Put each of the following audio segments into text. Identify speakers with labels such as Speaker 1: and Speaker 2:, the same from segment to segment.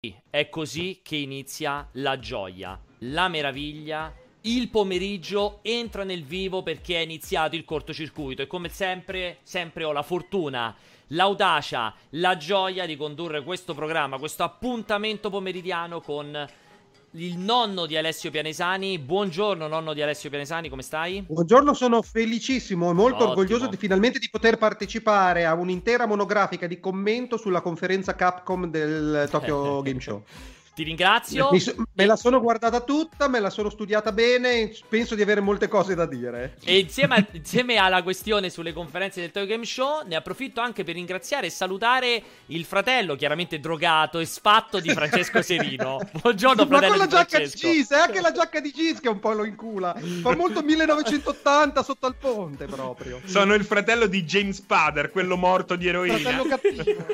Speaker 1: È così che inizia la gioia, la meraviglia. Il pomeriggio entra nel vivo perché è iniziato il cortocircuito e come sempre ho la fortuna, l'audacia, la gioia di condurre questo programma, questo appuntamento pomeridiano con il nonno di Alessio Pianesani. Buongiorno nonno di Alessio Pianesani, come stai?
Speaker 2: Buongiorno, sono felicissimo e molto
Speaker 1: Ottimo.
Speaker 2: orgoglioso finalmente di poter partecipare a un'intera monografica di commento sulla conferenza Capcom del Tokyo Game Show.
Speaker 1: Ti ringrazio.
Speaker 2: Me la sono guardata tutta, me la sono studiata bene, penso di avere molte cose da dire.
Speaker 1: E insieme alla questione sulle conferenze del Tokyo Game Show, ne approfitto anche per ringraziare e salutare il fratello, chiaramente drogato e sfatto, di Francesco Serino. Buongiorno fratello.
Speaker 2: Ma con la giacca
Speaker 1: Francesco.
Speaker 2: di Gis, è anche la giacca di Gis che un po' lo incula. Fa molto 1980 sotto al ponte proprio.
Speaker 3: Sono il fratello di James Spader, quello morto di eroina.
Speaker 2: Fratello cattivo.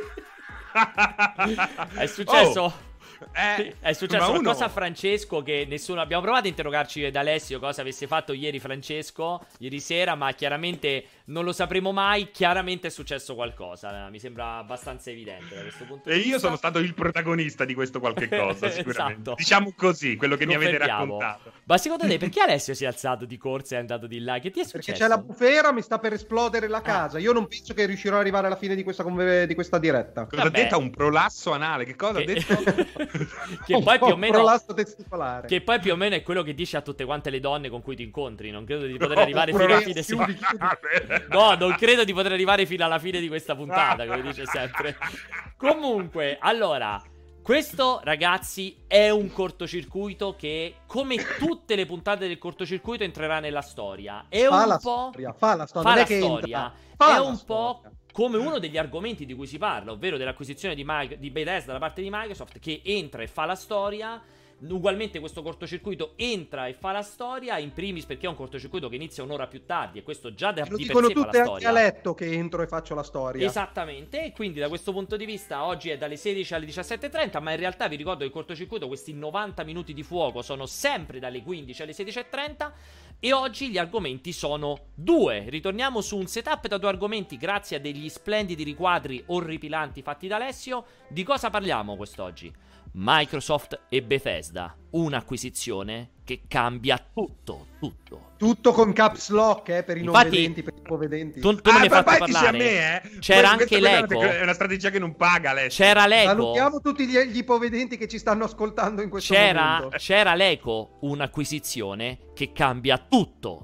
Speaker 1: È successo? È successo
Speaker 3: uno...
Speaker 1: qualcosa a Francesco che nessuno... Abbiamo provato a interrogarci da Alessio cosa avesse fatto ieri Francesco, ieri sera, ma chiaramente non lo sapremo mai. Chiaramente è successo qualcosa, mi sembra abbastanza evidente da questo punto di vista.
Speaker 3: E io sono stato il protagonista di questo qualche cosa, sicuramente.
Speaker 1: Esatto.
Speaker 3: Diciamo così, quello che mi avete raccontato.
Speaker 1: Ma secondo te perché Alessio si è alzato di corsa e è andato di là? Che ti è successo?
Speaker 2: Perché c'è la bufera, mi sta per esplodere la casa. Io non penso che riuscirò ad arrivare alla fine di questa diretta.
Speaker 3: Cosa ha detto? Un prolasso anale? Che cosa ha detto?
Speaker 1: Che poi più o meno
Speaker 2: prolasso testicolare.
Speaker 1: Che poi più o meno è quello che dici a tutte quante le donne con cui ti incontri. Non credo di poter arrivare fino alla fine. No, non credo di poter arrivare fino alla fine di questa puntata, come dice sempre. Comunque, allora, questo, ragazzi, è un cortocircuito che, come tutte le puntate del cortocircuito, entrerà nella storia. È
Speaker 2: fa
Speaker 1: un
Speaker 2: la
Speaker 1: po'.
Speaker 2: Storia, fa la storia.
Speaker 1: Fa
Speaker 2: Non
Speaker 1: la
Speaker 2: è che
Speaker 1: storia.
Speaker 2: entra, fa
Speaker 1: è
Speaker 2: la
Speaker 1: un
Speaker 2: storia.
Speaker 1: po' come uno degli argomenti di cui si parla, ovvero dell'acquisizione di Bethesda da parte di Microsoft, che entra e fa la storia. Ugualmente questo cortocircuito entra e fa la storia, in primis perché è un cortocircuito che inizia un'ora più tardi e questo già
Speaker 2: Lo
Speaker 1: di
Speaker 2: dicono
Speaker 1: per sé fa
Speaker 2: tutte
Speaker 1: la
Speaker 2: anche
Speaker 1: storia.
Speaker 2: a letto che entro e faccio la storia.
Speaker 1: Esattamente, e quindi da questo punto di vista oggi è dalle 16 alle 17:30, ma in realtà vi ricordo che il cortocircuito, questi 90 minuti di fuoco, sono sempre dalle 15 alle 16:30 e oggi gli argomenti sono due. Ritorniamo su un setup da due argomenti grazie a degli splendidi riquadri orripilanti fatti da Alessio. Di cosa parliamo quest'oggi? Microsoft e Bethesda, un'acquisizione che cambia tutto.
Speaker 2: Tutto con caps lock, per i non
Speaker 1: Infatti,
Speaker 2: vedenti, per i ipovedenti.
Speaker 1: Tu non mi hai fatto parlare.
Speaker 3: A me,
Speaker 1: C'era anche l'eco.
Speaker 3: È una strategia che non paga, Alessio.
Speaker 1: C'era l'eco.
Speaker 2: Salutiamo tutti gli ipovedenti che ci stanno ascoltando in questo momento.
Speaker 1: C'era l'eco, un'acquisizione che cambia tutto.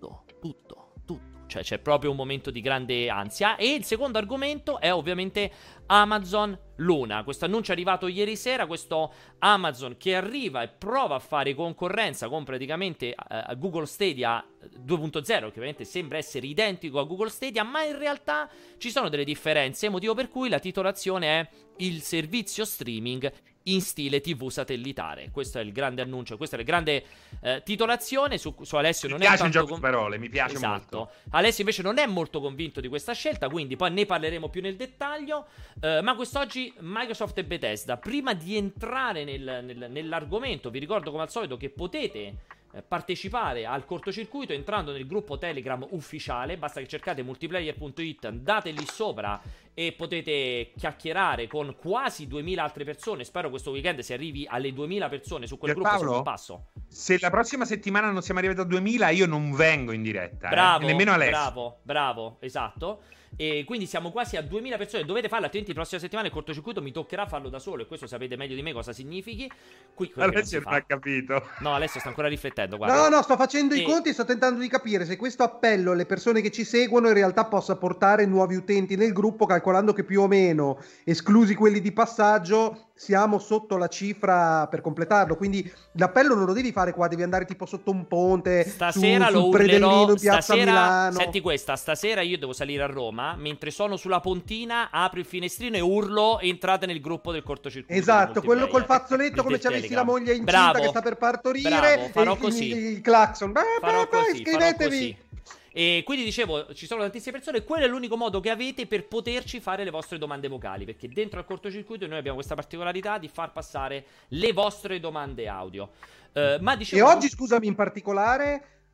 Speaker 1: Cioè c'è proprio un momento di grande ansia. E il secondo argomento è ovviamente Amazon Luna. Questo annuncio è arrivato ieri sera, questo Amazon che arriva e prova a fare concorrenza con praticamente Google Stadia 2.0, che ovviamente sembra essere identico a Google Stadia, ma in realtà ci sono delle differenze, motivo per cui la titolazione è il servizio streaming in stile TV satellitare. Questo è il grande annuncio, questa è la grande titolazione. Su Alessio non
Speaker 3: mi
Speaker 1: è
Speaker 3: piace
Speaker 1: tanto
Speaker 3: il gioco di parole, mi piace molto.
Speaker 1: Alessio invece non è molto convinto di questa scelta, quindi poi ne parleremo più nel dettaglio. Ma quest'oggi Microsoft e Bethesda. Prima di entrare nell'argomento, vi ricordo come al solito che potete partecipare al cortocircuito entrando nel gruppo Telegram ufficiale. Basta che cercate multiplayer.it, andate lì sopra e potete chiacchierare con quasi 2000 altre persone. Spero questo weekend si arrivi alle 2000 persone su quel gruppo.
Speaker 3: Paolo,
Speaker 1: passo.
Speaker 3: Se la prossima settimana non siamo arrivati a 2000 io non vengo in diretta.
Speaker 1: Bravo,
Speaker 3: nemmeno Alessio.
Speaker 1: bravo, esatto. E quindi siamo quasi a 2000 persone. Dovete farlo, altrimenti la prossima settimana il cortocircuito mi toccherà farlo da solo. E questo sapete meglio di me cosa significhi. Qui
Speaker 3: Alessio non ha capito.
Speaker 1: No, Alessio sta ancora riflettendo, guarda.
Speaker 2: No, sto facendo i conti e sto tentando di capire se questo appello alle persone che ci seguono in realtà possa portare nuovi utenti nel gruppo, calcolando che più o meno, esclusi quelli di passaggio, siamo sotto la cifra per completarlo. Quindi l'appello non lo devi fare qua, devi andare tipo sotto un ponte,
Speaker 1: stasera
Speaker 2: sul
Speaker 1: lo
Speaker 2: Predellino
Speaker 1: urlerò.
Speaker 2: in piazza Milano.
Speaker 1: Senti questa, stasera io devo salire a Roma, mentre sono sulla pontina apro il finestrino e urlo: entrate nel gruppo del cortocircuito.
Speaker 2: Esatto, quello col fazzoletto come se avessi la moglie incinta che sta per partorire.
Speaker 1: Farò così.
Speaker 2: Il clacson.
Speaker 1: Farò così,
Speaker 2: iscrivetevi.
Speaker 1: E quindi dicevo, ci sono tantissime persone. Quello è l'unico modo che avete per poterci fare le vostre domande vocali, perché dentro al cortocircuito noi abbiamo questa particolarità di far passare le vostre domande audio. Ma dicevo,
Speaker 2: e oggi, scusami, in particolare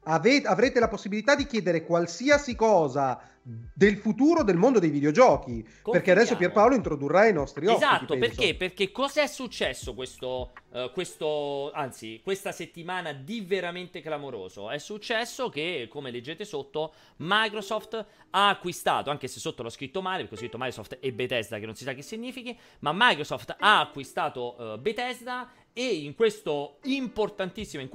Speaker 2: avrete la possibilità di chiedere qualsiasi cosa del futuro del mondo dei videogiochi, perché adesso Pierpaolo introdurrà i nostri ospiti.
Speaker 1: Esatto,
Speaker 2: penso.
Speaker 1: perché cosa è successo questa settimana di veramente clamoroso? È successo che, come leggete sotto, Microsoft ha acquistato, anche se sotto l'ho scritto male, perché ho scritto Microsoft e Bethesda, che non si sa che significhi, ma Microsoft ha acquistato Bethesda, e in questa importantissima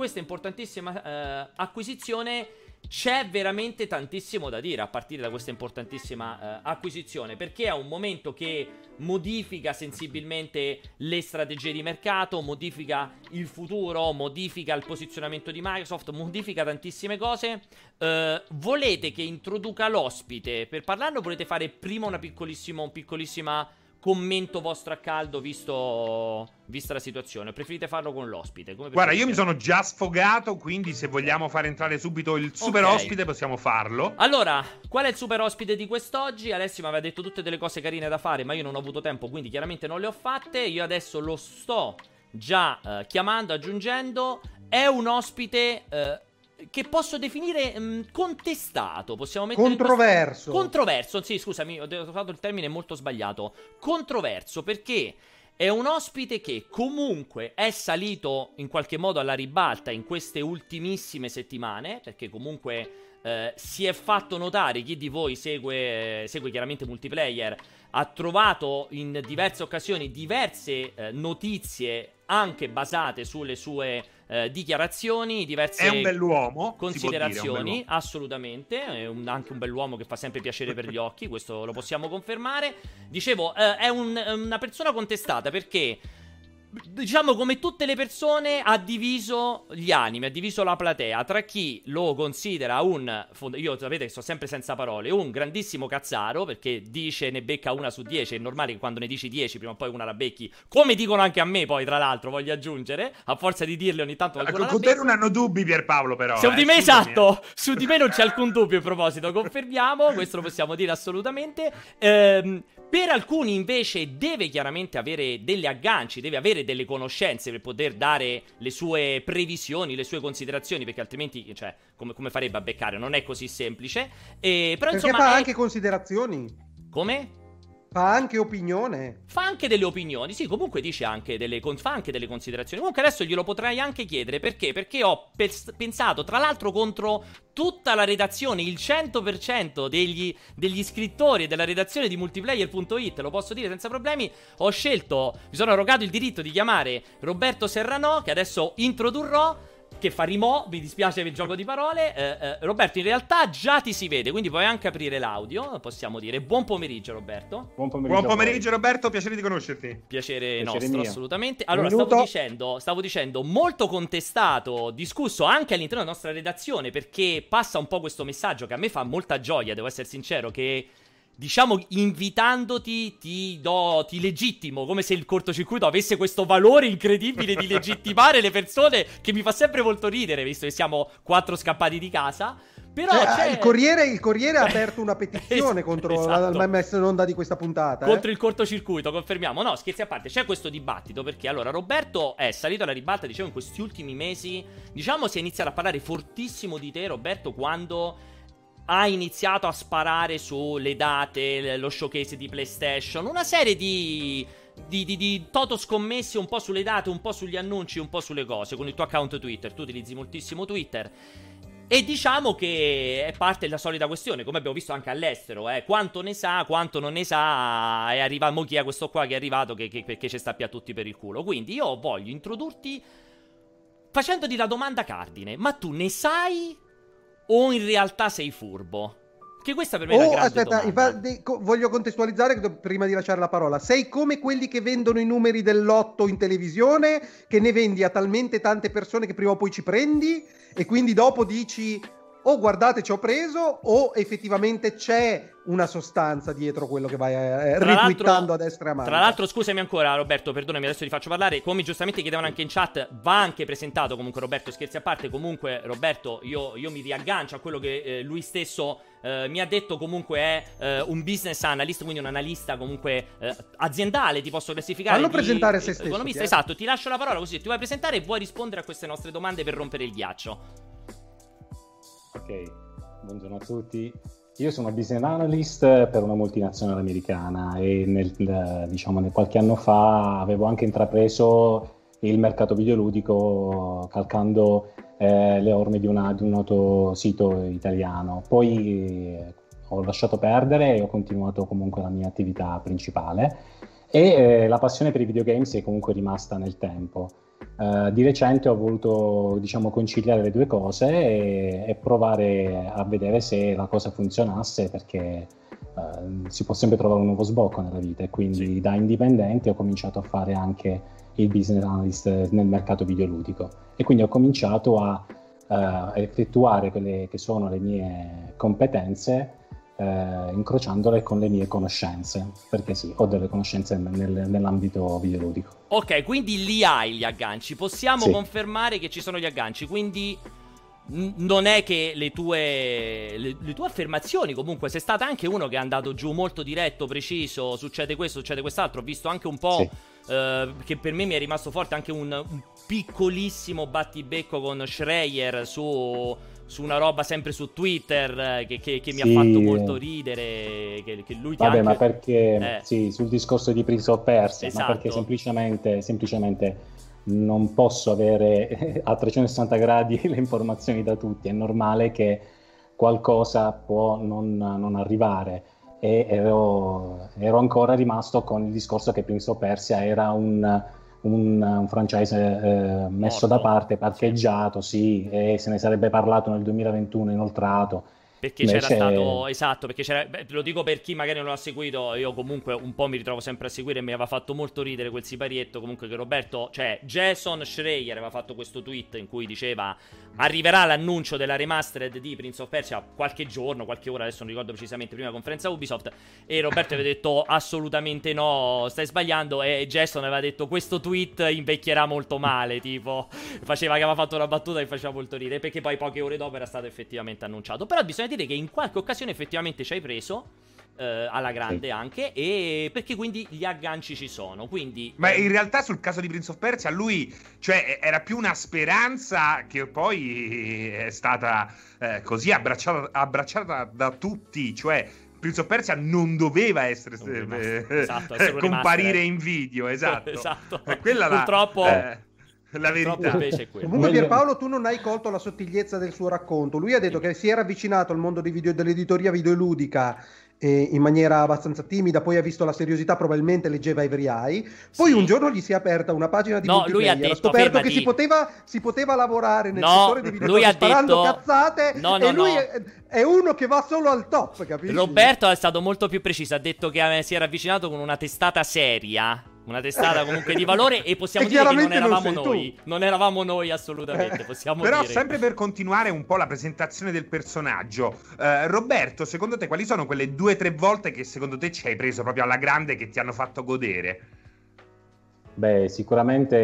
Speaker 1: acquisizione c'è veramente tantissimo da dire a partire da questa importantissima acquisizione, perché è un momento che modifica sensibilmente le strategie di mercato, modifica il futuro, modifica il posizionamento di Microsoft, modifica tantissime cose. Volete che introduca l'ospite per parlarlo? Volete fare prima un piccolissima commento vostro a caldo vista la situazione? Preferite farlo con l'ospite?
Speaker 3: Guarda, io mi sono già sfogato, quindi se vogliamo fare entrare subito il super ospite possiamo farlo.
Speaker 1: Allora, qual è il super ospite di quest'oggi? Alessio mi aveva detto tutte delle cose carine da fare, ma io non ho avuto tempo, quindi chiaramente non le ho fatte. Io adesso lo sto già chiamando, aggiungendo. È un ospite che posso definire contestato, possiamo mettere
Speaker 2: controverso.
Speaker 1: Controverso, sì, scusami, ho trovato il termine molto sbagliato. Controverso, perché è un ospite che comunque è salito in qualche modo alla ribalta in queste ultimissime settimane, perché comunque si è fatto notare. Chi di voi segue chiaramente multiplayer ha trovato in diverse occasioni diverse notizie anche basate sulle sue dichiarazioni, diverse
Speaker 3: è un bell'uomo,
Speaker 1: considerazioni, assolutamente, è anche un bell'uomo che fa sempre piacere per gli occhi, questo lo possiamo confermare. Dicevo, è una persona contestata perché, diciamo, come tutte le persone, ha diviso gli animi, ha diviso la platea tra chi lo considera io sapete che sto sempre senza parole, un grandissimo cazzaro, perché dice ne becca una su 10, è normale che quando ne dici 10 prima o poi una la becchi, come dicono anche a me poi, tra l'altro, voglio aggiungere, a forza di dirle ogni tanto qualcuno
Speaker 3: con te non hanno dubbi, Pierpaolo, però
Speaker 1: su di me, esatto, su di me non c'è alcun dubbio. In proposito, confermiamo, questo lo possiamo dire assolutamente. Per alcuni invece deve chiaramente avere delle agganci, deve avere delle conoscenze per poter dare le sue previsioni, le sue considerazioni, perché altrimenti, cioè, come farebbe a beccare? Non è così semplice. Però
Speaker 2: perché
Speaker 1: insomma
Speaker 2: fa anche considerazioni.
Speaker 1: Come?
Speaker 2: Fa anche opinione.
Speaker 1: Fa anche delle opinioni, sì, comunque dice anche fa anche delle considerazioni. Comunque adesso glielo potrei anche chiedere, perché ho pensato, tra l'altro, contro tutta la redazione, il 100% degli scrittori della redazione di multiplayer.it, lo posso dire senza problemi, mi sono arrogato il diritto di chiamare Roberto Serranò, che adesso introdurrò, che fa rimò, mi dispiace per il gioco di parole. Roberto, in realtà già ti si vede, quindi puoi anche aprire l'audio, possiamo dire. Buon pomeriggio, Roberto.
Speaker 3: Buon pomeriggio, Roberto, piacere di conoscerti.
Speaker 1: Piacere nostro,
Speaker 2: mio.
Speaker 1: assolutamente. Allora, stavo dicendo, molto contestato, discusso anche all'interno della nostra redazione, perché passa un po' questo messaggio che a me fa molta gioia, devo essere sincero, che, diciamo, invitandoti ti legittimo, come se il cortocircuito avesse questo valore incredibile di legittimare le persone, che mi fa sempre molto ridere, visto che siamo 4 scappati di casa. Però
Speaker 2: il Corriere ha aperto una petizione contro la messa in onda di questa puntata.
Speaker 1: Contro il cortocircuito, confermiamo. No, scherzi a parte, c'è questo dibattito, perché allora Roberto è salito alla ribalta, dicevo, in questi ultimi mesi. Diciamo si è iniziato a parlare fortissimo di te, Roberto, quando ha iniziato a sparare sulle date, lo showcase di PlayStation, una serie di toto scommesse un po' sulle date, un po' sugli annunci, un po' sulle cose, con il tuo account Twitter. Tu utilizzi moltissimo Twitter. E diciamo che è parte della solita questione, come abbiamo visto anche all'estero, quanto ne sa, quanto non ne sa, è arrivato, mo chi è questo qua che è arrivato perché ci sta più a tutti per il culo. Quindi io voglio introdurti facendoti la domanda cardine: ma tu ne sai o in realtà sei furbo? Che questa per me è una grande domanda.
Speaker 2: Voglio contestualizzare prima di lasciare la parola. Sei come quelli che vendono i numeri del lotto in televisione, che ne vendi a talmente tante persone che prima o poi ci prendi e quindi dopo dici: o guardate ci ho preso, o effettivamente c'è una sostanza dietro quello che vai retweetando a destra e a manca.
Speaker 1: Tra l'altro, scusami ancora, Roberto, perdonami, adesso ti faccio parlare. Come giustamente chiedevano anche in chat, va anche presentato comunque Roberto, scherzi a parte. Comunque Roberto, io mi riaggancio a quello che lui stesso mi ha detto. Comunque è un business analyst, quindi un analista comunque aziendale, ti posso classificare.
Speaker 2: Fallo presentare se stesso,
Speaker 1: economista, esatto, ti lascio la parola così ti vuoi presentare e vuoi rispondere a queste nostre domande per rompere il ghiaccio.
Speaker 4: Ok, buongiorno a tutti. Io sono business analyst per una multinazionale americana e nel qualche anno fa avevo anche intrapreso il mercato videoludico calcando le orme di un noto sito italiano. Poi ho lasciato perdere e ho continuato comunque la mia attività principale e la passione per i videogames è comunque rimasta nel tempo. Di recente ho voluto conciliare le due cose e provare a vedere se la cosa funzionasse, perché si può sempre trovare un nuovo sbocco nella vita, e quindi da indipendente ho cominciato a fare anche il business analyst nel mercato videoludico, e quindi ho cominciato a effettuare quelle che sono le mie competenze incrociandole con le mie conoscenze, perché sì, ho delle conoscenze nell'ambito videoludico.
Speaker 1: Ok, quindi li hai gli agganci, possiamo confermare che ci sono gli agganci, quindi non è che le tue affermazioni, comunque sei stata anche uno che è andato giù molto diretto, preciso, succede questo, succede quest'altro. Ho visto anche un po' che per me mi è rimasto forte anche un piccolissimo battibecco con Schreier su una roba sempre su Twitter che mi ha fatto molto ridere, che lui ti
Speaker 4: ma perché sul discorso di Prince of Persia,
Speaker 1: esatto.
Speaker 4: Ma perché semplicemente non posso avere a 360 gradi le informazioni da tutti, è normale che qualcosa può non arrivare, e ero ancora rimasto con il discorso che Prince of Persia era un franchise messo da parte, parcheggiato, e se ne sarebbe parlato nel 2021 inoltrato.
Speaker 1: Perché c'era stato, esatto, perché c'era, lo dico per chi magari non l'ha seguito, io comunque un po' mi ritrovo sempre a seguire, e mi aveva fatto molto ridere quel siparietto comunque che Roberto, cioè Jason Schreier aveva fatto questo tweet in cui diceva arriverà l'annuncio della remastered di Prince of Persia qualche giorno, qualche ora, adesso non ricordo precisamente, prima conferenza Ubisoft, e Roberto aveva detto assolutamente no, stai sbagliando, e Jason aveva detto questo tweet invecchierà molto male, tipo che aveva fatto una battuta che faceva molto ridere, perché poi poche ore dopo era stato effettivamente annunciato. Però bisogna dire che in qualche occasione effettivamente ci hai preso alla grande anche, e perché quindi gli agganci ci sono, quindi
Speaker 3: ma in realtà sul caso di Prince of Persia lui, cioè, era più una speranza che poi è stata così abbracciata da tutti, cioè Prince of Persia non doveva essere comparire in video, esatto. Quella
Speaker 1: purtroppo
Speaker 3: la verità
Speaker 1: invece è quella.
Speaker 2: Comunque Pierpaolo, tu non hai colto la sottigliezza del suo racconto. Lui ha detto che si era avvicinato al mondo dell'editoria videoludica in maniera abbastanza timida, poi ha visto la seriosità, probabilmente leggeva Every Eye, poi un giorno gli si è aperta una pagina di multiplayer,
Speaker 1: lui ha detto,
Speaker 2: ha scoperto che si poteva lavorare nel settore di videogiochi sparando cazzate, lui è uno che va solo al top, capisci?
Speaker 1: Roberto è stato molto più preciso, ha detto che si era avvicinato con una testata seria, una testata comunque di valore, e possiamo dire che non eravamo noi. Non eravamo noi assolutamente, possiamo
Speaker 3: Però
Speaker 1: dire.
Speaker 3: sempre per continuare un po' la presentazione del personaggio, Roberto, secondo te quali sono quelle 2 o 3 volte che secondo te ci hai preso proprio alla grande, che ti hanno fatto godere?
Speaker 4: Beh, sicuramente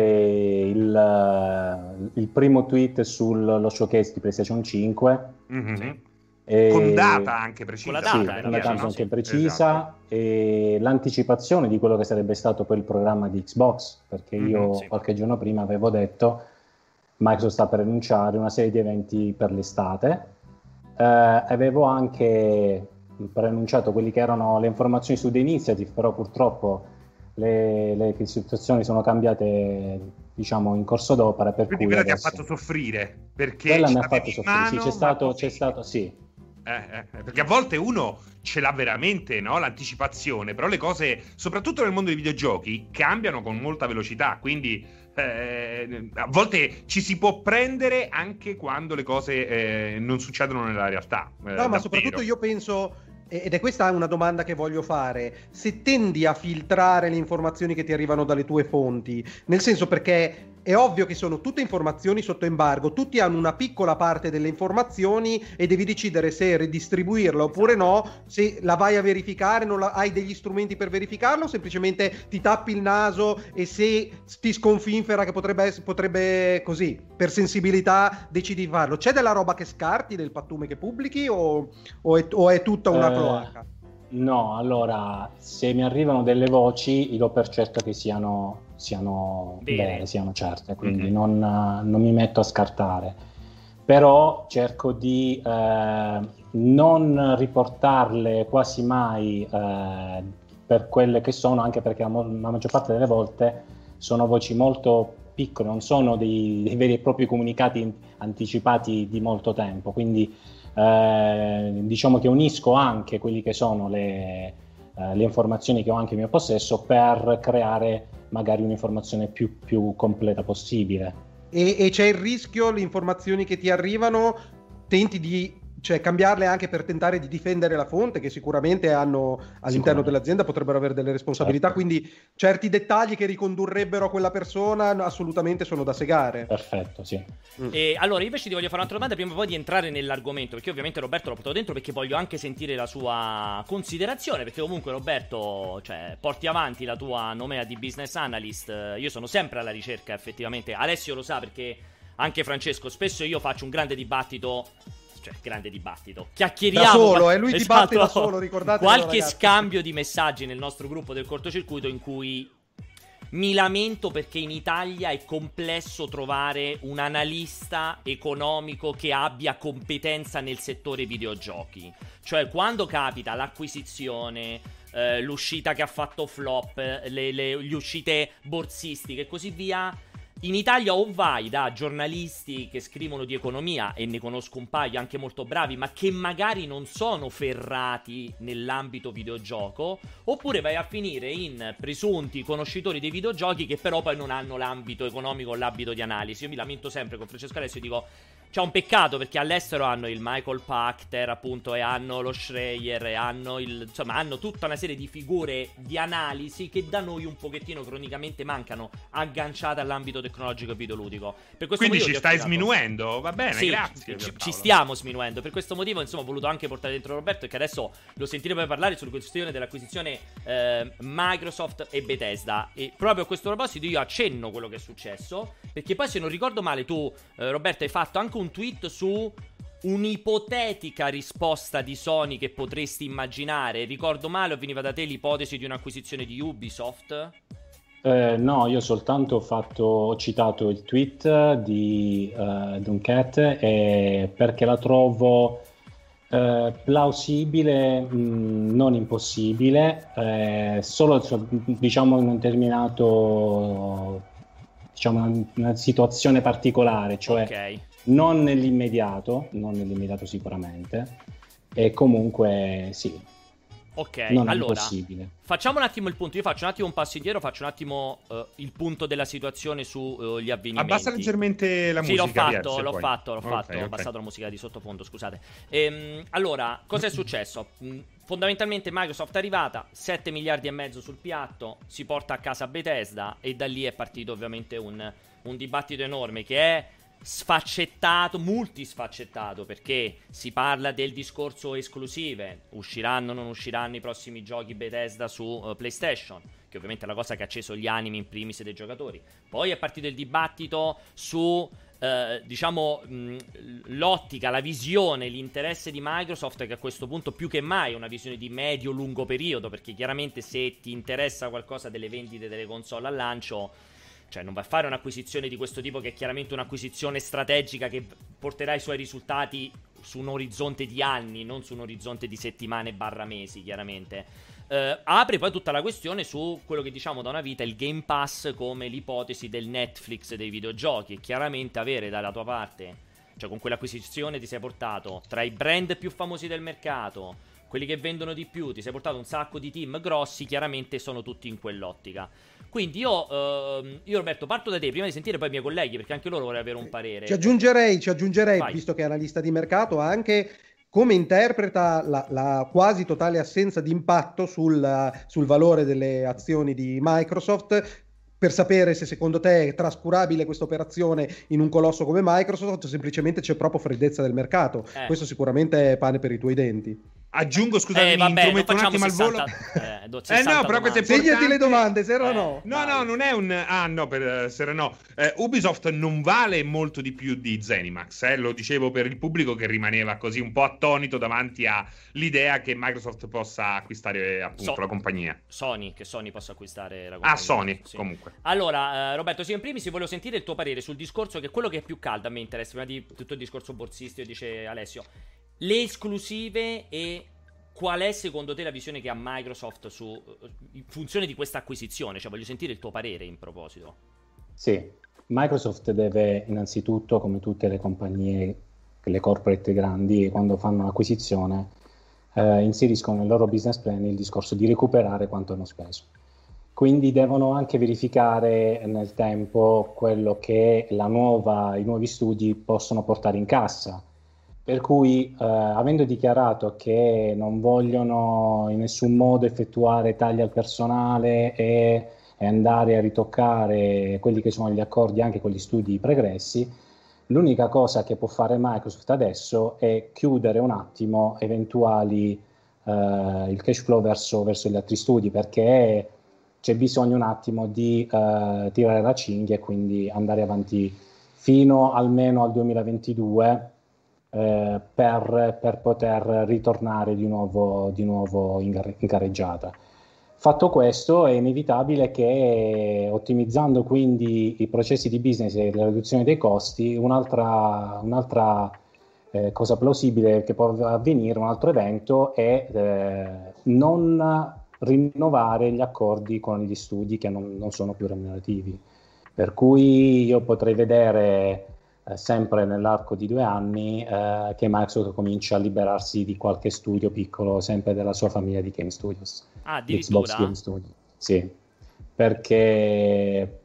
Speaker 4: il primo tweet sullo showcase di PlayStation 5.
Speaker 3: Mm-hmm. Con data anche precisa.
Speaker 1: Con la data,
Speaker 4: con la data anche precisa, esatto. E l'anticipazione di quello che sarebbe stato poi il programma di Xbox, perché io qualche giorno prima avevo detto Microsoft sta per annunciare una serie di eventi per l'estate, avevo anche preannunciato quelli che erano le informazioni su The Initiative, però purtroppo le situazioni sono cambiate, diciamo, in corso d'opera, per
Speaker 3: quindi
Speaker 4: cui
Speaker 3: quella
Speaker 4: adesso...
Speaker 3: ti ha fatto soffrire, perché
Speaker 4: quella mi ha fatto soffrire, sì, c'è stato sì.
Speaker 3: Perché a volte uno ce l'ha veramente, no? L'anticipazione, però le cose, soprattutto nel mondo dei videogiochi, cambiano con molta velocità, quindi a volte ci si può prendere anche quando le cose non succedono nella realtà.
Speaker 2: No, ma soprattutto io penso, ed è questa una domanda che voglio fare, se tendi a filtrare le informazioni che ti arrivano dalle tue fonti, nel senso, perché è ovvio che sono tutte informazioni sotto embargo, tutti hanno una piccola parte delle informazioni e devi decidere se redistribuirla oppure no, se la vai a verificare, hai degli strumenti per verificarlo, o semplicemente ti tappi il naso e se ti sconfinfera che potrebbe così, per sensibilità, decidi di farlo. C'è della roba che scarti del pattume che pubblichi o è tutta una cloaca?
Speaker 4: No, allora, se mi arrivano delle voci, io do per certo che siano vere, siano certe, quindi non mi metto a scartare. però cerco di non riportarle quasi mai per quelle che sono, anche perché la maggior parte delle volte sono voci molto piccole, non sono dei veri e propri comunicati anticipati di molto tempo, quindi diciamo che unisco anche quelli che sono le informazioni che ho anche in mio possesso per creare magari un'informazione più completa possibile.
Speaker 2: E c'è il rischio, le informazioni che ti arrivano, tenti di cambiarle anche per tentare di difendere la fonte, che sicuramente hanno all'interno dell'azienda, potrebbero avere delle responsabilità, certo. Quindi certi dettagli che ricondurrebbero a quella persona assolutamente sono da segare.
Speaker 4: Perfetto, sì.
Speaker 1: E allora invece ti voglio fare un'altra domanda prima poi di entrare nell'argomento, perché ovviamente Roberto l'ho portato dentro perché voglio anche sentire la sua considerazione, perché comunque Roberto, porti avanti la tua nomea di business analyst. Io sono sempre alla ricerca, effettivamente. Alessio lo sa, perché anche Francesco, spesso io faccio un grande dibattito, chiacchieriamo
Speaker 2: da solo, lui dibatte da solo, ricordate
Speaker 1: qualche scambio di messaggi nel nostro gruppo del cortocircuito in cui mi lamento perché in Italia è complesso trovare un analista economico che abbia competenza nel settore videogiochi. Cioè, quando capita l'acquisizione, l'uscita che ha fatto flop, le uscite borsistiche e così via, in Italia o vai da giornalisti che scrivono di economia, e ne conosco un paio anche molto bravi, ma che magari non sono ferrati nell'ambito videogioco, oppure vai a finire in presunti conoscitori dei videogiochi che però poi non hanno l'ambito economico o l'ambito di analisi. Io mi lamento sempre con Francesco Alessio e dico: c'è un peccato, perché all'estero hanno il Michael Pachter, appunto, e hanno lo Schreier, e hanno hanno tutta una serie di figure di analisi che da noi un pochettino cronicamente mancano, agganciate all'ambito tecnologico e videoludico. Per questo
Speaker 3: quindi ci stai
Speaker 1: affidato...
Speaker 3: sminuendo, va bene,
Speaker 1: sì,
Speaker 3: grazie.
Speaker 1: Ci stiamo sminuendo. Per questo motivo, insomma, ho voluto anche portare dentro Roberto, e che adesso lo sentiremo parlare sulla questione dell'acquisizione Microsoft e Bethesda. E proprio a questo proposito io accenno quello che è successo, perché poi, se non ricordo male, tu, Roberto, hai fatto anche un tweet su un'ipotetica risposta di Sony che potresti immaginare. Ricordo male o veniva da te l'ipotesi di un'acquisizione di Ubisoft?
Speaker 4: No, io soltanto ho citato il tweet di Duncat, perché la trovo plausibile, non impossibile, solo diciamo in un determinato, diciamo, una situazione particolare, cioè
Speaker 1: okay.
Speaker 4: non nell'immediato sicuramente, e comunque sì.
Speaker 1: Ok,
Speaker 4: non
Speaker 1: allora,
Speaker 4: è possibile.
Speaker 1: Facciamo un attimo il punto. Io faccio un attimo un passo indietro, faccio un attimo il punto della situazione sugli avvenimenti.
Speaker 3: Abbassa leggermente la musica.
Speaker 1: Sì, l'ho fatto.
Speaker 3: Okay.
Speaker 1: Ho abbassato la musica di sottofondo, scusate. Allora, cosa è successo? Fondamentalmente Microsoft è arrivata, 7 miliardi e mezzo sul piatto, si porta a casa Bethesda, e da lì è partito ovviamente un dibattito enorme che è sfaccettato, multisfaccettato, perché si parla del discorso esclusive, usciranno o non usciranno i prossimi giochi Bethesda su PlayStation, che ovviamente è la cosa che ha acceso gli animi in primis dei giocatori. Poi è partito il dibattito su l'ottica, la visione, l'interesse di Microsoft, che a questo punto più che mai è una visione di medio-lungo periodo, perché chiaramente se ti interessa qualcosa delle vendite delle console al lancio, cioè non vai a fare un'acquisizione di questo tipo, che è chiaramente un'acquisizione strategica che porterà i suoi risultati su un orizzonte di anni, non su un orizzonte di settimane / mesi, chiaramente. Apre poi tutta la questione su quello che diciamo da una vita, il Game Pass come l'ipotesi del Netflix dei videogiochi, e chiaramente avere dalla tua parte, cioè con quell'acquisizione ti sei portato tra i brand più famosi del mercato, quelli che vendono di più, ti sei portato un sacco di team grossi, chiaramente sono tutti in quell'ottica. Quindi io Roberto parto da te prima di sentire poi i miei colleghi, perché anche loro vorrei avere un parere.
Speaker 2: Ci aggiungerei,
Speaker 1: Vai.
Speaker 2: Visto che è analista di mercato, anche come interpreta la quasi totale assenza di impatto sul valore delle azioni di Microsoft, per sapere se secondo te è trascurabile questa operazione in un colosso come Microsoft, o semplicemente c'è proprio freddezza del mercato. Questo sicuramente è pane per i tuoi denti.
Speaker 3: Aggiungo, scusate, mi
Speaker 1: vabbè,
Speaker 3: intrometto un attimo
Speaker 1: 60,
Speaker 3: al volo.
Speaker 1: 60
Speaker 3: no, però questo è importante.
Speaker 2: Segnati le domande, se no.
Speaker 3: No, non è un... Ah, no, se no. Ubisoft non vale molto di più di Zenimax, lo dicevo per il pubblico che rimaneva così un po' attonito davanti all'idea che Microsoft possa acquistare appunto la compagnia.
Speaker 1: Sony possa acquistare la compagnia.
Speaker 3: Sony,
Speaker 1: sì.
Speaker 3: Comunque.
Speaker 1: Allora, Roberto, sì, in primis volevo sentire il tuo parere sul discorso, che è quello che è più caldo, a me interessa, prima di tutto il discorso borsistico, dice Alessio. Le esclusive e qual è secondo te la visione che ha Microsoft in funzione di questa acquisizione? Cioè, voglio sentire il tuo parere in proposito.
Speaker 4: Sì, Microsoft deve innanzitutto, come tutte le compagnie, le corporate grandi, quando fanno un'acquisizione, inseriscono nel loro business plan il discorso di recuperare quanto hanno speso. Quindi devono anche verificare nel tempo quello che i nuovi studi possono portare in cassa. Per cui, avendo dichiarato che non vogliono in nessun modo effettuare tagli al personale e andare a ritoccare quelli che sono gli accordi anche con gli studi pregressi, l'unica cosa che può fare Microsoft adesso è chiudere un attimo eventuali il cash flow verso gli altri studi, perché c'è bisogno un attimo di tirare la cinghia e quindi andare avanti fino almeno al 2022 per poter ritornare di nuovo in gareggiata. Fatto questo, è inevitabile che, ottimizzando quindi i processi di business e la riduzione dei costi, un'altra cosa plausibile che può avvenire, un altro evento, è non rinnovare gli accordi con gli studi che non sono più remunerativi. Per cui io potrei vedere sempre nell'arco di 2 anni che Microsoft comincia a liberarsi di qualche studio piccolo, sempre della sua famiglia di Game Studios, di Xbox Game Studios. Sì, perché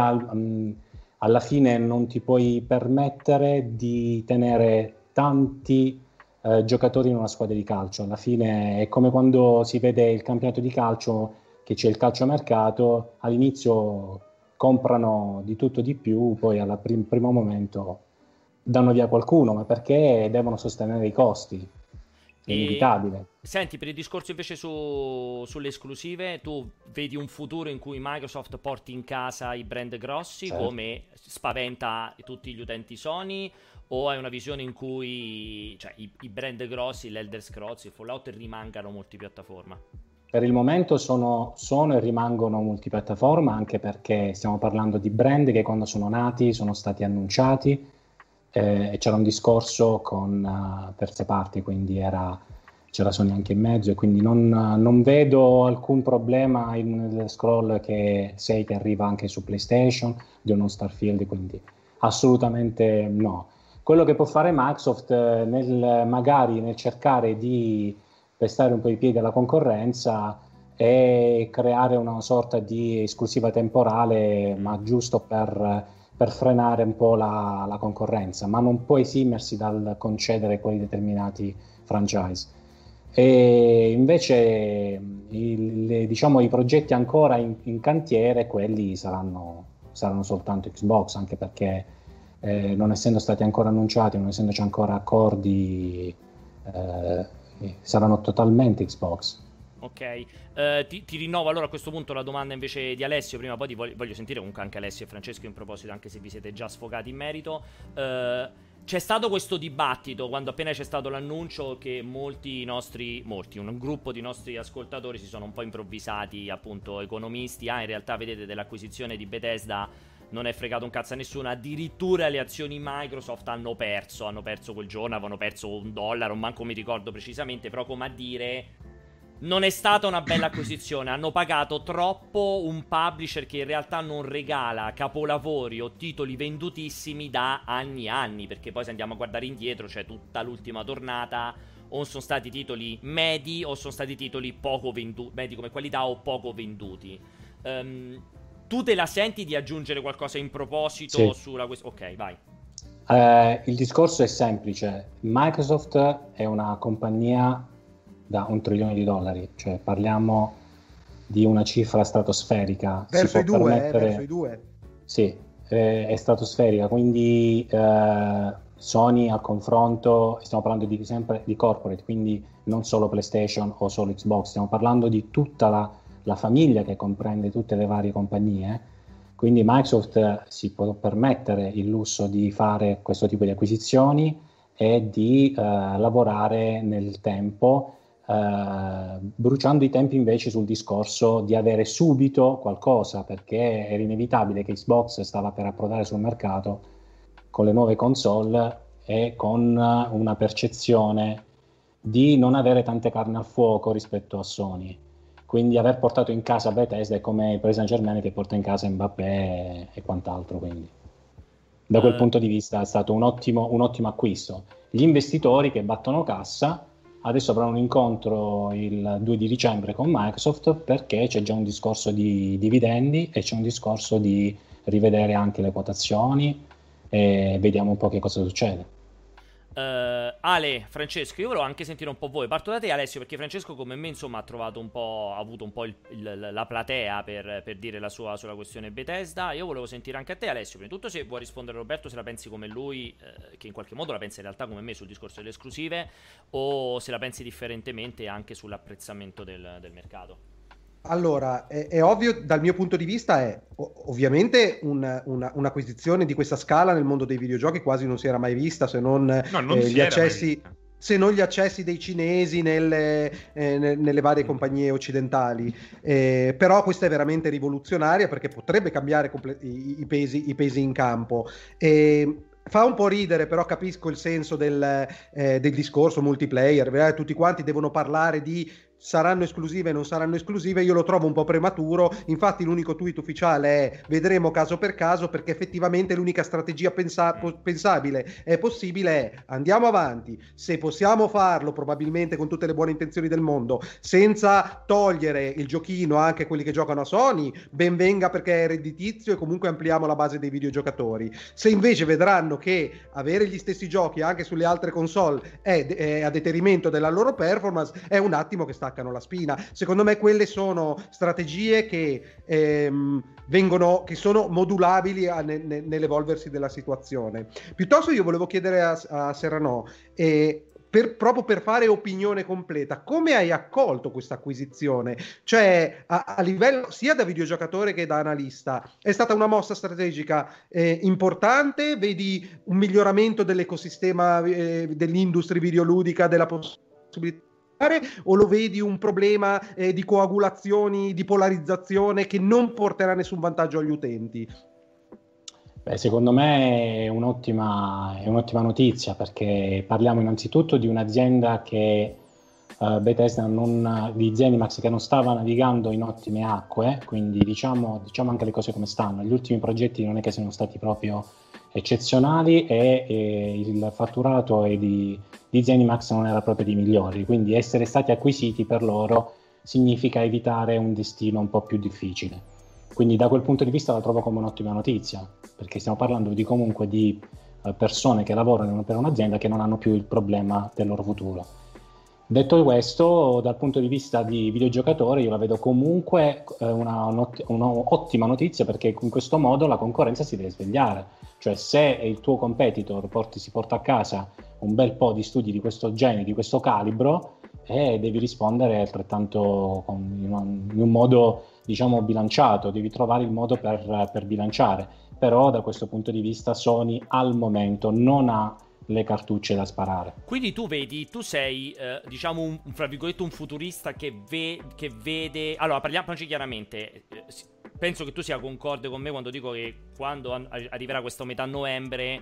Speaker 4: alla fine non ti puoi permettere di tenere tanti giocatori in una squadra di calcio. Alla fine è come quando si vede il campionato di calcio, che c'è il calciomercato, all'inizio comprano di tutto di più, poi al primo momento danno via qualcuno, ma perché devono sostenere i costi, è inevitabile.
Speaker 1: Senti, per il discorso invece sulle esclusive, tu vedi un futuro in cui Microsoft porti in casa i brand grossi, certo, come spaventa tutti gli utenti Sony, o è una visione in cui i brand grossi, l'Elder Scrolls, il Fallout rimangano multipiattaforma?
Speaker 4: Per il momento sono e rimangono multipiattaforma, anche perché stiamo parlando di brand che quando sono nati sono stati annunciati, e c'era un discorso con terze parti, quindi c'era Sony anche in mezzo, e quindi non vedo alcun problema nel scroll che arriva anche su PlayStation, di uno Starfield, quindi assolutamente no. Quello che può fare Microsoft magari nel cercare di pestare un po' i piedi alla concorrenza e creare una sorta di esclusiva temporale, ma giusto per frenare un po' la concorrenza, ma non può esimersi dal concedere quei determinati franchise. E invece i progetti ancora in cantiere, quelli saranno soltanto Xbox, anche perché non essendo stati ancora annunciati, non essendoci ancora accordi, saranno totalmente Xbox.
Speaker 1: Ok, ti rinnovo allora a questo punto la domanda invece di Alessio, prima poi voglio sentire comunque anche Alessio e Francesco in proposito, anche se vi siete già sfogati in merito. C'è stato questo dibattito quando appena c'è stato l'annuncio, che un gruppo di nostri ascoltatori si sono un po' improvvisati, appunto economisti, in realtà vedete dell'acquisizione di Bethesda non è fregato un cazzo a nessuno, addirittura le azioni Microsoft hanno perso quel giorno, avevano perso $1, manco mi ricordo precisamente, però come a dire non è stata una bella acquisizione, hanno pagato troppo un publisher che in realtà non regala capolavori o titoli vendutissimi da anni e anni, perché poi se andiamo a guardare indietro, cioè tutta l'ultima tornata, o sono stati titoli medi o sono stati titoli poco venduti, medi come qualità o poco venduti. Tu te la senti di aggiungere qualcosa in proposito? Sì. Sulla questione? Ok, vai.
Speaker 4: Il discorso è semplice. Microsoft è una compagnia da $1 trilione, cioè parliamo di una cifra stratosferica.
Speaker 2: Verso i due.
Speaker 4: Sì, è stratosferica, quindi Sony al confronto, stiamo parlando sempre di corporate, quindi non solo PlayStation o solo Xbox, stiamo parlando di tutta la famiglia che comprende tutte le varie compagnie, quindi Microsoft si può permettere il lusso di fare questo tipo di acquisizioni e di lavorare nel tempo, bruciando i tempi invece sul discorso di avere subito qualcosa, perché era inevitabile che Xbox stava per approdare sul mercato con le nuove console e con una percezione di non avere tante carne al fuoco rispetto a Sony. Quindi aver portato in casa Bethesda è come il Paris Saint-Germain che porta in casa Mbappé e quant'altro. Quindi da quel punto di vista è stato un ottimo acquisto. Gli investitori che battono cassa adesso avranno un incontro il 2 di dicembre con Microsoft, perché c'è già un discorso di dividendi e c'è un discorso di rivedere anche le quotazioni, e vediamo un po' che cosa succede.
Speaker 1: Ale, Francesco, io volevo anche sentire un po' voi. Parto da te, Alessio, perché Francesco come me insomma ha trovato un po', ha avuto un po' la platea per dire la sua sulla questione Bethesda. Io volevo sentire anche a te, Alessio, prima di tutto se vuoi rispondere Roberto, se la pensi come lui, che in qualche modo la pensa in realtà come me sul discorso delle esclusive, o se la pensi differentemente anche sull'apprezzamento del mercato.
Speaker 2: Allora, è ovvio, dal mio punto di vista è ovviamente un'acquisizione di questa scala nel mondo dei videogiochi quasi non si era mai vista, se non gli accessi, se non gli accessi dei cinesi nelle varie compagnie occidentali. Però questa è veramente rivoluzionaria, perché potrebbe cambiare i pesi in campo. Fa un po' ridere, però capisco il senso del discorso multiplayer. Tutti quanti devono parlare di saranno esclusive e non saranno esclusive. Io lo trovo un po' prematuro, infatti l'unico tweet ufficiale è vedremo caso per caso, perché effettivamente l'unica strategia pensabile e possibile è andiamo avanti, se possiamo farlo probabilmente con tutte le buone intenzioni del mondo, senza togliere il giochino anche a quelli che giocano a Sony, ben venga, perché è redditizio e comunque ampliamo la base dei videogiocatori. Se invece vedranno che avere gli stessi giochi anche sulle altre console è a detrimento della loro performance, è un attimo che staccano la spina. Secondo me quelle sono strategie che che sono modulabili nell'evolversi della situazione. Piuttosto io volevo chiedere a Serrano, proprio per fare opinione completa, come hai accolto questa acquisizione? Cioè a livello sia da videogiocatore che da analista, è stata una mossa strategica importante? Vedi un miglioramento dell'ecosistema dell'industria videoludica, della possibilità, o lo vedi un problema di coagulazioni, di polarizzazione che non porterà nessun vantaggio agli utenti?
Speaker 4: Beh, secondo me è un'ottima notizia, perché parliamo innanzitutto di un'azienda che Bethesda di Zenimax, che non stava navigando in ottime acque, quindi diciamo anche le cose come stanno. Gli ultimi progetti non è che siano stati proprio eccezionali e il fatturato di Zenimax non era proprio dei migliori, quindi essere stati acquisiti per loro significa evitare un destino un po' più difficile. Quindi da quel punto di vista la trovo come un'ottima notizia, perché stiamo parlando comunque di persone che lavorano per un'azienda che non hanno più il problema del loro futuro. Detto questo, dal punto di vista di videogiocatore io la vedo comunque un'ottima notizia, perché in questo modo la concorrenza si deve svegliare. Cioè, se il tuo competitor si porta a casa un bel po' di studi di questo genere, di questo calibro, devi rispondere altrettanto in un modo, diciamo, bilanciato. Devi trovare il modo per bilanciare. Però da questo punto di vista Sony al momento non ha le cartucce da sparare.
Speaker 1: Quindi tu sei diciamo fra virgolette un futurista che vede. Allora parliamoci chiaramente, penso che tu sia concorde con me quando dico che quando arriverà questo metà novembre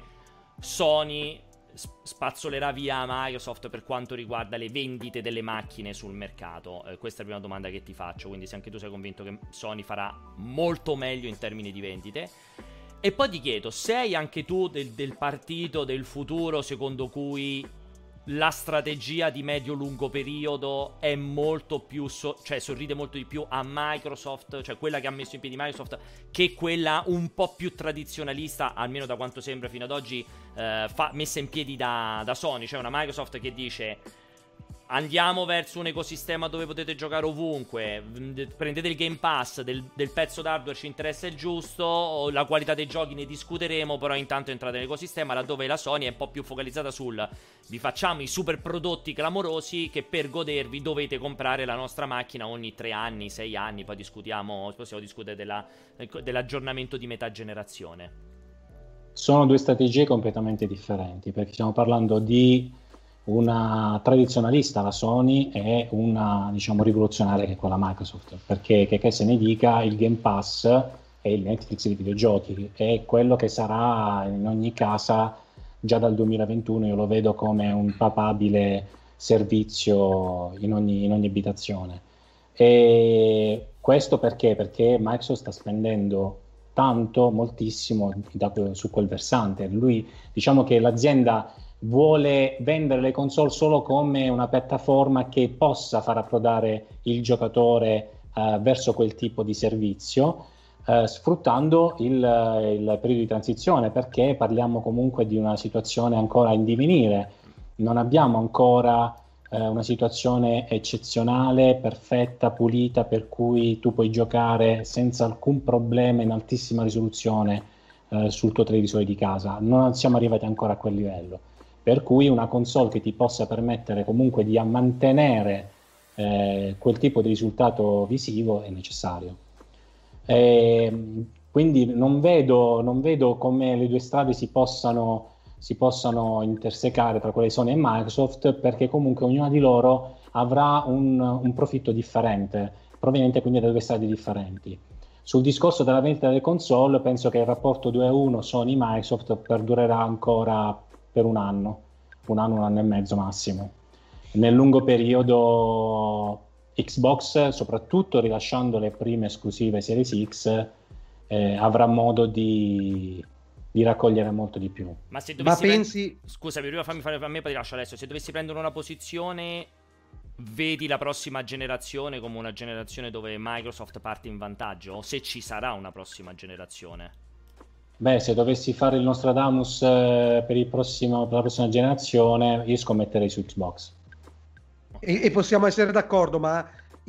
Speaker 1: Sony spazzolerà via Microsoft per quanto riguarda le vendite delle macchine sul mercato. Questa è la prima domanda che ti faccio, quindi se anche tu sei convinto che Sony farà molto meglio in termini di vendite. E poi ti chiedo, sei anche tu del partito del futuro secondo cui la strategia di medio-lungo periodo è molto più, cioè sorride molto di più a Microsoft, cioè quella che ha messo in piedi Microsoft, che quella un po' più tradizionalista, almeno da quanto sembra fino ad oggi, messa in piedi da Sony, cioè una Microsoft che dice andiamo verso un ecosistema dove potete giocare ovunque, prendete il Game Pass, del pezzo d'hardware ci interessa il giusto, la qualità dei giochi ne discuteremo, però intanto entrate nell'ecosistema, laddove la Sony è un po' più focalizzata sul vi facciamo i super prodotti clamorosi che per godervi dovete comprare la nostra macchina ogni 3 anni, 6 anni, poi possiamo discutere dell'aggiornamento di metà generazione.
Speaker 4: Sono due strategie completamente differenti, perché stiamo parlando di una tradizionalista, la Sony, e una, diciamo, rivoluzionaria, che è quella Microsoft, perché che se ne dica, il Game Pass è il Netflix dei videogiochi, è quello che sarà in ogni casa già dal 2021. Io lo vedo come un papabile servizio in ogni abitazione. E questo perché Microsoft sta spendendo tanto, moltissimo su quel versante. Lui, diciamo che l'azienda vuole vendere le console solo come una piattaforma che possa far approdare il giocatore verso quel tipo di servizio, sfruttando il periodo di transizione, perché parliamo comunque di una situazione ancora in divenire. Non abbiamo ancora una situazione eccezionale, perfetta, pulita, per cui tu puoi giocare senza alcun problema in altissima risoluzione sul tuo televisore di casa. Non siamo arrivati ancora a quel livello, per cui una console che ti possa permettere comunque di mantenere quel tipo di risultato visivo è necessario. Quindi non vedo come le due strade si possano intersecare tra quelle Sony e Microsoft, perché comunque ognuna di loro avrà un profitto differente, proveniente quindi da due strade differenti. Sul discorso della vendita delle console, penso che il rapporto 2-1 Sony-Microsoft perdurerà ancora per un anno e mezzo massimo. Nel lungo periodo Xbox, soprattutto rilasciando le prime esclusive Series X, avrà modo di raccogliere molto di più.
Speaker 1: Ma se dovessi scusami, prima fammi fare a me, poi ti lascio adesso. Se dovessi prendere una posizione, vedi la prossima generazione come una generazione dove Microsoft parte in vantaggio? O se ci sarà una prossima generazione?
Speaker 4: Beh, se dovessi fare il Nostradamus per la prossima generazione, io scommetterei su Xbox.
Speaker 2: E possiamo essere d'accordo, ma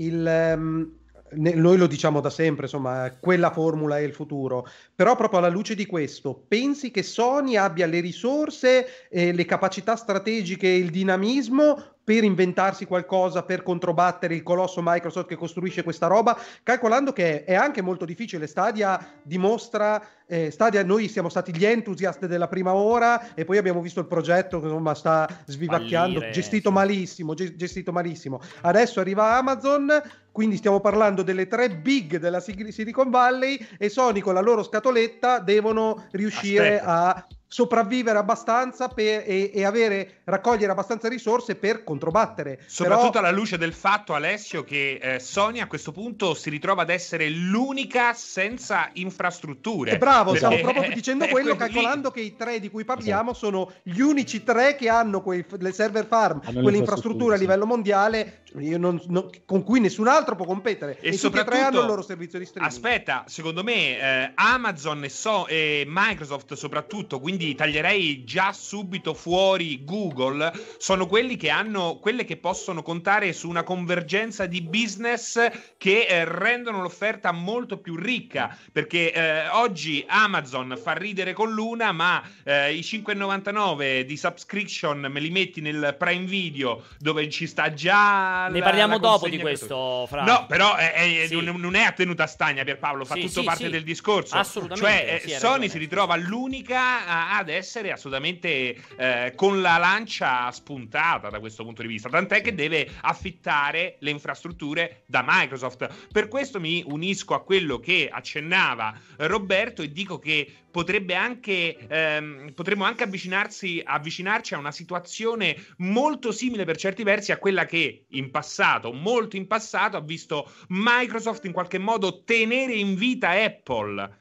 Speaker 2: noi lo diciamo da sempre, insomma, quella formula è il futuro. Però proprio alla luce di questo, pensi che Sony abbia le risorse, le capacità strategiche e il dinamismo per inventarsi qualcosa per controbattere il colosso Microsoft che costruisce questa roba, calcolando che è anche molto difficile? Stadia dimostra, noi siamo stati gli entusiasti della prima ora e poi abbiamo visto il progetto che insomma sta svivacchiando, gestito malissimo. Adesso arriva Amazon, quindi stiamo parlando delle 3 big della Silicon Valley, e Sony con la loro scatoletta devono riuscire a sopravvivere abbastanza e raccogliere abbastanza risorse per controbattere.
Speaker 3: Soprattutto alla luce del fatto, Alessio, che Sony a questo punto si ritrova ad essere l'unica senza infrastrutture.
Speaker 2: Bravo, stavo proprio dicendo quello, calcolando che i 3 di cui parliamo sono gli unici 3 che hanno le server farm, quelle infrastrutture a livello mondiale, con cui nessun altro può competere, e tutti e 3 hanno il loro servizio di streaming.
Speaker 3: Aspetta, secondo me Amazon e Microsoft soprattutto, quindi taglierei già subito fuori Google, sono quelli che hanno, quelle che possono contare su una convergenza di business che rendono l'offerta molto più ricca, perché oggi Amazon fa ridere con l'una, ma i 5,99 di subscription me li metti nel Prime Video, dove ci sta già
Speaker 1: ne parliamo dopo di questo, Fra.
Speaker 3: No, però non è a tenuta stagna, Pierpaolo, fa tutto parte del discorso.
Speaker 1: Assolutamente.
Speaker 3: Cioè Sony si ritrova l'unica ad essere assolutamente con la lancia spuntata da questo punto di vista, tant'è che deve affittare le infrastrutture da Microsoft. Per questo mi unisco a quello che accennava Roberto e dico che potremmo anche avvicinarci a una situazione molto simile per certi versi a quella che molto in passato ha visto Microsoft in qualche modo tenere in vita Apple.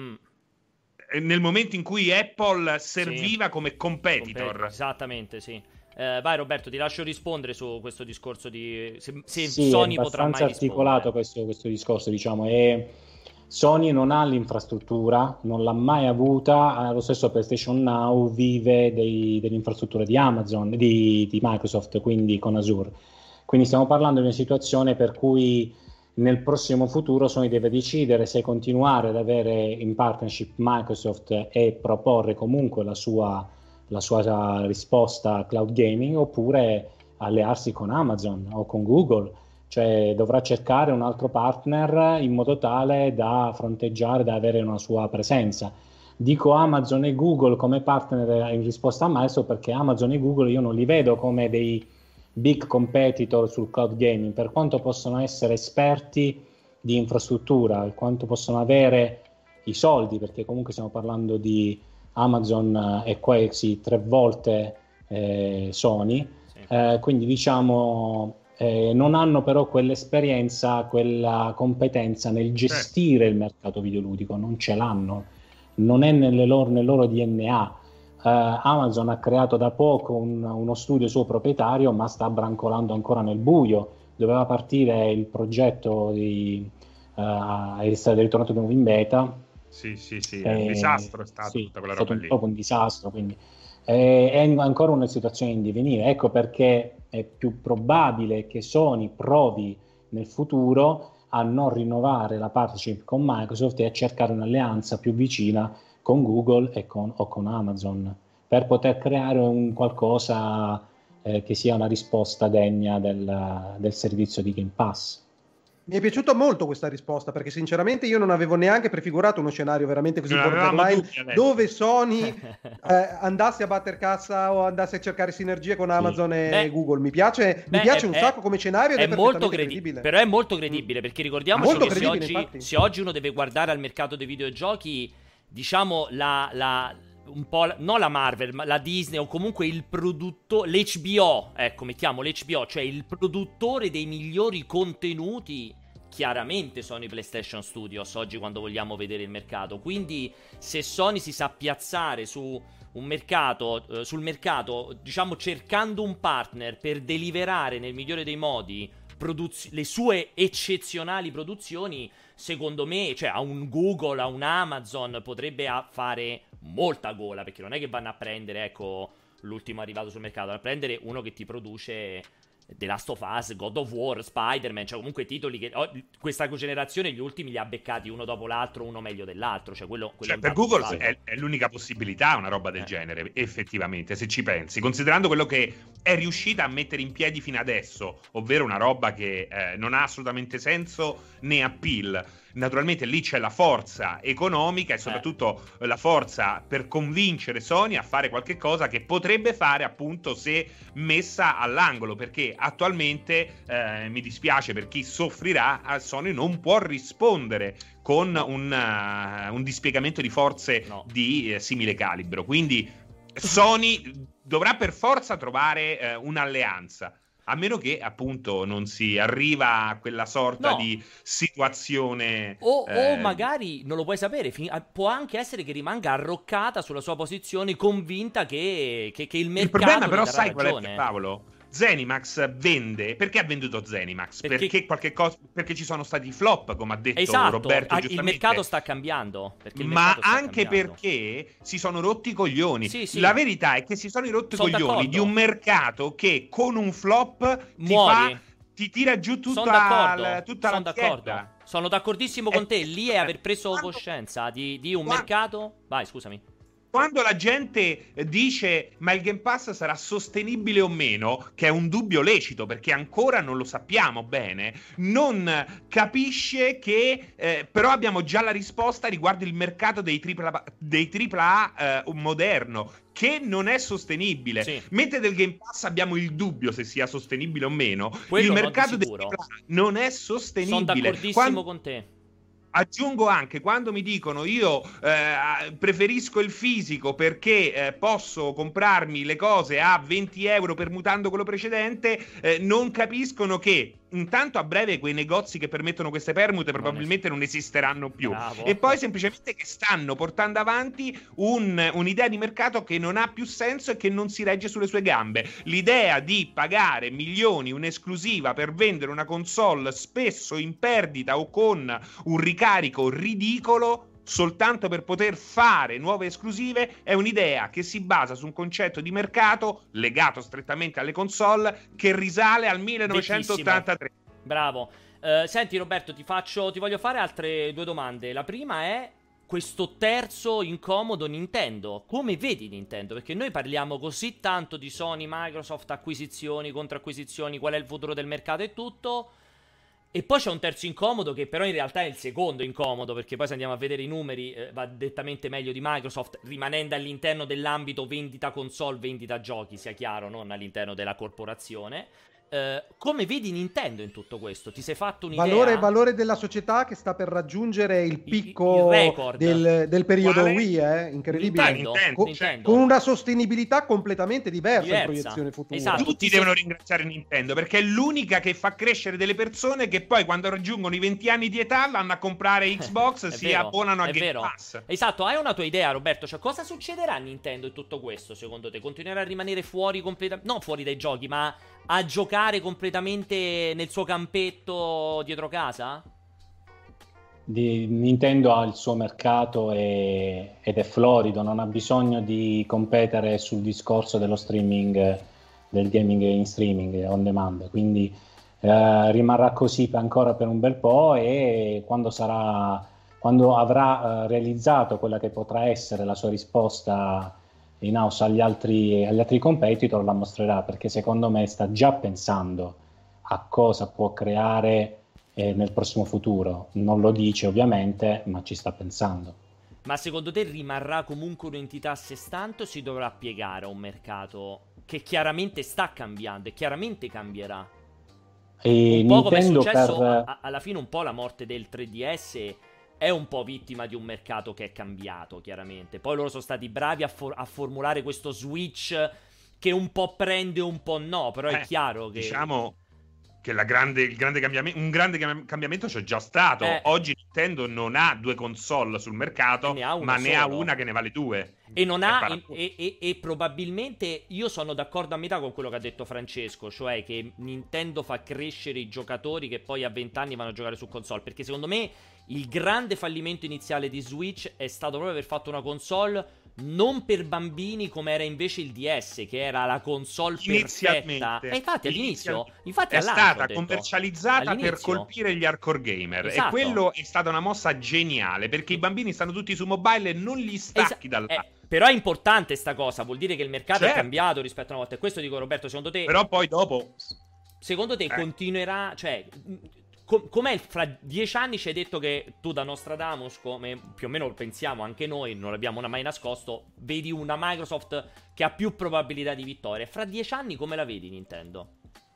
Speaker 3: Nel momento in cui Apple serviva come competitor.
Speaker 1: Esattamente, sì. Vai Roberto, ti lascio rispondere su questo discorso di se Sony potrà mai rispondere.
Speaker 4: È abbastanza articolato questo discorso, diciamo, e Sony non ha l'infrastruttura, non l'ha mai avuta, lo stesso PlayStation Now vive delle infrastrutture di Amazon, di Microsoft, quindi con Azure. Quindi stiamo parlando di una situazione per cui nel prossimo futuro Sony deve decidere se continuare ad avere in partnership Microsoft e proporre comunque la sua risposta cloud gaming, oppure allearsi con Amazon o con Google. Cioè dovrà cercare un altro partner in modo tale da fronteggiare, da avere una sua presenza. Dico Amazon e Google come partner in risposta a Microsoft perché Amazon e Google io non li vedo come dei big competitor sul cloud gaming, per quanto possono essere esperti di infrastruttura, quanto possono avere i soldi, perché comunque stiamo parlando di Amazon e quasi 3 volte Sony, sì. Quindi diciamo... non hanno però quell'esperienza, quella competenza nel gestire il mercato videoludico, non ce l'hanno, non è nel loro DNA. Amazon ha creato da poco uno studio suo proprietario, ma sta brancolando ancora nel buio. Doveva partire il progetto è stato ritornato di nuovo in beta.
Speaker 3: Sì, un disastro è stato,
Speaker 4: sì,
Speaker 3: tutta quella
Speaker 4: è stato
Speaker 3: roba lì.
Speaker 4: Proprio un disastro, quindi è ancora una situazione in divenire. Ecco perché è più probabile che Sony provi nel futuro a non rinnovare la partnership con Microsoft e a cercare un'alleanza più vicina con Google o con Amazon, per poter creare un qualcosa che sia una risposta degna del servizio di Game Pass.
Speaker 2: Mi è piaciuta molto questa risposta, perché sinceramente io non avevo neanche prefigurato uno scenario veramente così borderline dove Sony andasse a batter cassa o andasse a cercare sinergie con Amazon e Google. Mi piace un sacco come scenario ed è molto credibile.
Speaker 1: Però è molto credibile, perché ricordiamoci che se oggi uno deve guardare al mercato dei videogiochi, diciamo un po' non la Marvel, ma la Disney, o comunque il produttore, l'HBO, ecco, mettiamo l'HBO, cioè il produttore dei migliori contenuti, chiaramente sono i PlayStation Studios oggi, quando vogliamo vedere il mercato. Quindi se Sony si sa piazzare su un mercato, sul mercato, diciamo cercando un partner per deliverare nel migliore dei modi le sue eccezionali produzioni, secondo me, cioè a un Google, a un Amazon potrebbe fare molta gola, perché non è che vanno a prendere, ecco, l'ultimo arrivato sul mercato, vanno a prendere uno che ti produce The Last of Us, God of War, Spider-Man, cioè comunque titoli che questa generazione gli ultimi li ha beccati uno dopo l'altro, uno meglio dell'altro, cioè quello
Speaker 3: per Google è l'unica possibilità una roba del genere, effettivamente, se ci pensi, considerando quello che è riuscita a mettere in piedi fino adesso, ovvero una roba che non ha assolutamente senso né appeal. Naturalmente lì c'è la forza economica e soprattutto la forza per convincere Sony a fare qualche cosa che potrebbe fare, appunto, se messa all'angolo, perché attualmente mi dispiace per chi soffrirà, Sony non può rispondere con un dispiegamento di forze di simile calibro, quindi Sony dovrà per forza trovare un'alleanza. A meno che appunto non si arriva a quella sorta di situazione
Speaker 1: o magari non lo puoi sapere, può anche essere che rimanga arroccata sulla sua posizione, convinta che il mercato.
Speaker 3: Il problema però sai qual è, Paolo? Zenimax vende. Perché ha venduto Zenimax? Perché ci sono stati flop, come ha detto Roberto giustamente.
Speaker 1: Il mercato sta cambiando,
Speaker 3: ma anche perché si sono rotti i coglioni. Sì. La verità è che si sono rotti i coglioni di un mercato che con un flop ti tira giù tutta l'azienda.
Speaker 1: Sono d'accordissimo con te. Lì è aver preso coscienza di un mercato. Vai, scusami.
Speaker 3: Quando la gente dice ma il Game Pass sarà sostenibile o meno, che è un dubbio lecito perché ancora non lo sappiamo bene, non capisce che però abbiamo già la risposta riguardo il mercato dei AAA moderno, che non è sostenibile. Sì. Mentre del Game Pass abbiamo il dubbio se sia sostenibile o meno, il mercato dei AAA non è sostenibile.
Speaker 1: Sono d'accordissimo con te.
Speaker 3: Aggiungo anche, quando mi dicono io preferisco il fisico perché posso comprarmi le cose a 20 euro permutando quello precedente, non capiscono che intanto a breve quei negozi che permettono queste permute probabilmente non esisteranno più.
Speaker 1: Bravo.
Speaker 3: E poi semplicemente che stanno portando avanti un'idea di mercato che non ha più senso e che non si regge sulle sue gambe. L'idea di pagare milioni un'esclusiva per vendere una console spesso in perdita o con un ricarico ridicolo soltanto per poter fare nuove esclusive è un'idea che si basa su un concetto di mercato legato strettamente alle console che risale al 1983.
Speaker 1: Bravo. Senti Roberto, ti voglio fare altre 2 domande. La prima è questo terzo incomodo Nintendo. Come vedi Nintendo? Perché noi parliamo così tanto di Sony, Microsoft, acquisizioni, contracquisizioni, qual è il futuro del mercato e tutto. E poi c'è un terzo incomodo che però in realtà è il secondo incomodo, perché poi se andiamo a vedere i numeri va dettamente meglio di Microsoft, rimanendo all'interno dell'ambito vendita console, vendita giochi, sia chiaro, non all'interno della corporazione. Come vedi Nintendo in tutto questo? Ti sei fatto un'idea?
Speaker 2: Valore della società che sta per raggiungere il picco
Speaker 1: il record
Speaker 2: del periodo
Speaker 3: Quale?
Speaker 2: Wii, incredibile.
Speaker 1: Nintendo.
Speaker 2: Con una sostenibilità completamente diversa in proiezione futura.
Speaker 1: Esatto.
Speaker 3: Tutti devono ringraziare Nintendo perché è l'unica che fa crescere delle persone che poi quando raggiungono i 20 anni di età vanno a comprare Xbox, si abbonano a Game Pass.
Speaker 1: Esatto, hai una tua idea Roberto? Cioè cosa succederà a Nintendo in tutto questo secondo te? Continuerà a rimanere fuori completamente, non fuori dai giochi, ma a giocare completamente nel suo campetto dietro casa?
Speaker 4: Nintendo ha il suo mercato ed è florido, non ha bisogno di competere sul discorso dello streaming, del gaming in streaming on demand, quindi rimarrà così ancora per un bel po' e quando avrà realizzato quella che potrà essere la sua risposta in house agli altri competitor la mostrerà, perché secondo me sta già pensando a cosa può creare nel prossimo futuro. Non lo dice ovviamente, ma ci sta pensando.
Speaker 1: Ma secondo te rimarrà comunque un'entità a sé stante o si dovrà piegare a un mercato che chiaramente sta cambiando e chiaramente cambierà?
Speaker 4: E
Speaker 1: un po' come è
Speaker 4: Nintendo
Speaker 1: successo alla fine, un po' la morte del 3DS è un po' vittima di un mercato che è cambiato, chiaramente. Poi loro sono stati bravi a formulare questo switch che un po' prende e un po' no, però è chiaro che...
Speaker 3: Diciamo che un grande cambiamento c'è già stato. Oggi Nintendo non ha 2 console sul mercato, ne ha una che ne vale 2.
Speaker 1: E non ha e probabilmente io sono d'accordo a metà con quello che ha detto Francesco, cioè che Nintendo fa crescere i giocatori che poi a 20 anni vanno a giocare su console, perché secondo me il grande fallimento iniziale di Switch è stato proprio aver fatto una console non per bambini come era invece il DS, che era la console perfetta. E infatti all'inizio
Speaker 3: è stata commercializzata per colpire gli hardcore gamer.
Speaker 1: Esatto.
Speaker 3: E quello è stata una mossa geniale, perché i bambini stanno tutti su mobile e non li stacchi dalla...
Speaker 1: Però è importante sta cosa, vuol dire che il mercato è cambiato rispetto a una volta. E questo dico Roberto, secondo te...
Speaker 3: Però poi dopo...
Speaker 1: Secondo te continuerà... Cioè... Com'è fra 10 anni? Ci hai detto che tu da Nostradamus, come più o meno lo pensiamo anche noi, non l'abbiamo mai nascosto, vedi una Microsoft che ha più probabilità di vittoria. Fra 10 anni come la vedi Nintendo?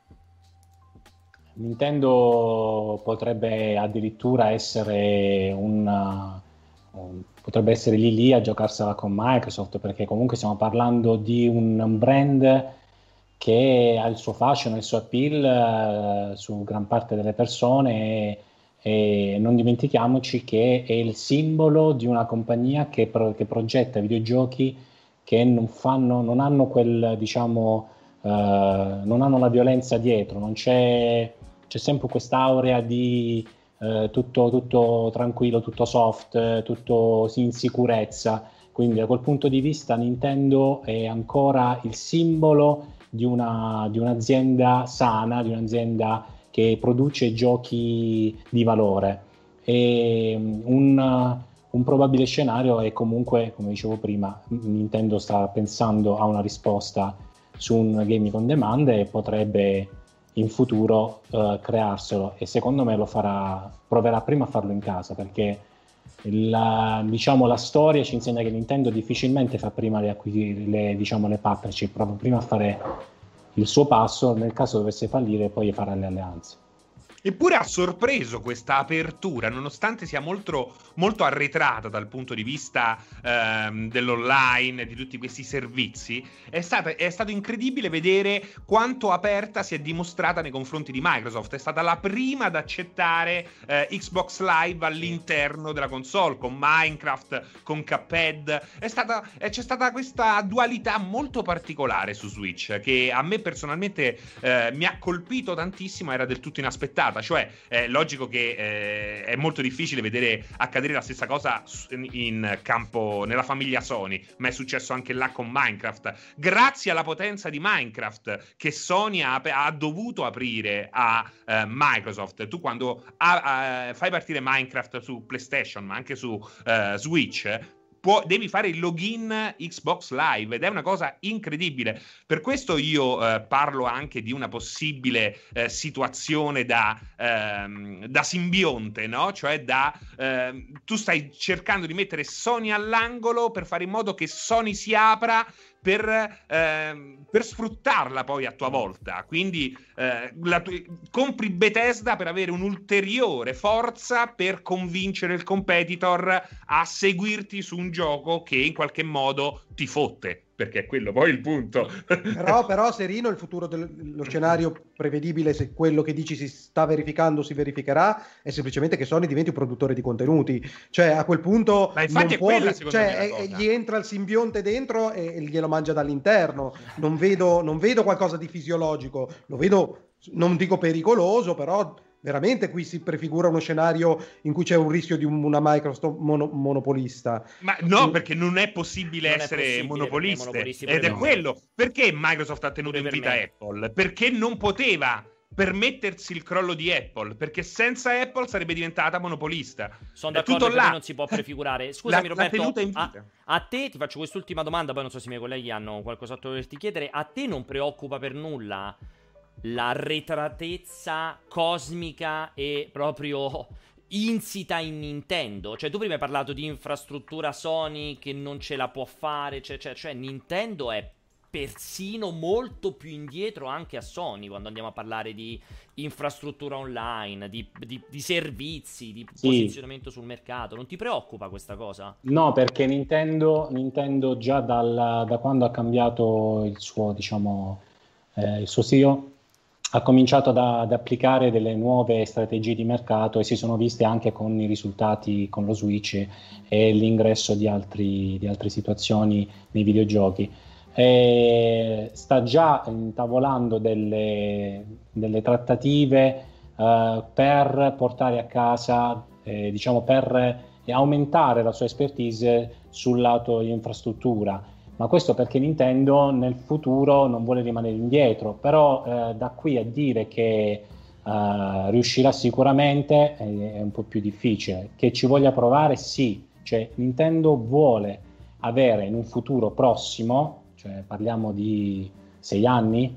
Speaker 4: Nintendo potrebbe addirittura essere potrebbe essere lì a giocarsela con Microsoft, perché comunque stiamo parlando di un brand che ha il suo fashion, il suo appeal su gran parte delle persone e non dimentichiamoci che è il simbolo di una compagnia che progetta videogiochi che non hanno quel, diciamo, non hanno la violenza dietro, non c'è sempre quest'aurea di tutto tranquillo, tutto soft, tutto in sicurezza. Quindi da quel punto di vista Nintendo è ancora il simbolo di un'azienda sana, di un'azienda che produce giochi di valore. E un probabile scenario è comunque, come dicevo prima, Nintendo sta pensando a una risposta su un gaming on demand e potrebbe in futuro crearselo, e secondo me proverà prima a farlo in casa, perché la storia ci insegna che Nintendo difficilmente fa prima le partnership, proprio prima a fare il suo passo, nel caso dovesse fallire poi fare le alleanze.
Speaker 3: Eppure ha sorpreso questa apertura, nonostante sia molto, molto arretrata dal punto di vista dell'online, di tutti questi servizi. È stato incredibile vedere quanto aperta si è dimostrata nei confronti di Microsoft. È stata la prima ad accettare Xbox Live all'interno della console, con Minecraft, con Cuphead. C'è stata questa dualità molto particolare su Switch, che a me personalmente mi ha colpito tantissimo, era del tutto inaspettata. Cioè è logico che è molto difficile vedere accadere la stessa cosa in campo nella famiglia Sony, ma è successo anche là con Minecraft, grazie alla potenza di Minecraft che Sony ha dovuto aprire a Microsoft. Tu quando fai partire Minecraft su PlayStation, ma anche su Switch, devi fare il login Xbox Live, ed è una cosa incredibile. Per questo io parlo anche di una possibile situazione da simbionte, no? Cioè tu stai cercando di mettere Sony all'angolo per fare in modo che Sony si apra per sfruttarla poi a tua volta. Quindi compri Bethesda per avere un'ulteriore forza per convincere il competitor a seguirti su un gioco che in qualche modo ti fotte, perché è quello poi il punto.
Speaker 2: Però Serino, il futuro dello scenario prevedibile, se quello che dici si sta verificando, si verificherà, è semplicemente che Sony diventi un produttore di contenuti. Cioè a quel punto
Speaker 3: ma infatti è quella, secondo me,
Speaker 2: gli entra il simbionte dentro e glielo mangia dall'interno. Non vedo qualcosa di fisiologico, lo vedo, non dico pericoloso, però veramente qui si prefigura uno scenario in cui c'è un rischio di una Microsoft monopolista.
Speaker 3: Ma no, perché non è possibile essere monopoliste, ed è quello. Perché Microsoft ha tenuto in vita Apple? Perché non poteva permettersi il crollo di Apple, perché senza Apple sarebbe diventata monopolista.
Speaker 1: Sono d'accordo che non si può prefigurare. Scusami Roberto, a te ti faccio quest'ultima domanda, poi non so se i miei colleghi hanno qualcos'altro da doverti chiedere. A te non preoccupa per nulla la arretratezza cosmica e proprio insita in Nintendo? Cioè tu prima hai parlato di infrastruttura Sony che non ce la può fare, cioè Nintendo è persino molto più indietro anche a Sony quando andiamo a parlare di infrastruttura online, di servizi, di posizionamento sul mercato. Non ti preoccupa questa cosa?
Speaker 4: No, perché Nintendo già da quando ha cambiato il suo, diciamo, il suo CEO, ha cominciato ad applicare delle nuove strategie di mercato, e si sono viste anche con i risultati con lo Switch e l'ingresso di altre situazioni nei videogiochi. Sta già intavolando delle trattative per portare a casa, diciamo, per aumentare la sua expertise sul lato di infrastruttura. Ma questo perché Nintendo nel futuro non vuole rimanere indietro, però da qui a dire che riuscirà sicuramente è un po' più difficile. Che ci voglia provare, sì, cioè Nintendo vuole avere in un futuro prossimo, cioè parliamo di 6 anni,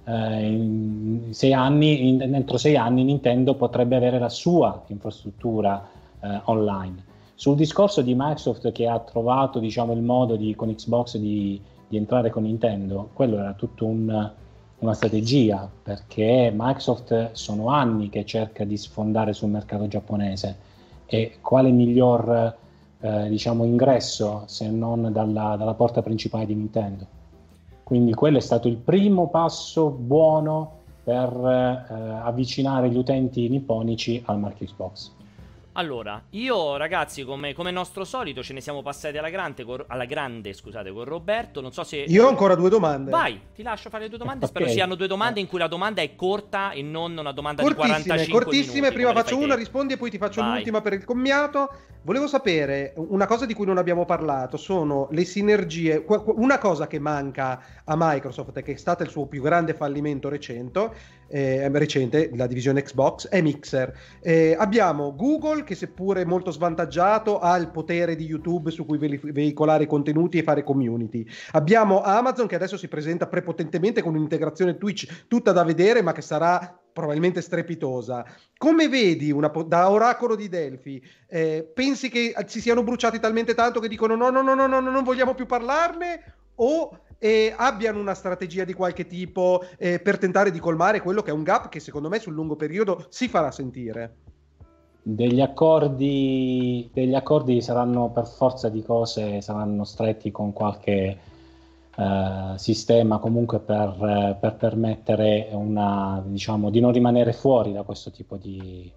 Speaker 4: entro 6 anni Nintendo potrebbe avere la sua infrastruttura online. Sul discorso di Microsoft che ha trovato, diciamo, il modo con Xbox di entrare con Nintendo, quello era tutto una strategia, perché Microsoft sono anni che cerca di sfondare sul mercato giapponese, e quale miglior diciamo ingresso se non dalla porta principale di Nintendo. Quindi quello è stato il primo passo buono per avvicinare gli utenti nipponici al marchio Xbox.
Speaker 1: Allora, io ragazzi, come nostro solito, ce ne siamo passati alla grande, con Roberto. Non so se...
Speaker 2: Io ho ancora 2 domande.
Speaker 1: Vai, ti lascio fare le 2 domande. Spero siano 2 domande in cui la domanda è corta e non una domanda
Speaker 2: cortissime,
Speaker 1: di 45
Speaker 2: cortissime.
Speaker 1: minuti.
Speaker 2: Prima faccio una, rispondi e poi ti faccio l'ultima per il commiato. Volevo sapere, una cosa di cui non abbiamo parlato sono le sinergie. Una cosa che manca a Microsoft, che è stato il suo più grande fallimento recente, la divisione Xbox, è Mixer. Abbiamo Google che, seppure molto svantaggiato, ha il potere di YouTube su cui veicolare contenuti e fare community. Abbiamo Amazon che adesso si presenta prepotentemente con un'integrazione Twitch tutta da vedere, ma che sarà probabilmente strepitosa. Come vedi, da oracolo di Delfi, pensi che si siano bruciati talmente tanto che dicono no, non vogliamo più parlarne? O abbiano una strategia di qualche tipo per tentare di colmare quello che è un gap che secondo me sul lungo periodo si farà sentire.
Speaker 4: Degli accordi saranno, per forza di cose, saranno stretti con qualche sistema comunque per permettere diciamo, di non rimanere fuori da questo tipo di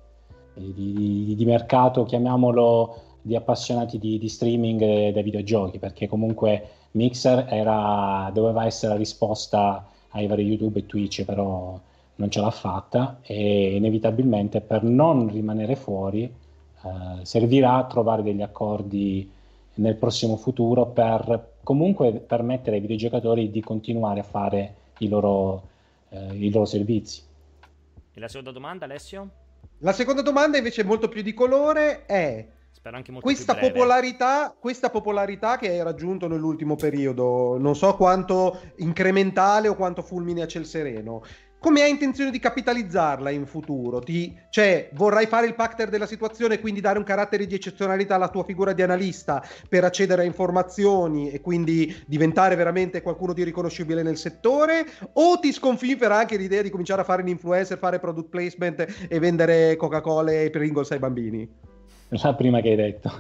Speaker 4: mercato, chiamiamolo, di appassionati di streaming e dei videogiochi, perché comunque Mixer doveva essere la risposta ai vari YouTube e Twitch, però non ce l'ha fatta, e inevitabilmente, per non rimanere fuori, servirà a trovare degli accordi nel prossimo futuro per comunque permettere ai videogiocatori di continuare a fare i loro servizi.
Speaker 1: E la seconda domanda, Alessio?
Speaker 2: La seconda domanda invece è molto più di colore, è
Speaker 1: spero anche molto
Speaker 2: questa
Speaker 1: più breve.
Speaker 2: questa popolarità che hai raggiunto nell'ultimo periodo, non so quanto incrementale o quanto fulmine a ciel sereno, come hai intenzione di capitalizzarla in futuro? Cioè, vorrai fare il Pacter della situazione, quindi dare un carattere di eccezionalità alla tua figura di analista per accedere a informazioni e quindi diventare veramente qualcuno di riconoscibile nel settore? O ti sconfinfera anche l'idea di cominciare a fare l'influencer, fare product placement e vendere Coca-Cola e Pringles ai bambini?
Speaker 4: La prima che hai detto.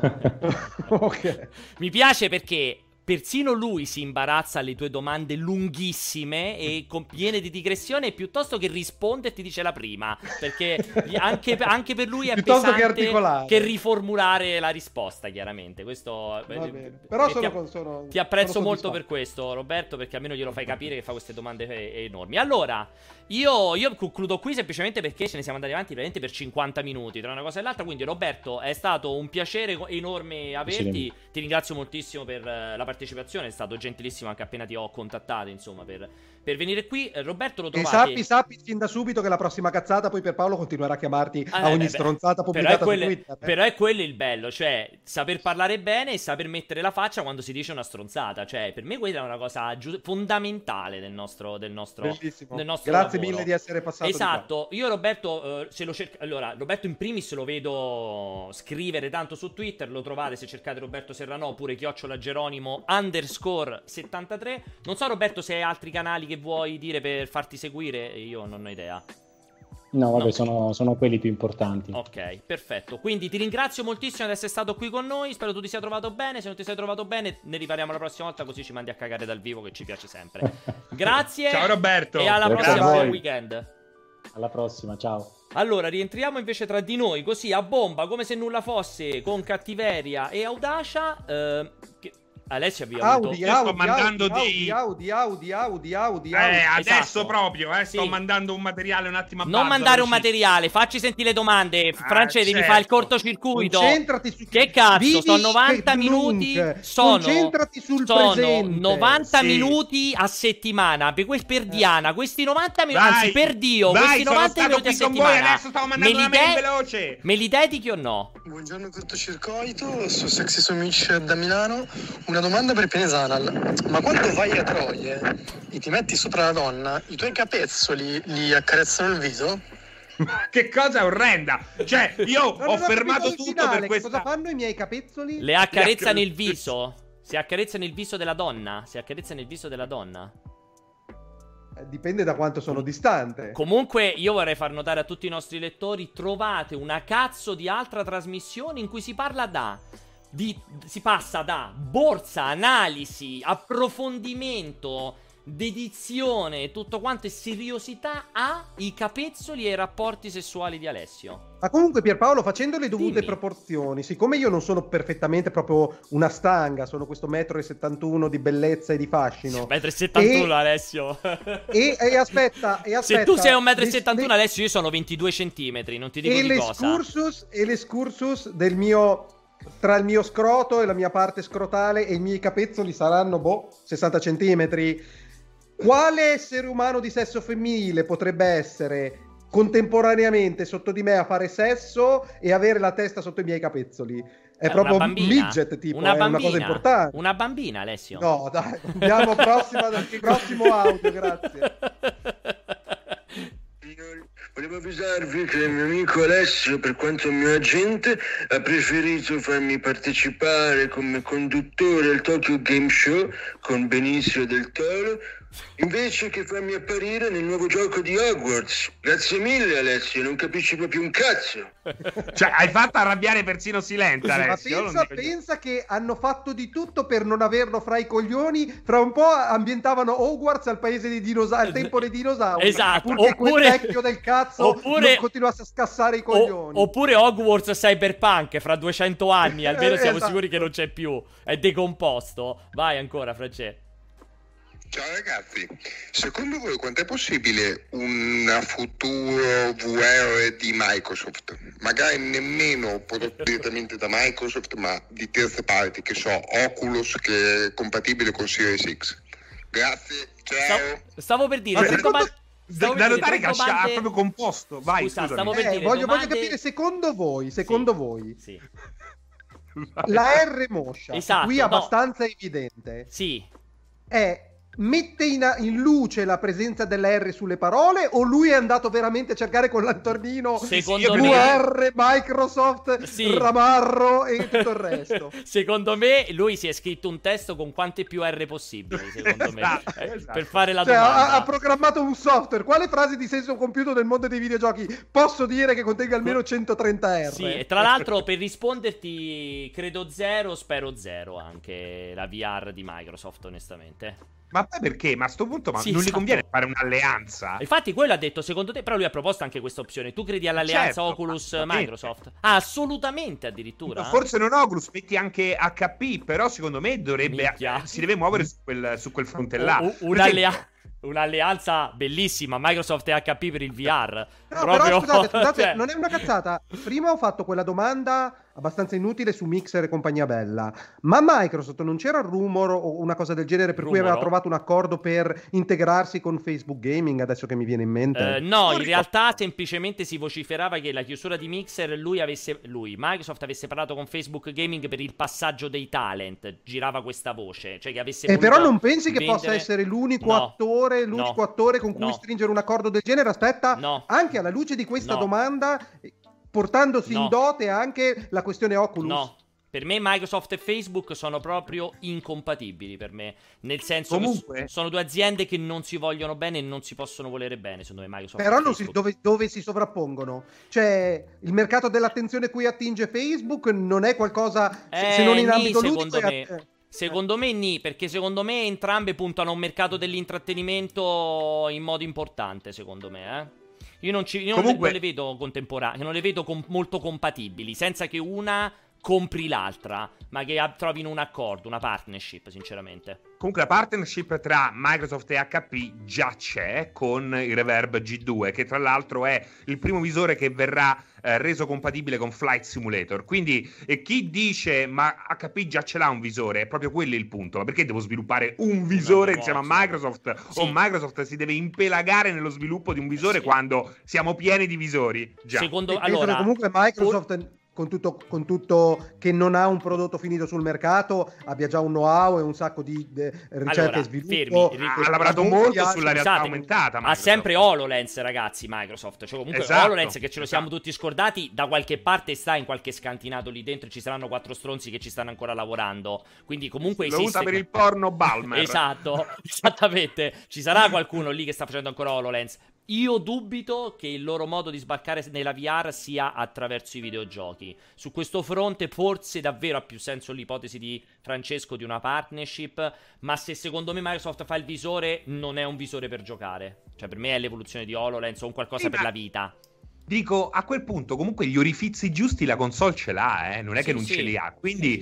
Speaker 2: Ok.
Speaker 1: Mi piace perché persino lui si imbarazza alle tue domande lunghissime e piene di digressione, piuttosto che risponde e ti dice la prima, perché anche per lui è
Speaker 2: piuttosto
Speaker 1: pesante
Speaker 2: che
Speaker 1: riformulare la risposta, chiaramente. Questo
Speaker 2: però
Speaker 1: ti apprezzo
Speaker 2: sono
Speaker 1: molto per questo, Roberto, perché almeno glielo fai capire che fa queste domande enormi. Allora, io concludo qui semplicemente perché ce ne siamo andati avanti veramente per 50 minuti tra una cosa e l'altra. Quindi, Roberto, è stato un piacere enorme averti. Ti ringrazio moltissimo per la partecipazione, è stato gentilissimo anche appena ti ho contattato, insomma, per venire qui. Roberto lo trovate.
Speaker 2: E sappi fin da subito che la prossima cazzata poi Pierpaolo continuerà a chiamarti a ogni stronzata pubblicata su Twitter.
Speaker 1: Però è quello il bello, cioè saper parlare bene e saper mettere la faccia quando si dice una stronzata. Cioè, per me quella è una cosa fondamentale del nostro
Speaker 2: Grazie
Speaker 1: lavoro.
Speaker 2: mille di essere passato.
Speaker 1: Esatto. Io Roberto allora, Roberto in primis lo vedo scrivere tanto su Twitter, lo trovate se cercate Roberto Serranò oppure @Geronimo _73. Non so, Roberto, se hai altri canali che vuoi dire per farti seguire, io non ho idea.
Speaker 4: No, vabbè, sono quelli più importanti.
Speaker 1: Ok, perfetto. Quindi ti ringrazio moltissimo di essere stato qui con noi. Spero tu ti sia trovato bene. Se non ti sei trovato bene, ne riparliamo la prossima volta, così ci mandi a cagare dal vivo, che ci piace sempre. Grazie.
Speaker 3: Ciao Roberto.
Speaker 1: E alla prossima, buon weekend.
Speaker 4: Alla prossima, ciao.
Speaker 1: Allora, rientriamo invece tra di noi, così a bomba, come se nulla fosse, con cattiveria e audacia. Alessio
Speaker 3: sto mandando adesso
Speaker 1: esatto.
Speaker 3: Proprio sto mandando un materiale un attimo a
Speaker 1: non mandare un materiale, facci sentire le domande. Francesco, devi fare il cortocircuito.
Speaker 2: Concentrati su
Speaker 1: che cazzo, sono 90 minuti.
Speaker 2: Concentrati sul presente.
Speaker 1: 90 minuti a settimana per Diana. Questi 90 minuti, anzi per Dio, questi 90 minuti a settimana.
Speaker 3: Voi, adesso stavo mandando una mail veloce.
Speaker 1: Me li dedichi o no?
Speaker 5: Buongiorno cortocircuito, su Sexy Somic da Milano. Una domanda per Pinesanal: ma quando vai a Troie e ti metti sopra la donna, i tuoi capezzoli li accarezzano il viso?
Speaker 3: Che cosa orrenda! Cioè, io ho fermato tutto
Speaker 2: finale,
Speaker 3: per questa.
Speaker 2: Cosa fanno i miei capezzoli?
Speaker 1: Le accarezzano il viso. Si accarezzano il viso della donna.
Speaker 2: Dipende da quanto sono distante.
Speaker 1: Comunque io vorrei far notare a tutti i nostri lettori: trovate una cazzo di altra trasmissione in cui si parla si passa da borsa, analisi, approfondimento, dedizione, tutto quanto, e seriosità ai capezzoli e ai rapporti sessuali di Alessio.
Speaker 2: Ma comunque Pierpaolo, facendo le dovute
Speaker 1: Dimmi.
Speaker 2: proporzioni, siccome io non sono perfettamente proprio una stanga, sono questo 1,71 m di bellezza e di fascino.
Speaker 1: 1,71 m, Alessio.
Speaker 2: E aspetta.
Speaker 1: Se tu sei 1,71 m, Alessio, io sono 22 centimetri, non ti dico di cosa.
Speaker 2: E l'escursus del mio... Tra il mio scroto e la mia parte scrotale e i miei capezzoli saranno 60 centimetri. Quale essere umano di sesso femminile potrebbe essere contemporaneamente sotto di me a fare sesso e avere la testa sotto i miei capezzoli? È proprio un midget, tipo, è una cosa importante.
Speaker 1: Una bambina, Alessio.
Speaker 2: No, dai, andiamo prossimo audio, grazie.
Speaker 6: Volevo avvisarvi che il mio amico Alessio, per quanto mio agente, ha preferito farmi partecipare come conduttore al Tokyo Game Show con Benicio del Toro, invece che farmi apparire nel nuovo gioco di Hogwarts. Grazie mille Alessio, non capisci proprio un cazzo.
Speaker 3: Cioè, hai fatto arrabbiare persino Silente, Alessio.
Speaker 2: Ma pensa che hanno fatto di tutto per non averlo fra i coglioni. Fra un po' ambientavano Hogwarts al paese dei dinosauri, al tempo dei dinosauri.
Speaker 1: Esatto.
Speaker 2: Purché quel vecchio del cazzo non continuasse a scassare i coglioni.
Speaker 1: Oppure Hogwarts Cyberpunk fra 200 anni, almeno siamo
Speaker 2: esatto.
Speaker 1: sicuri che non c'è più. È decomposto. Vai ancora, Francesco.
Speaker 7: Ciao ragazzi, secondo voi quanto è possibile un futuro VR di Microsoft? Magari nemmeno prodotto direttamente da Microsoft, ma di terze parti, che so, Oculus, che è compatibile con Series X. Grazie, ciao.
Speaker 1: Stavo per dire,
Speaker 3: da notare che ha proprio composto. Vai,
Speaker 1: scusa,
Speaker 3: scusami.
Speaker 1: stavo per dire
Speaker 2: voglio
Speaker 1: domande...
Speaker 2: capire, secondo voi,
Speaker 1: Sì.
Speaker 2: la R moscia,
Speaker 1: Esatto,
Speaker 2: qui è abbastanza evidente,
Speaker 1: sì,
Speaker 2: mette in luce la presenza della R sulle parole, o lui è andato veramente a cercare con lanternino
Speaker 1: secondo
Speaker 2: VR, Microsoft,
Speaker 1: sì,
Speaker 2: Ramarro e tutto il resto?
Speaker 1: Secondo me lui si è scritto un testo con quante più R possibili, secondo me,
Speaker 3: esatto.
Speaker 1: per fare la
Speaker 2: Cioè,
Speaker 1: domanda.
Speaker 2: ha programmato un software. Quale frase di senso compiuto nel mondo dei videogiochi posso dire che contenga almeno 130 R?
Speaker 1: Sì, e tra l'altro per risponderti credo 0, spero 0 anche la VR di Microsoft, onestamente.
Speaker 3: Ma poi perché? Ma a sto punto
Speaker 1: Sì,
Speaker 3: non gli
Speaker 1: esatto.
Speaker 3: conviene fare un'alleanza?
Speaker 1: Infatti quello ha detto, secondo te, però lui ha proposto anche questa opzione. Tu credi all'alleanza
Speaker 3: Certo,
Speaker 1: Oculus-Microsoft? Assolutamente addirittura.
Speaker 3: Forse non Oculus, metti anche HP, però secondo me si deve muovere su quel fronte là.
Speaker 1: Un'alleanza bellissima, Microsoft e HP per il VR.
Speaker 2: No,
Speaker 1: proprio...
Speaker 2: però scusate,
Speaker 1: cioè...
Speaker 2: non è una cazzata. Prima ho fatto quella domanda abbastanza inutile su Mixer e compagnia bella, ma Microsoft non c'era il rumor o una cosa del genere per cui aveva trovato un accordo per integrarsi con Facebook Gaming, adesso che mi viene in mente?
Speaker 1: No, in realtà semplicemente si vociferava che la chiusura di Mixer Microsoft avesse parlato con Facebook Gaming per il passaggio dei talent, girava questa voce, cioè che avesse
Speaker 2: però non pensi che
Speaker 1: vendere...
Speaker 2: possa essere l'unico attore con cui stringere un accordo del genere? Aspetta, anche alla luce di questa domanda, portandosi in dote anche la questione Oculus.
Speaker 1: No, per me Microsoft e Facebook sono proprio incompatibili, per me, nel senso
Speaker 3: comunque
Speaker 1: che sono due aziende che non si vogliono bene e non si possono volere bene, secondo me Microsoft
Speaker 2: però
Speaker 1: e
Speaker 2: non
Speaker 1: Facebook.
Speaker 2: dove si sovrappongono, cioè il mercato dell'attenzione cui attinge Facebook non è qualcosa se non in ambito ludico,
Speaker 1: secondo me nì, perché secondo me entrambe puntano a un mercato dell'intrattenimento in modo importante, secondo me, Io non le vedo contemporanee, non le vedo molto compatibili, senza che una compri l'altra, ma che trovino un accordo, una partnership, sinceramente.
Speaker 3: Comunque la partnership tra Microsoft e HP già c'è con il Reverb G2, che tra l'altro è il primo visore che verrà reso compatibile con Flight Simulator. Quindi chi dice ma HP già ce l'ha un visore, è proprio quello il punto. Ma perché devo sviluppare un visore insieme a Microsoft? Sì. O Microsoft si deve impelagare nello sviluppo di un visore quando siamo pieni di visori? Già.
Speaker 2: Allora, comunque Microsoft con tutto che non ha un prodotto finito sul mercato, abbia già un know-how e un sacco di ricerca e sviluppo.
Speaker 3: Ha lavorato molto sulla realtà aumentata.
Speaker 1: Ha sempre HoloLens, ragazzi, Microsoft. Cioè, comunque HoloLens, che ce lo siamo tutti scordati, da qualche parte sta in qualche scantinato lì dentro. Ci saranno 4 stronzi che ci stanno ancora lavorando. Quindi comunque
Speaker 3: lo usa per il porno Balmer.
Speaker 1: Esatto, esattamente. Ci sarà qualcuno lì che sta facendo ancora HoloLens. Io dubito che il loro modo di sbarcare nella VR sia attraverso i videogiochi. Su questo fronte forse davvero ha più senso l'ipotesi di Francesco di una partnership, ma se secondo me Microsoft fa il visore, non è un visore per giocare. Cioè per me è l'evoluzione di HoloLens o un qualcosa per la vita.
Speaker 3: Dico, a quel punto comunque gli orifizi giusti la console ce l'ha, non è che non ce li ha. Quindi,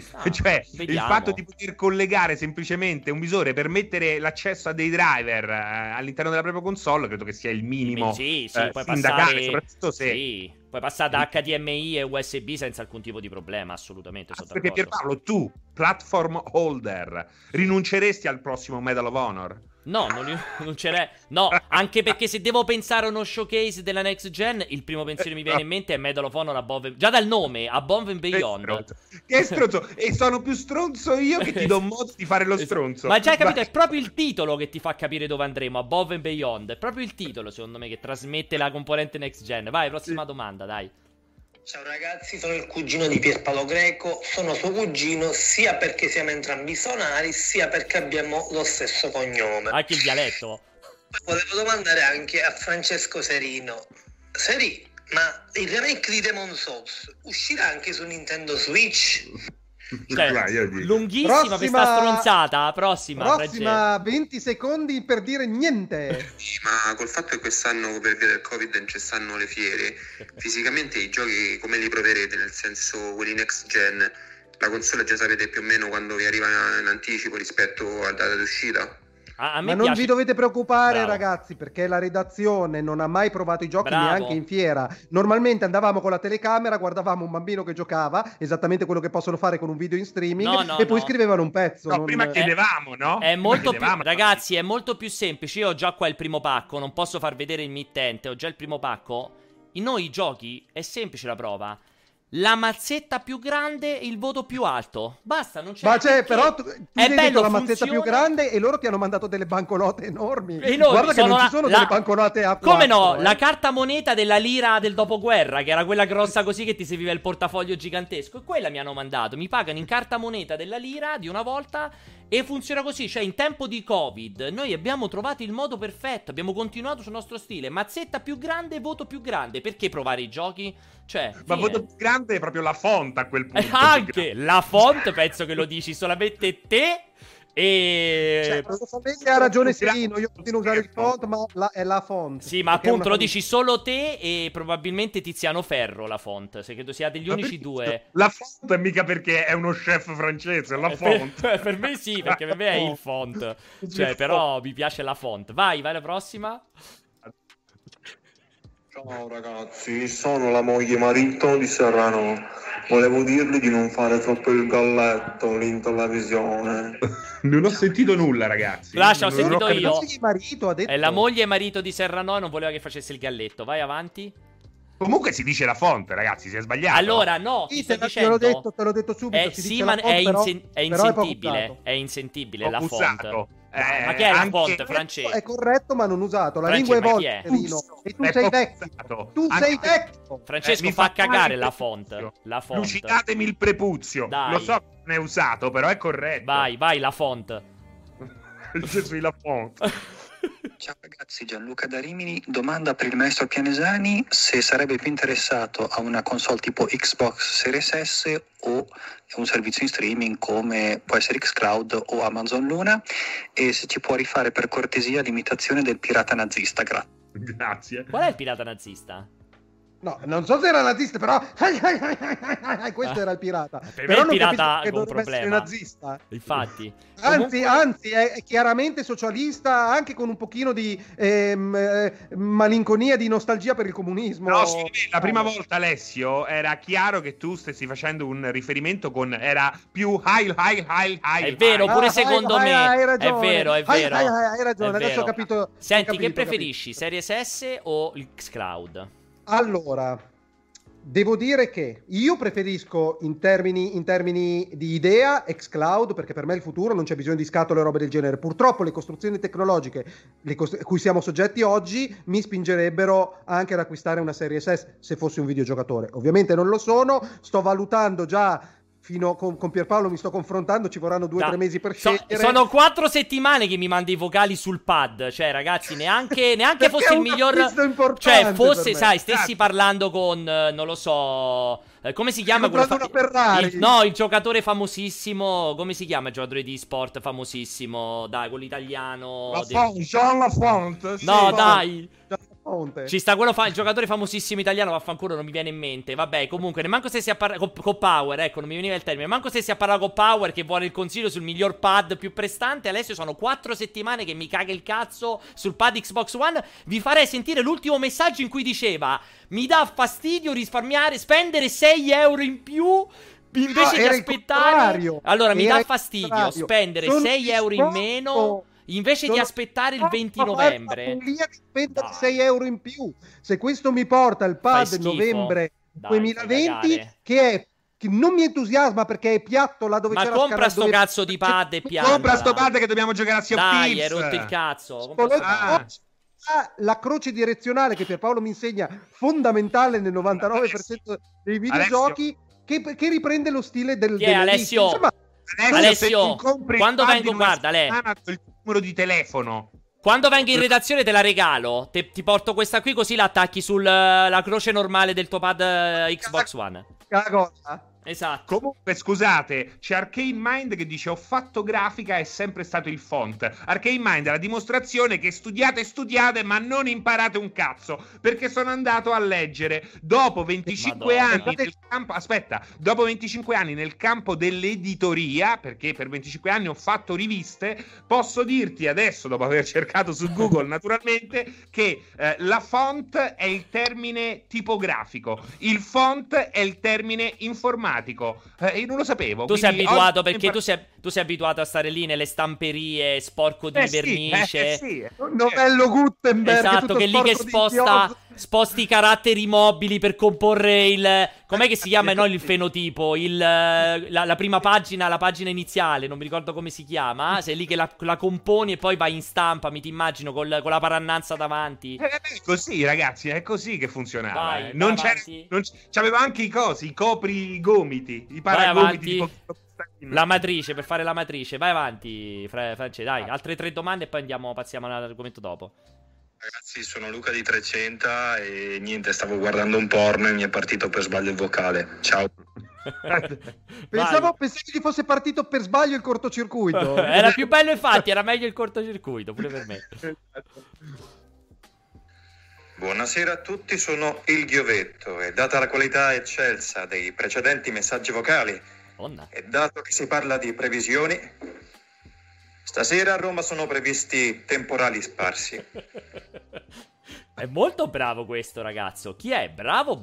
Speaker 3: il fatto di poter collegare semplicemente un visore per mettere l'accesso a dei driver all'interno della propria console, credo che sia il minimo
Speaker 1: puoi
Speaker 3: sindacale, soprattutto se...
Speaker 1: puoi passare da HDMI e USB senza alcun tipo di problema, assolutamente.
Speaker 3: Perché Pierpaolo, tu platform holder. Rinunceresti al prossimo Medal of Honor?
Speaker 1: No, non c'era. No, anche perché se devo pensare a uno showcase della next gen, il primo pensiero che mi viene in mente è Medal of Honor Above. Già dal nome, Above and Beyond.
Speaker 3: Che stronzo! E sono più stronzo io che ti do modo di fare lo stronzo.
Speaker 1: Ma già hai capito, è proprio il titolo che ti fa capire dove andremo. Above and Beyond. È proprio il titolo, secondo me, che trasmette la componente next gen. Vai, prossima domanda, dai.
Speaker 8: Ciao ragazzi, sono il cugino di Pierpaolo Greco, sono suo cugino sia perché siamo entrambi sonari, sia perché abbiamo lo stesso cognome.
Speaker 1: Anche il dialetto.
Speaker 8: Volevo domandare anche a Francesco Serino. Seri, ma il remake di Demon Souls uscirà anche su Nintendo Switch?
Speaker 1: Cioè, lunghissima questa stronzata. Prossima
Speaker 2: 20 secondi per dire niente.
Speaker 9: Ma col fatto che quest'anno per via del Covid non ci stanno le fiere, fisicamente i giochi come li proverete? Nel senso, quelli next gen, la console già sapete più o meno quando vi arriva in anticipo rispetto alla data d'uscita?
Speaker 1: A
Speaker 2: Ma
Speaker 1: me
Speaker 2: non
Speaker 1: piace...
Speaker 2: vi dovete preoccupare,
Speaker 1: Bravo.
Speaker 2: ragazzi, perché la redazione non ha mai provato i giochi
Speaker 1: Bravo.
Speaker 2: neanche in fiera. Normalmente andavamo con la telecamera, guardavamo un bambino che giocava, esattamente quello che possono fare con un video in streaming, e poi scrivevano un pezzo.
Speaker 3: No, prima chiedevamo, no?
Speaker 1: È molto più,
Speaker 3: chiedevamo,
Speaker 1: ragazzi, è molto più semplice. Io ho già qua il primo pacco, non posso far vedere il mittente, ho già il primo pacco. In noi i giochi è semplice la prova. La mazzetta più grande, il voto più alto. Basta, non c'è.
Speaker 2: Ma c'è, però tu hai detto la mazzetta
Speaker 1: funziona.
Speaker 2: più grande e loro ti hanno mandato delle banconote enormi.
Speaker 1: E noi
Speaker 2: Guarda che
Speaker 1: sono
Speaker 2: non ci sono delle banconote a 4.
Speaker 1: Come no? La carta moneta della lira del dopoguerra, che era quella grossa così che ti serviva il portafoglio gigantesco. E quella mi hanno mandato. Mi pagano in carta moneta della lira di una volta. E funziona così, cioè in tempo di Covid noi abbiamo trovato il modo perfetto, abbiamo continuato sul nostro stile. Mazzetta più grande, voto più grande. Perché provare i giochi? Cioè,
Speaker 3: Ma
Speaker 1: fine.
Speaker 3: voto più grande è proprio la font a quel punto.
Speaker 1: Anche la font, penso che lo dici solamente te. E
Speaker 2: ha ragione Serino, io continuo a usare il font, ma è la font.
Speaker 1: sì, ma appunto lo dici solo te e probabilmente Tiziano Ferro la font. Se credo siate gli unici due.
Speaker 3: La font è mica perché è uno chef francese, la font.
Speaker 1: Per me sì, perché per me è il font. Cioè, però mi piace la font. Vai la prossima.
Speaker 10: Ciao ragazzi, sono la moglie marito di Serrano. Volevo dirgli di non fare troppo il galletto lì in televisione.
Speaker 3: Non ho sentito nulla, ragazzi.
Speaker 1: Lascia, ho sentito io.
Speaker 2: Marito, ha detto.
Speaker 1: È la moglie e marito di Serrano, non voleva che facesse il galletto. Vai avanti.
Speaker 3: Comunque si dice la font, ragazzi, si è sbagliato.
Speaker 1: Allora, no,
Speaker 2: Sì,
Speaker 1: sto
Speaker 2: te
Speaker 1: dicendo...
Speaker 2: l'ho detto subito. Si
Speaker 1: sì,
Speaker 2: dice
Speaker 1: ma
Speaker 2: la font,
Speaker 1: è insentibile. È insentibile la font. Ma che è la font, Francesco?
Speaker 2: È corretto, ma non usato. La
Speaker 1: Francesco,
Speaker 2: lingua è
Speaker 1: ma chi è?
Speaker 2: Serino. E tu sei vecchio. Tu sei vecchio.
Speaker 1: Francesco,
Speaker 3: mi
Speaker 1: fa cagare
Speaker 3: male
Speaker 1: la
Speaker 3: il
Speaker 1: font.
Speaker 3: prepuzio.
Speaker 1: La font.
Speaker 3: Lucidatemi il prepuzio.
Speaker 1: Dai.
Speaker 3: Lo so che non è usato, però è corretto.
Speaker 1: Vai, la font.
Speaker 3: Gesù, la font.
Speaker 11: Ciao ragazzi, Gianluca da Rimini. Domanda per il maestro Pianesani se sarebbe più interessato a una console tipo Xbox Series S o un servizio in streaming come può essere Xcloud o Amazon Luna, e se ci può rifare per cortesia l'imitazione del pirata nazista.
Speaker 3: Grazie.
Speaker 1: Qual è il pirata nazista?
Speaker 2: No, non so se era nazista, però questo era il pirata.
Speaker 1: Per
Speaker 2: però
Speaker 1: me il
Speaker 2: non
Speaker 1: pirata
Speaker 2: capisco che
Speaker 1: con
Speaker 2: dovrebbe essere
Speaker 1: problema.
Speaker 2: nazista.
Speaker 1: Infatti.
Speaker 2: Anzi, è chiaramente socialista, anche con un pochino di malinconia, di nostalgia per il comunismo.
Speaker 3: No, sì, la prima volta, Alessio, era chiaro che tu stessi facendo un riferimento con... Era più high.
Speaker 1: È vero, pure secondo me.
Speaker 2: Hai ragione.
Speaker 1: È vero.
Speaker 2: Hai ragione,
Speaker 1: È
Speaker 2: adesso
Speaker 1: vero.
Speaker 2: ho capito.
Speaker 1: Senti, che preferisci? Series S o il Xcloud?
Speaker 2: Allora, devo dire che io preferisco in termini di idea Xcloud, perché per me è il futuro, non c'è bisogno di scatole o robe del genere. Purtroppo le costruzioni tecnologiche a cui siamo soggetti oggi mi spingerebbero anche ad acquistare una Series S se fossi un videogiocatore. Ovviamente non lo sono, sto valutando già. Con Pierpaolo mi sto confrontando, ci vorranno 2 o 3 mesi per scegliere.
Speaker 1: Sono 4 settimane che mi mandi i vocali sul pad. Cioè, ragazzi, neanche fosse il miglior. Cioè, fosse, sai, stessi parlando con, non lo so. Come si chiama quello? Il giocatore famosissimo. Come si chiama il giocatore di sport famosissimo? Dai, quello italiano.
Speaker 3: Jean Lafont.
Speaker 1: No, dai.
Speaker 2: Fonte.
Speaker 1: Ci sta quello il giocatore famosissimo italiano, vaffanculo, non mi viene in mente. Vabbè, comunque, neanche se si a parlare con Power, ecco, non mi veniva il termine. Manco se si a parlare con Power che vuole il consiglio sul miglior pad più prestante. Alessio, sono 4 settimane che mi caga il cazzo sul pad Xbox One. Vi farei sentire l'ultimo messaggio in cui diceva: mi dà fastidio risparmiare, spendere 6 euro in più invece di
Speaker 2: era il
Speaker 1: aspettare...
Speaker 2: contrario.
Speaker 1: Allora, mi
Speaker 2: Era
Speaker 1: dà
Speaker 2: il
Speaker 1: fastidio
Speaker 2: contrario.
Speaker 1: spendere
Speaker 2: Sono
Speaker 1: 6 euro in
Speaker 2: disposto-
Speaker 1: meno invece di aspettare il 20 novembre.
Speaker 2: Ma follia di spendere
Speaker 1: Dai.
Speaker 2: 6 euro in più. Se questo mi porta il pad
Speaker 1: schifo.
Speaker 2: novembre
Speaker 1: Dai, fai
Speaker 2: 2020,
Speaker 1: cagare.
Speaker 2: che non mi entusiasma perché è piatto là dove
Speaker 1: Ma
Speaker 2: c'era
Speaker 1: compra
Speaker 2: scala-
Speaker 1: sto
Speaker 2: dove-
Speaker 1: cazzo di pad e pianta.
Speaker 3: Compra sto pad che dobbiamo giocare a Sea of
Speaker 1: Dai,
Speaker 3: Thieves.
Speaker 1: hai rotto il cazzo.
Speaker 2: Volevo-
Speaker 1: Compra sto pad.
Speaker 2: la croce direzionale che Pierpaolo mi insegna, fondamentale nel 99% dei videogiochi, che riprende lo stile del
Speaker 1: Chi è, Alessio?
Speaker 2: Insomma,
Speaker 3: Adesso, se tu
Speaker 1: Alessio,
Speaker 3: compri il
Speaker 1: quando
Speaker 3: pad
Speaker 1: vengo,
Speaker 3: in una
Speaker 1: guarda, Ale.
Speaker 3: settimana, il numero di telefono.
Speaker 1: Quando vengo in redazione te la regalo. Ti porto questa qui così la attacchi sulla croce normale del tuo pad Xbox One.
Speaker 2: cagola.
Speaker 1: Esatto.
Speaker 3: Comunque, scusate, c'è Arcane Mind che dice: ho fatto grafica, è sempre stato il font. Arcane Mind è la dimostrazione che studiate, ma non imparate un cazzo. Perché sono andato a leggere dopo 25
Speaker 1: Madonna.
Speaker 3: anni nel campo. Aspetta, dopo 25 anni nel campo dell'editoria, perché per 25 anni ho fatto riviste. Posso dirti adesso, dopo aver cercato su Google, naturalmente, che la font è il termine tipografico, il font è il termine informatico. Io non lo sapevo.
Speaker 1: Tu sei
Speaker 3: quindi
Speaker 1: abituato
Speaker 3: oggi-
Speaker 1: perché tu sei abituato a stare lì nelle stamperie, sporco di
Speaker 3: Eh sì,
Speaker 1: vernice.
Speaker 3: sì.
Speaker 2: Novello Gutenberg,
Speaker 1: Esatto,
Speaker 2: tutto
Speaker 1: che lì che
Speaker 2: sporco di inchiostro.
Speaker 1: sposti i caratteri mobili per comporre il... Com'è che si chiama? Non il fenotipo, la prima pagina, la pagina iniziale, non mi ricordo come si chiama. Sei lì che la componi e poi vai in stampa, mi ti immagino, con la parannanza davanti.
Speaker 3: È così, ragazzi, è così che funzionava.
Speaker 1: Vai,
Speaker 3: Non
Speaker 1: vai
Speaker 3: c'era,
Speaker 1: avanti.
Speaker 3: c'aveva anche i cosi, i copri gomiti, i
Speaker 1: Vai
Speaker 3: paragomiti.
Speaker 1: avanti. La matrice, per fare la matrice. Vai avanti, France, dai. Altre 3 domande e poi passiamo all'argomento dopo.
Speaker 11: Ragazzi, sono Luca di 300 e niente, stavo guardando un porno e mi è partito per sbaglio il vocale. Ciao.
Speaker 2: Pensavo che fosse partito per sbaglio il cortocircuito.
Speaker 1: Era più bello, infatti, era meglio il cortocircuito, pure per me.
Speaker 11: Buonasera a tutti, sono il Ghiovetto e data la qualità eccelsa dei precedenti messaggi vocali e dato che si parla di previsioni, stasera a Roma sono previsti temporali sparsi.
Speaker 1: È molto bravo questo ragazzo. Chi è? Bravo.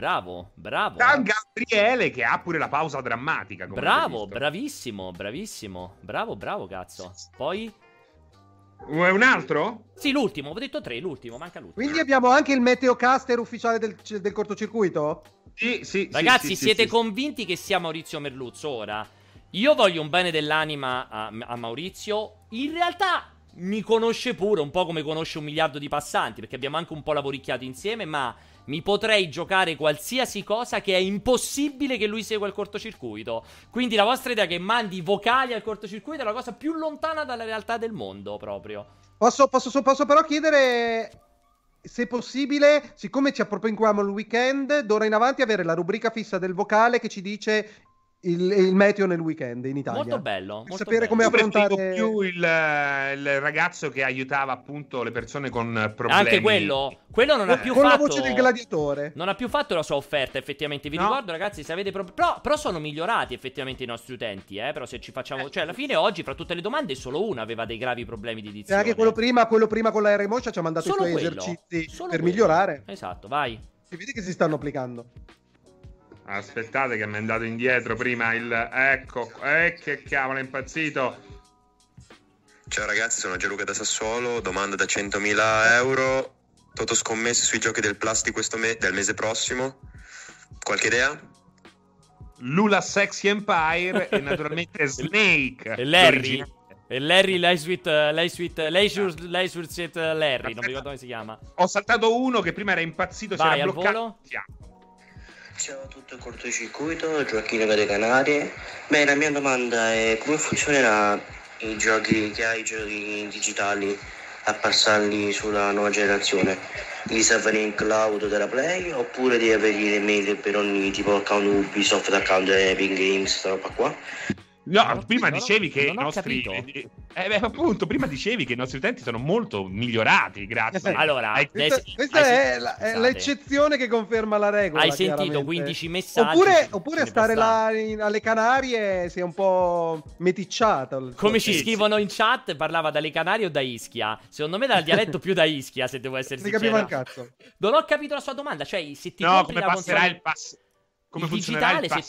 Speaker 3: San Gabriele che ha pure la pausa drammatica. Come
Speaker 1: Bravo,
Speaker 3: avete visto.
Speaker 1: bravissimo. Bravo, cazzo. Poi?
Speaker 3: Vuoi un altro?
Speaker 1: Sì, l'ultimo, ho detto 3, l'ultimo, manca l'ultimo.
Speaker 2: Quindi abbiamo anche il Meteocaster ufficiale del cortocircuito?
Speaker 3: Sì.
Speaker 1: Ragazzi, siete
Speaker 3: sì.
Speaker 1: convinti che sia Maurizio Merluzzo ora? Io voglio un bene dell'anima a Maurizio. In realtà mi conosce pure, un po' come conosce 1 miliardo di passanti, perché abbiamo anche un po' lavoricchiato insieme, ma mi potrei giocare qualsiasi cosa che è impossibile che lui segua il cortocircuito. Quindi la vostra idea che mandi vocali al cortocircuito è la cosa più lontana dalla realtà del mondo, proprio.
Speaker 2: Posso però chiedere, se possibile, siccome ci appropinquiamo il weekend, d'ora in avanti avere la rubrica fissa del vocale che ci dice il meteo nel weekend in Italia.
Speaker 1: Molto bello.
Speaker 2: Per
Speaker 1: molto
Speaker 2: sapere
Speaker 1: bello.
Speaker 2: come
Speaker 3: Io preferivo
Speaker 2: affrontare
Speaker 3: più il ragazzo che aiutava appunto le persone con problemi.
Speaker 1: Anche quello non ha più
Speaker 2: con
Speaker 1: fatto
Speaker 2: la voce del gladiatore.
Speaker 1: Non ha più fatto la sua offerta, effettivamente. Vi
Speaker 3: No.
Speaker 1: ricordo, ragazzi, se avete però sono migliorati effettivamente i nostri utenti, però se ci facciamo, cioè alla fine oggi fra tutte le domande solo uno aveva dei gravi problemi di
Speaker 2: E
Speaker 1: dizione.
Speaker 2: anche quello prima con la R Moscia ci ha mandato
Speaker 1: Solo
Speaker 2: i suoi
Speaker 1: quello.
Speaker 2: esercizi
Speaker 1: Solo
Speaker 2: per
Speaker 1: quello.
Speaker 2: migliorare.
Speaker 1: Esatto, vai.
Speaker 2: Si vede che si stanno applicando.
Speaker 3: Aspettate che mi è andato indietro prima il... Ecco, che cavolo, è impazzito.
Speaker 9: Ciao ragazzi, sono Gianluca da Sassuolo, domanda da 100.000 euro, toto scommesse sui giochi del Plus di del mese prossimo, qualche idea?
Speaker 3: Lula Sexy Empire e naturalmente Snake.
Speaker 1: E Larry.
Speaker 3: l'originale.
Speaker 1: E Larry, Leisure Suit Larry, non mi ricordo come si chiama.
Speaker 3: Ho saltato uno che prima era impazzito, si
Speaker 1: Vai,
Speaker 3: era
Speaker 1: al
Speaker 3: bloccato.
Speaker 1: volo.
Speaker 8: Ciao a tutto il cortocircuito, Gioacchino delle Canarie. Beh, la mia domanda è come funzionerà i giochi digitali a passarli sulla nuova generazione? Li servono in cloud della Play oppure devi avere le mail per ogni tipo account Ubisoft, account Epic Games, questa roba qua?
Speaker 3: No, prima dicevi che i
Speaker 1: non ho
Speaker 3: nostri...
Speaker 1: capito.
Speaker 3: appunto, prima dicevi che i nostri utenti sono molto migliorati, grazie.
Speaker 1: Allora,
Speaker 2: Questa è l'eccezione che conferma la regola.
Speaker 1: Hai sentito
Speaker 2: chiaramente.
Speaker 1: 15 messaggi.
Speaker 2: Oppure
Speaker 1: ce ne
Speaker 2: stare
Speaker 1: può
Speaker 2: là alle Canarie si è un po' meticciato.
Speaker 1: Come ci scrivono in chat, parlava dalle Canarie o da Ischia? Secondo me dal dialetto più da Ischia, se devo essere
Speaker 2: Non si
Speaker 1: sincero.
Speaker 2: capiva il cazzo.
Speaker 1: Non ho capito la sua domanda, cioè se ti
Speaker 3: No,
Speaker 1: compri
Speaker 3: come
Speaker 1: la
Speaker 3: passerà
Speaker 1: console
Speaker 3: il pass... Come
Speaker 1: il
Speaker 3: funzionerà
Speaker 1: digitale,
Speaker 3: il pass...
Speaker 1: se tu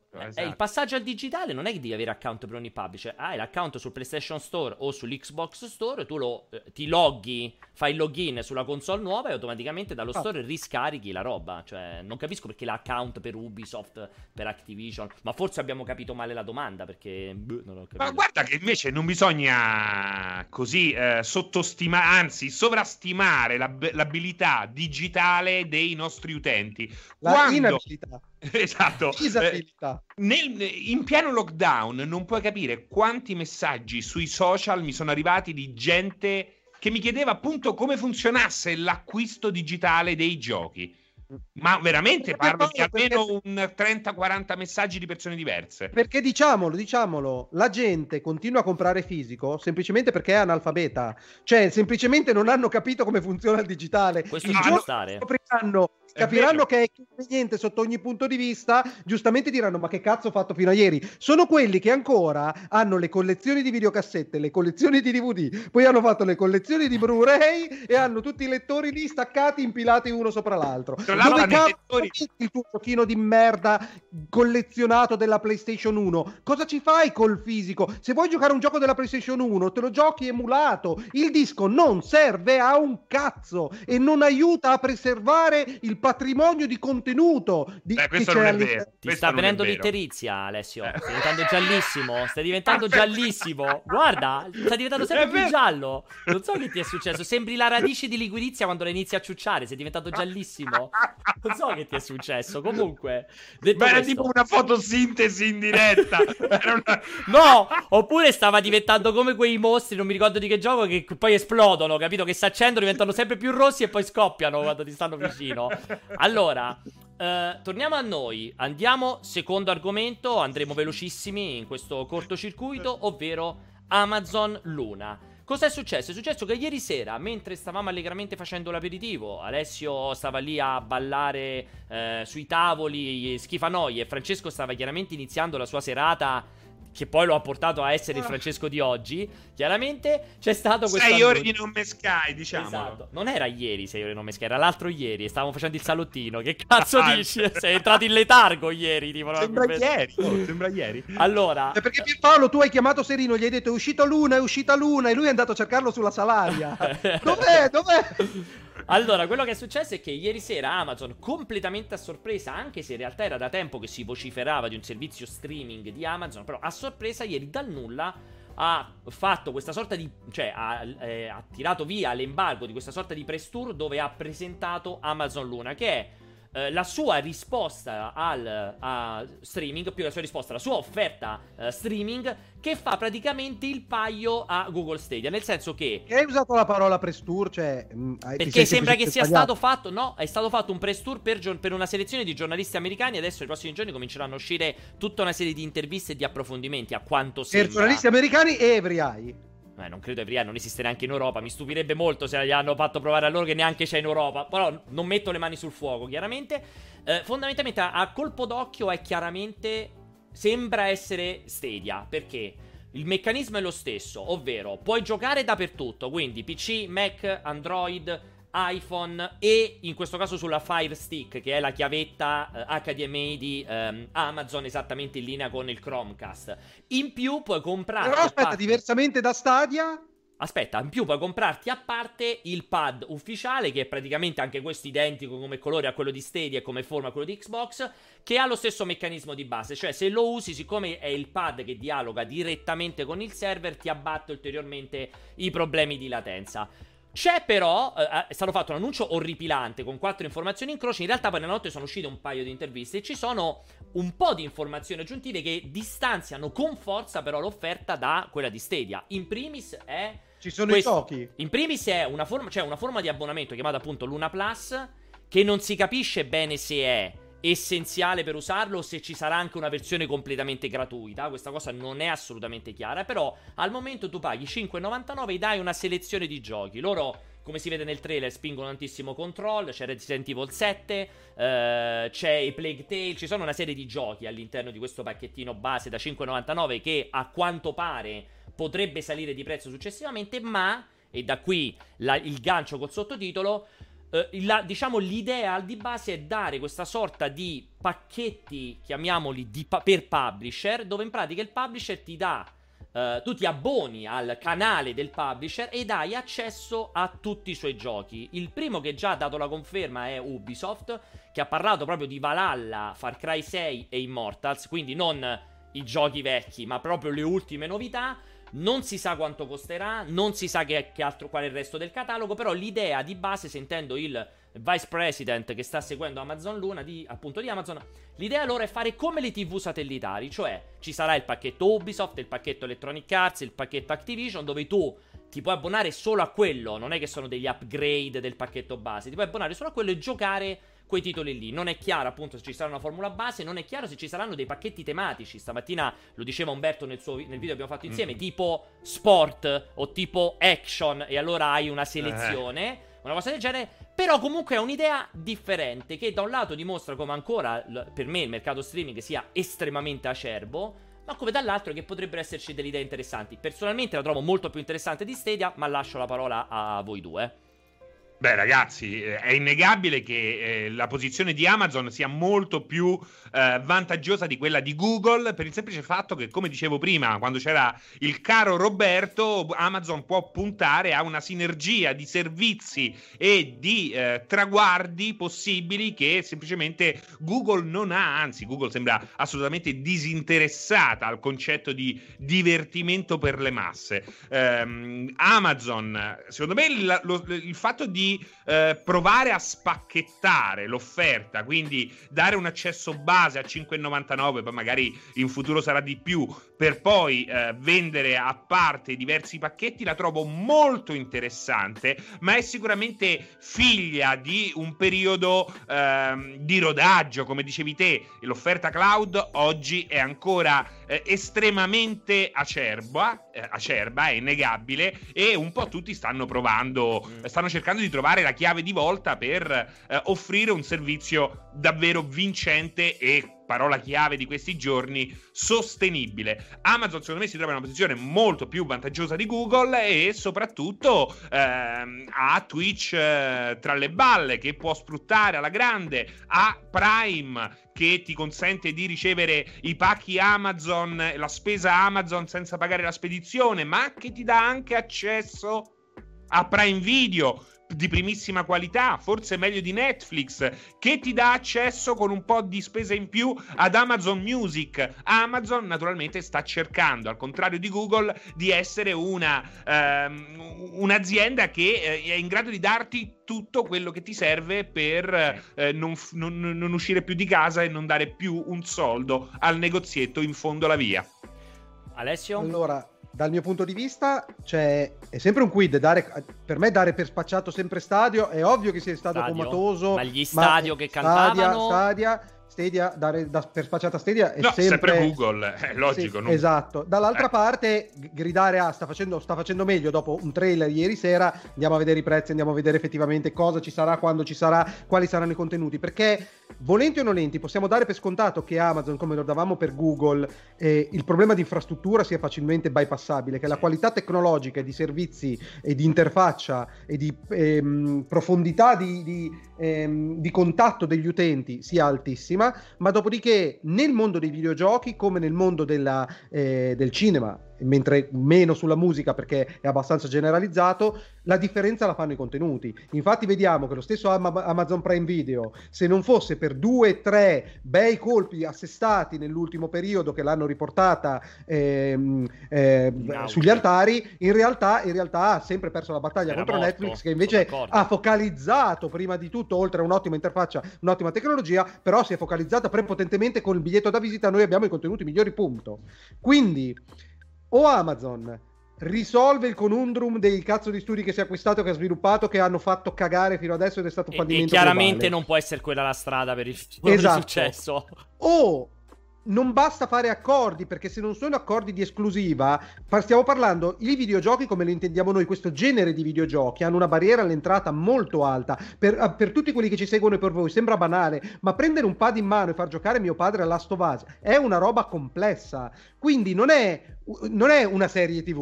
Speaker 3: Esatto.
Speaker 1: Il passaggio al digitale non è che devi avere account per ogni publisher. Hai l'account sul PlayStation Store o sull'Xbox Store, tu ti loghi, fai il login sulla console nuova e automaticamente dallo store riscarichi la roba. Cioè, non capisco perché l'account per Ubisoft, per Activision. Ma forse abbiamo capito male la domanda, perché non ho capito.
Speaker 3: Ma guarda che invece non bisogna così sottostimare, anzi sovrastimare l'abilità digitale dei nostri utenti.
Speaker 2: Inabilità.
Speaker 3: Esatto.
Speaker 2: Disabilità.
Speaker 3: In pieno lockdown non puoi capire quanti messaggi sui social mi sono arrivati di gente che mi chiedeva appunto come funzionasse l'acquisto digitale dei giochi. Ma veramente parlo di almeno un 30-40 messaggi di persone diverse.
Speaker 2: Perché diciamolo, la gente continua a comprare fisico semplicemente perché è analfabeta. Cioè, semplicemente non hanno capito come funziona il digitale.
Speaker 1: Questo ci può stare.
Speaker 2: Capiranno che è conveniente sotto ogni punto di vista, giustamente diranno: ma che cazzo ho fatto fino a ieri? Sono quelli che ancora hanno le collezioni di videocassette, le collezioni di DVD, poi hanno fatto le collezioni di Blu-ray e hanno tutti i lettori lì staccati, impilati uno sopra l'altro. Dove cazzo il tuo giochino di merda collezionato della PlayStation 1? Cosa ci fai col fisico? Se vuoi giocare un gioco della PlayStation 1 te lo giochi emulato. Il disco non serve a un cazzo e non aiuta a preservare il patrimonio di contenuto
Speaker 3: questo non è vero.
Speaker 1: Ti sta venendo l'itterizia, Alessio. Stai diventando giallissimo. Stai diventando giallissimo. Guarda, stai diventando sempre più giallo. Non so che ti è successo. Sembri la radice di liquirizia quando la inizi a ciucciare. Sei diventato giallissimo. Non so che ti è successo. Comunque, detto
Speaker 3: era
Speaker 1: questo,
Speaker 3: tipo una fotosintesi in diretta.
Speaker 1: No, oppure stava diventando come quei mostri, non mi ricordo di che gioco, che poi esplodono, capito? Che si accendono, diventano sempre più rossi e poi scoppiano quando ti stanno vicino. Allora, torniamo a noi. Andiamo, secondo argomento, andremo velocissimi in questo cortocircuito, ovvero Amazon Luna. Cosa è successo? È successo che ieri sera, mentre stavamo allegramente facendo l'aperitivo, Alessio stava lì a ballare sui tavoli schifanoie e Francesco stava chiaramente iniziando la sua serata, che poi lo ha portato a essere il Francesco di oggi. Chiaramente c'è stato questo
Speaker 3: 6 ore di Non Me Sky, diciamo.
Speaker 1: Esatto. Non era ieri 6 ore di Non Me Sky, era l'altro ieri e stavamo facendo il salottino. Che cazzo dici? Sei entrato in letargo ieri, tipo,
Speaker 3: Sembra ieri.
Speaker 1: Allora,
Speaker 2: perché Pierpaolo, tu hai chiamato Serino, gli hai detto è uscita Luna e lui è andato a cercarlo sulla Salaria. Dov'è?
Speaker 1: Allora, quello che è successo è che ieri sera Amazon, completamente a sorpresa, anche se in realtà era da tempo che si vociferava di un servizio streaming di Amazon, però a sorpresa ieri dal nulla ha fatto questa sorta di... cioè ha tirato via l'embargo di questa sorta di press tour dove ha presentato Amazon Luna, che è la sua risposta a streaming, più la sua risposta, la sua offerta streaming, che fa praticamente il paio a Google Stadia, nel senso che
Speaker 2: hai usato la parola press tour, cioè
Speaker 1: perché sembra che sia stato fatto, no, è stato fatto un press tour per una selezione di giornalisti americani. Adesso nei prossimi giorni cominceranno a uscire tutta una serie di interviste e di approfondimenti, a quanto sembra,
Speaker 2: per giornalisti americani e ebrei.
Speaker 1: Non credo Evria non esiste neanche in Europa. Mi stupirebbe molto se gli hanno fatto provare a loro che neanche c'è in Europa. Però non metto le mani sul fuoco, chiaramente. Fondamentalmente a colpo d'occhio è chiaramente... sembra essere Stadia, perché il meccanismo è lo stesso, ovvero puoi giocare dappertutto, quindi PC, Mac, Android, iPhone e in questo caso sulla Fire Stick, che è la chiavetta HDMI di Amazon, esattamente in linea con il Chromecast. In più puoi comprarti...
Speaker 2: Però aspetta, diversamente da Stadia...
Speaker 1: Aspetta, in più puoi comprarti a parte il pad ufficiale, che è praticamente anche questo identico come colore a quello di Stadia e come forma a quello di Xbox, che ha lo stesso meccanismo di base, cioè se lo usi, siccome è il pad che dialoga direttamente con il server, ti abbatte ulteriormente i problemi di latenza. C'è però, è stato fatto un annuncio orripilante con 4 informazioni in croce. In realtà poi nella notte sono uscite un paio di interviste e ci sono un po' di informazioni aggiuntive che distanziano con forza però l'offerta da quella di Stadia. In primis è...
Speaker 2: ci sono i giochi.
Speaker 1: In primis è una forma di abbonamento chiamata appunto Luna Plus, che non si capisce bene se è essenziale per usarlo o se ci sarà anche una versione completamente gratuita. Questa cosa non è assolutamente chiara, però al momento tu paghi 5,99 e dai una selezione di giochi. Loro, come si vede nel trailer, spingono tantissimo Control, c'è Resident Evil 7, c'è i Plague Tale, ci sono una serie di giochi all'interno di questo pacchettino base da 5,99 che a quanto pare potrebbe salire di prezzo successivamente, ma, e da qui il gancio col sottotitolo, diciamo l'idea di base è dare questa sorta di pacchetti, chiamiamoli per publisher, dove in pratica il publisher ti dà, tu ti abboni al canale del publisher ed hai accesso a tutti i suoi giochi. Il primo che già ha dato la conferma è Ubisoft, che ha parlato proprio di Valhalla, Far Cry 6 e Immortals, quindi non i giochi vecchi ma proprio le ultime novità. Non si sa quanto costerà, non si sa che altro, qual è il resto del catalogo, però l'idea di base, sentendo il vice president che sta seguendo Amazon Luna, appunto di Amazon, l'idea loro è fare come le TV satellitari, cioè ci sarà il pacchetto Ubisoft, il pacchetto Electronic Arts, il pacchetto Activision, dove tu ti puoi abbonare solo a quello, non è che sono degli upgrade del pacchetto base, ti puoi abbonare solo a quello e giocare quei titoli lì. Non è chiaro appunto se ci sarà una formula base, non è chiaro se ci saranno dei pacchetti tematici. Stamattina lo diceva Umberto nel video che abbiamo fatto insieme, tipo sport o tipo action, e allora hai una selezione, una cosa del genere. Però comunque è un'idea differente, che da un lato dimostra come ancora per me il mercato streaming sia estremamente acerbo, ma come dall'altro che potrebbero esserci delle idee interessanti. Personalmente la trovo molto più interessante di Stadia, ma lascio la parola a voi due.
Speaker 3: Beh ragazzi, è innegabile che la posizione di Amazon sia molto più vantaggiosa di quella di Google, per il semplice fatto che, come dicevo prima, quando c'era il caro Roberto, Amazon può puntare a una sinergia di servizi e di traguardi possibili che semplicemente Google non ha. Anzi, Google sembra assolutamente disinteressata al concetto di divertimento per le masse. Amazon, secondo me, il fatto di provare a spacchettare l'offerta, quindi dare un accesso base a 5,99, poi magari in futuro sarà di più, per poi vendere a parte diversi pacchetti, la trovo molto interessante, ma è sicuramente figlia di un periodo di rodaggio. Come dicevi te, l'offerta cloud oggi è ancora estremamente acerba, è innegabile, e un po' tutti stanno cercando di trovare la chiave di volta per offrire un servizio davvero vincente e, parola chiave di questi giorni, sostenibile. Amazon secondo me si trova in una posizione molto più vantaggiosa di Google e soprattutto ha Twitch tra le balle, che può sfruttare alla grande, ha Prime che ti consente di ricevere i pacchi Amazon, la spesa Amazon senza pagare la spedizione, ma che ti dà anche accesso a Prime Video di primissima qualità, forse meglio di Netflix, che ti dà accesso con un po' di spesa in più ad Amazon Music. Amazon naturalmente sta cercando, al contrario di Google, di essere un'azienda che è in grado di darti tutto quello che ti serve per non uscire più di casa e non dare più un soldo al negozietto in fondo alla via.
Speaker 1: Alessio?
Speaker 2: Allora, dal mio punto di vista è sempre un quid. Per me dare per spacciato sempre Stadio, è ovvio che sia stato comatoso,
Speaker 1: ma gli Stadio che cantavano
Speaker 2: Stadia, dare per spacciata Stadia è
Speaker 3: sempre Google, è logico.
Speaker 2: Sì, esatto. Dall'altra parte gridare sta facendo meglio dopo un trailer ieri sera, andiamo a vedere i prezzi, andiamo a vedere effettivamente cosa ci sarà, quando ci sarà, quali saranno i contenuti, perché volenti o nolenti possiamo dare per scontato che Amazon, come lo davamo per Google, il problema di infrastruttura sia facilmente bypassabile, che la qualità tecnologica e di servizi e di interfaccia e di profondità di contatto degli utenti sia altissima, ma dopodiché nel mondo dei videogiochi, come nel mondo del cinema, mentre meno sulla musica perché è abbastanza generalizzato, la differenza la fanno i contenuti. Infatti vediamo che lo stesso Amazon Prime Video, se non fosse per 2-3 bei colpi assestati nell'ultimo periodo che l'hanno riportata sugli altari, in realtà ha sempre perso la battaglia contro Netflix, che invece ha focalizzato prima di tutto, oltre a un'ottima interfaccia, un'ottima tecnologia, però si è focalizzata prepotentemente con il biglietto da visita. Noi abbiamo i contenuti migliori, punto. Quindi o Amazon risolve il conundrum dei cazzo di studi che si è acquistato, che ha sviluppato, che hanno fatto cagare fino adesso ed è stato un fallimento
Speaker 1: chiaramente
Speaker 2: globale.
Speaker 1: Non può essere quella la strada per il successo.
Speaker 2: O non basta fare accordi, perché se non sono accordi di esclusiva, stiamo parlando, i videogiochi come li intendiamo noi, questo genere di videogiochi hanno una barriera all'entrata molto alta. Per tutti quelli che ci seguono e per voi sembra banale, ma prendere un pad in mano e far giocare mio padre a Last of Us è una roba complessa. Quindi non è una serie TV.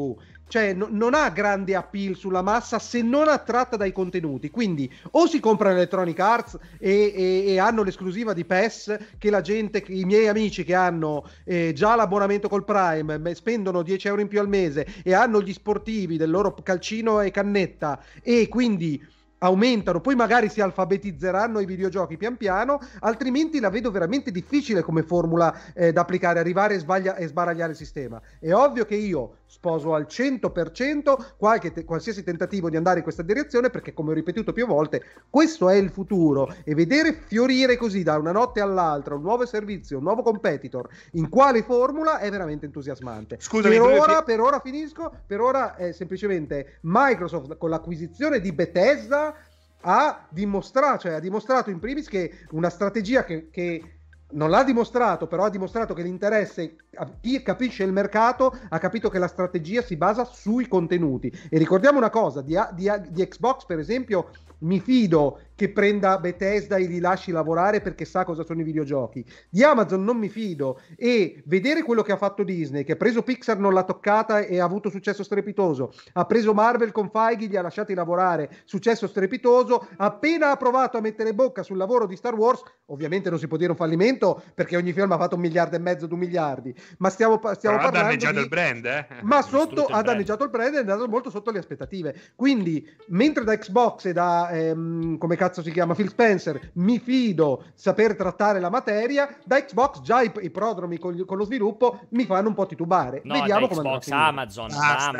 Speaker 2: cioè non ha grande appeal sulla massa se non attratta dai contenuti. Quindi o si comprano Electronic Arts e hanno l'esclusiva di PES, che la gente, i miei amici che hanno già l'abbonamento col Prime spendono 10 euro in più al mese e hanno gli sportivi del loro calcino e cannetta, e quindi aumentano, poi magari si alfabetizzeranno i videogiochi pian piano, altrimenti la vedo veramente difficile come formula da applicare, arrivare e sbaragliare il sistema. È ovvio che io sposo al 100% qualsiasi tentativo di andare in questa direzione, perché, come ho ripetuto più volte, questo è il futuro, e vedere fiorire così da una notte all'altra un nuovo servizio, un nuovo competitor, in quale formula, è veramente entusiasmante.
Speaker 3: Scusami,
Speaker 2: per ora finisco, per ora è semplicemente Microsoft con l'acquisizione di Bethesda ha dimostrato in primis che una strategia che non l'ha dimostrato, però ha dimostrato che l'interesse a chi capisce il mercato ha capito che la strategia si basa sui contenuti. E ricordiamo una cosa, di Xbox per esempio mi fido che prenda Bethesda e li lasci lavorare perché sa cosa sono i videogiochi. Di Amazon non mi fido, e vedere quello che ha fatto Disney, che ha preso Pixar, non l'ha toccata e ha avuto successo strepitoso, ha preso Marvel con Feige, li ha lasciati lavorare, successo strepitoso, appena ha provato a mettere bocca sul lavoro di Star Wars, ovviamente non si può dire un fallimento perché ogni film ha fatto 1,5 miliardi, 2 miliardi, ma stiamo parlando
Speaker 3: ha danneggiato il brand,
Speaker 2: ma ha danneggiato il brand, è andato molto sotto le aspettative. Quindi mentre da Xbox e da come cazzo si chiama, Phil Spencer, mi fido saper trattare la materia, da Xbox già i prodromi con lo sviluppo mi fanno un po' titubare.
Speaker 1: No,
Speaker 2: vediamo
Speaker 1: come
Speaker 2: Xbox,
Speaker 1: Amazon.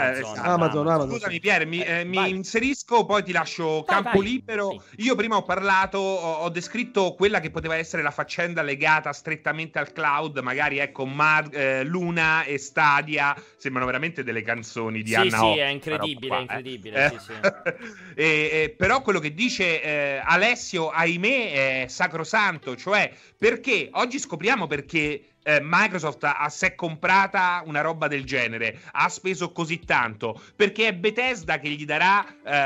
Speaker 2: Scusami
Speaker 3: Pier, mi inserisco, poi ti lascio campo libero. Sì. Io prima ho parlato, ho descritto quella che poteva essere la faccenda legata strettamente al cloud, magari ecco Luna e Stadia sembrano veramente delle canzoni di Anna Hoff.
Speaker 1: Sì, è incredibile, incredibile. Sì.
Speaker 3: Però quello che dice Alessio, ahimè, è sacrosanto, cioè perché oggi scopriamo perché Microsoft si è comprata una roba del genere, ha speso così tanto, perché è Bethesda che gli darà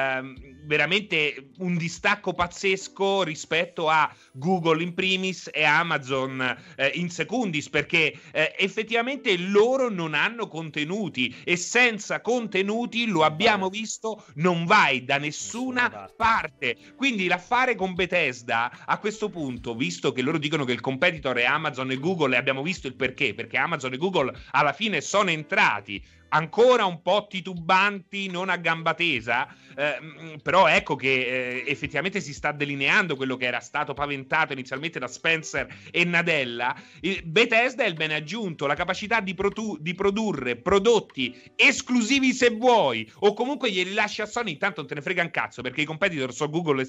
Speaker 3: veramente un distacco pazzesco rispetto a Google in primis e Amazon in secundis, perché effettivamente loro non hanno contenuti, e senza contenuti, lo abbiamo visto, non vai da nessuna parte. Quindi l'affare con Bethesda a questo punto, visto che loro dicono che il competitor è Amazon e Google, e abbiamo visto il perché Amazon e Google alla fine sono entrati ancora un po' titubanti, non a gamba tesa, però ecco che effettivamente si sta delineando quello che era stato paventato inizialmente da Spencer e Nadella. Bethesda è il bene aggiunto, la capacità di produrre prodotti esclusivi se vuoi, o comunque glieli lasci a Sony, intanto non te ne frega un cazzo perché i competitor sono Google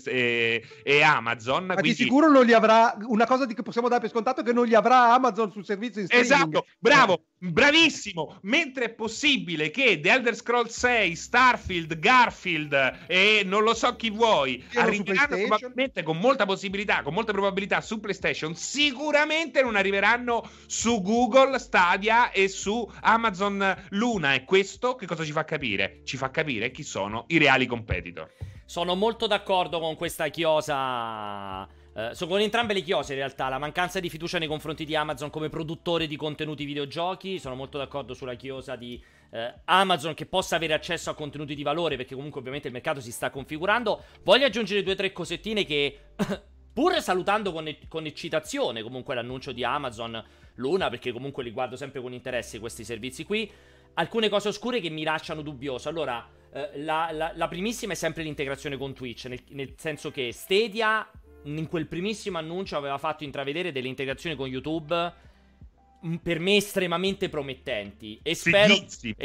Speaker 3: e Amazon.
Speaker 2: Ma
Speaker 3: quindi...
Speaker 2: di sicuro non li avrà, una cosa che possiamo dare per scontato è che non li avrà Amazon sul servizio in streaming.
Speaker 3: Esatto, bravo, bravissimo, mentre è possibile che The Elder Scrolls 6, Starfield, Garfield e non lo so chi vuoi arriveranno probabilmente con molta probabilità su PlayStation, sicuramente non arriveranno su Google Stadia e su Amazon Luna, e questo che cosa ci fa capire? Ci fa capire chi sono i reali competitor.
Speaker 1: Sono molto d'accordo con questa chiosa. Con entrambe le chiose in realtà, la mancanza di fiducia nei confronti di Amazon come produttore di contenuti videogiochi. Sono molto d'accordo sulla chiosa di Amazon che possa avere accesso a contenuti di valore, perché comunque ovviamente il mercato si sta configurando. Voglio aggiungere 2 o 3 cosettine che pur salutando con eccitazione comunque l'annuncio di Amazon Luna, perché comunque li guardo sempre con interesse questi servizi qui, alcune cose oscure che mi lasciano dubbioso. Allora, la primissima è sempre l'integrazione con Twitch, nel senso che Stadia in quel primissimo annuncio aveva fatto intravedere delle integrazioni con YouTube per me estremamente promettenti, e spero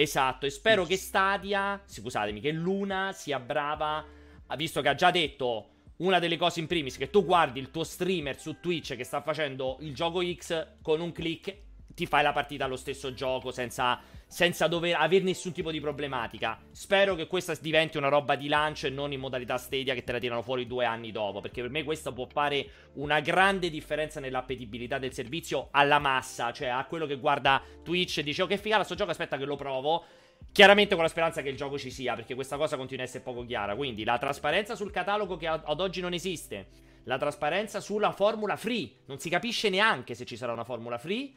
Speaker 1: che Stadia, scusatemi, che Luna sia brava, visto che ha già detto una delle cose in primis, che tu guardi il tuo streamer su Twitch che sta facendo il gioco X, con un click ti fai la partita allo stesso gioco senza dover avere nessun tipo di problematica. Spero che questa diventi una roba di lancio e non in modalità Stadia che te la tirano fuori 2 anni dopo, perché per me questa può fare una grande differenza nell'appetibilità del servizio alla massa, cioè a quello che guarda Twitch e dice oh che figata sto gioco, aspetta che lo provo, chiaramente con la speranza che il gioco ci sia, perché questa cosa continua a essere poco chiara. Quindi la trasparenza sul catalogo che ad oggi non esiste, la trasparenza sulla formula free, non si capisce neanche se ci sarà una formula free,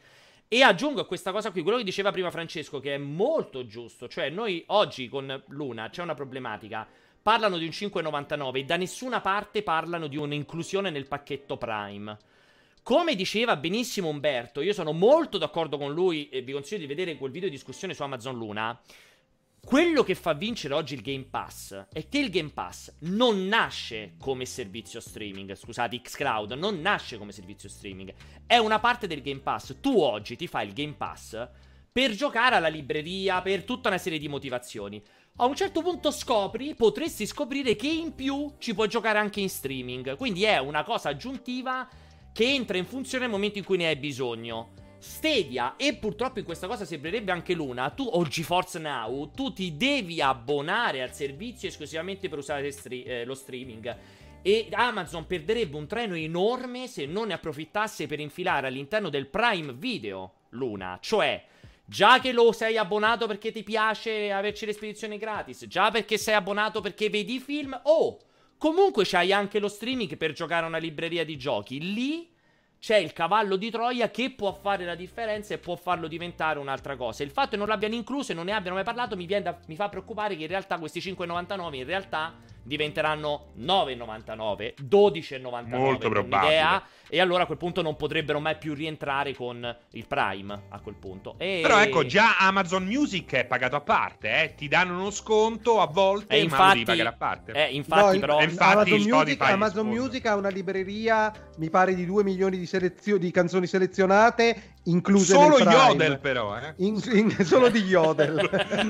Speaker 1: E aggiungo a questa cosa qui quello che diceva prima Francesco, che è molto giusto. Cioè, noi oggi con Luna c'è una problematica. Parlano di un 5,99 e da nessuna parte parlano di un'inclusione nel pacchetto Prime. Come diceva benissimo Umberto, io sono molto d'accordo con lui e vi consiglio di vedere quel video di discussione su Amazon Luna. Quello che fa vincere oggi il Game Pass è che il Game Pass non nasce come servizio streaming. Scusate, xCloud non nasce come servizio streaming. È una parte del Game Pass. Tu oggi ti fai il Game Pass per giocare alla libreria, per tutta una serie di motivazioni. A un certo punto potresti scoprire che in più ci puoi giocare anche in streaming. Quindi è una cosa aggiuntiva che entra in funzione nel momento in cui ne hai bisogno. Stadia, e purtroppo in questa cosa sembrerebbe anche Luna, o GeForce Now, tu ti devi abbonare al servizio esclusivamente per usare lo streaming. E Amazon perderebbe un treno enorme se non ne approfittasse per infilare all'interno del Prime Video Luna. Cioè, già che lo sei abbonato perché ti piace averci le spedizioni gratis, già perché sei abbonato perché vedi i film, comunque c'hai anche lo streaming per giocare a una libreria di giochi. Lì c'è il cavallo di Troia che può fare la differenza e può farlo diventare un'altra cosa. Il fatto che non l'abbiano incluso e non ne abbiano mai parlato mi fa preoccupare che in realtà questi 5,99 in realtà diventeranno 9,99, 12,99
Speaker 3: molto probabile.
Speaker 1: E allora a quel punto non potrebbero mai più rientrare con il Prime a quel punto.
Speaker 3: Però ecco, già Amazon Music è pagato a parte, ti danno uno sconto a volte,
Speaker 1: infatti,
Speaker 3: ma lo devi pagare a parte.
Speaker 1: Infatti,
Speaker 2: no,
Speaker 1: però
Speaker 2: Amazon Music ha una libreria, mi pare, di 2 milioni di canzoni selezionate, incluse
Speaker 3: solo
Speaker 2: nel Prime.
Speaker 3: Yodel, però,
Speaker 2: solo di Yodel.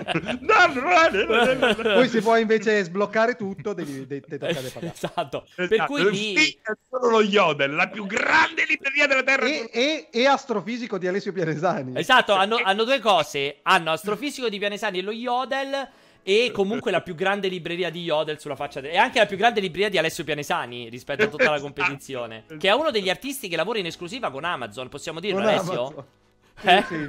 Speaker 2: Poi se vuoi invece sbloccare tutto devi toccare pagare.
Speaker 1: Esatto. Per cui lì
Speaker 3: è solo lo Yodel, la più grande libreria della terra.
Speaker 2: E Astrofisico di Alessio Pianesani.
Speaker 1: Esatto, hanno due cose. Hanno Astrofisico di Pianesani e lo Yodel. E comunque la più grande libreria di Yodel sulla faccia e anche la più grande libreria di Alessio Pianesani rispetto a tutta la competizione. Che è uno degli artisti che lavora in esclusiva con Amazon. Possiamo dirlo, con Alessio?
Speaker 2: Amazon. Sì,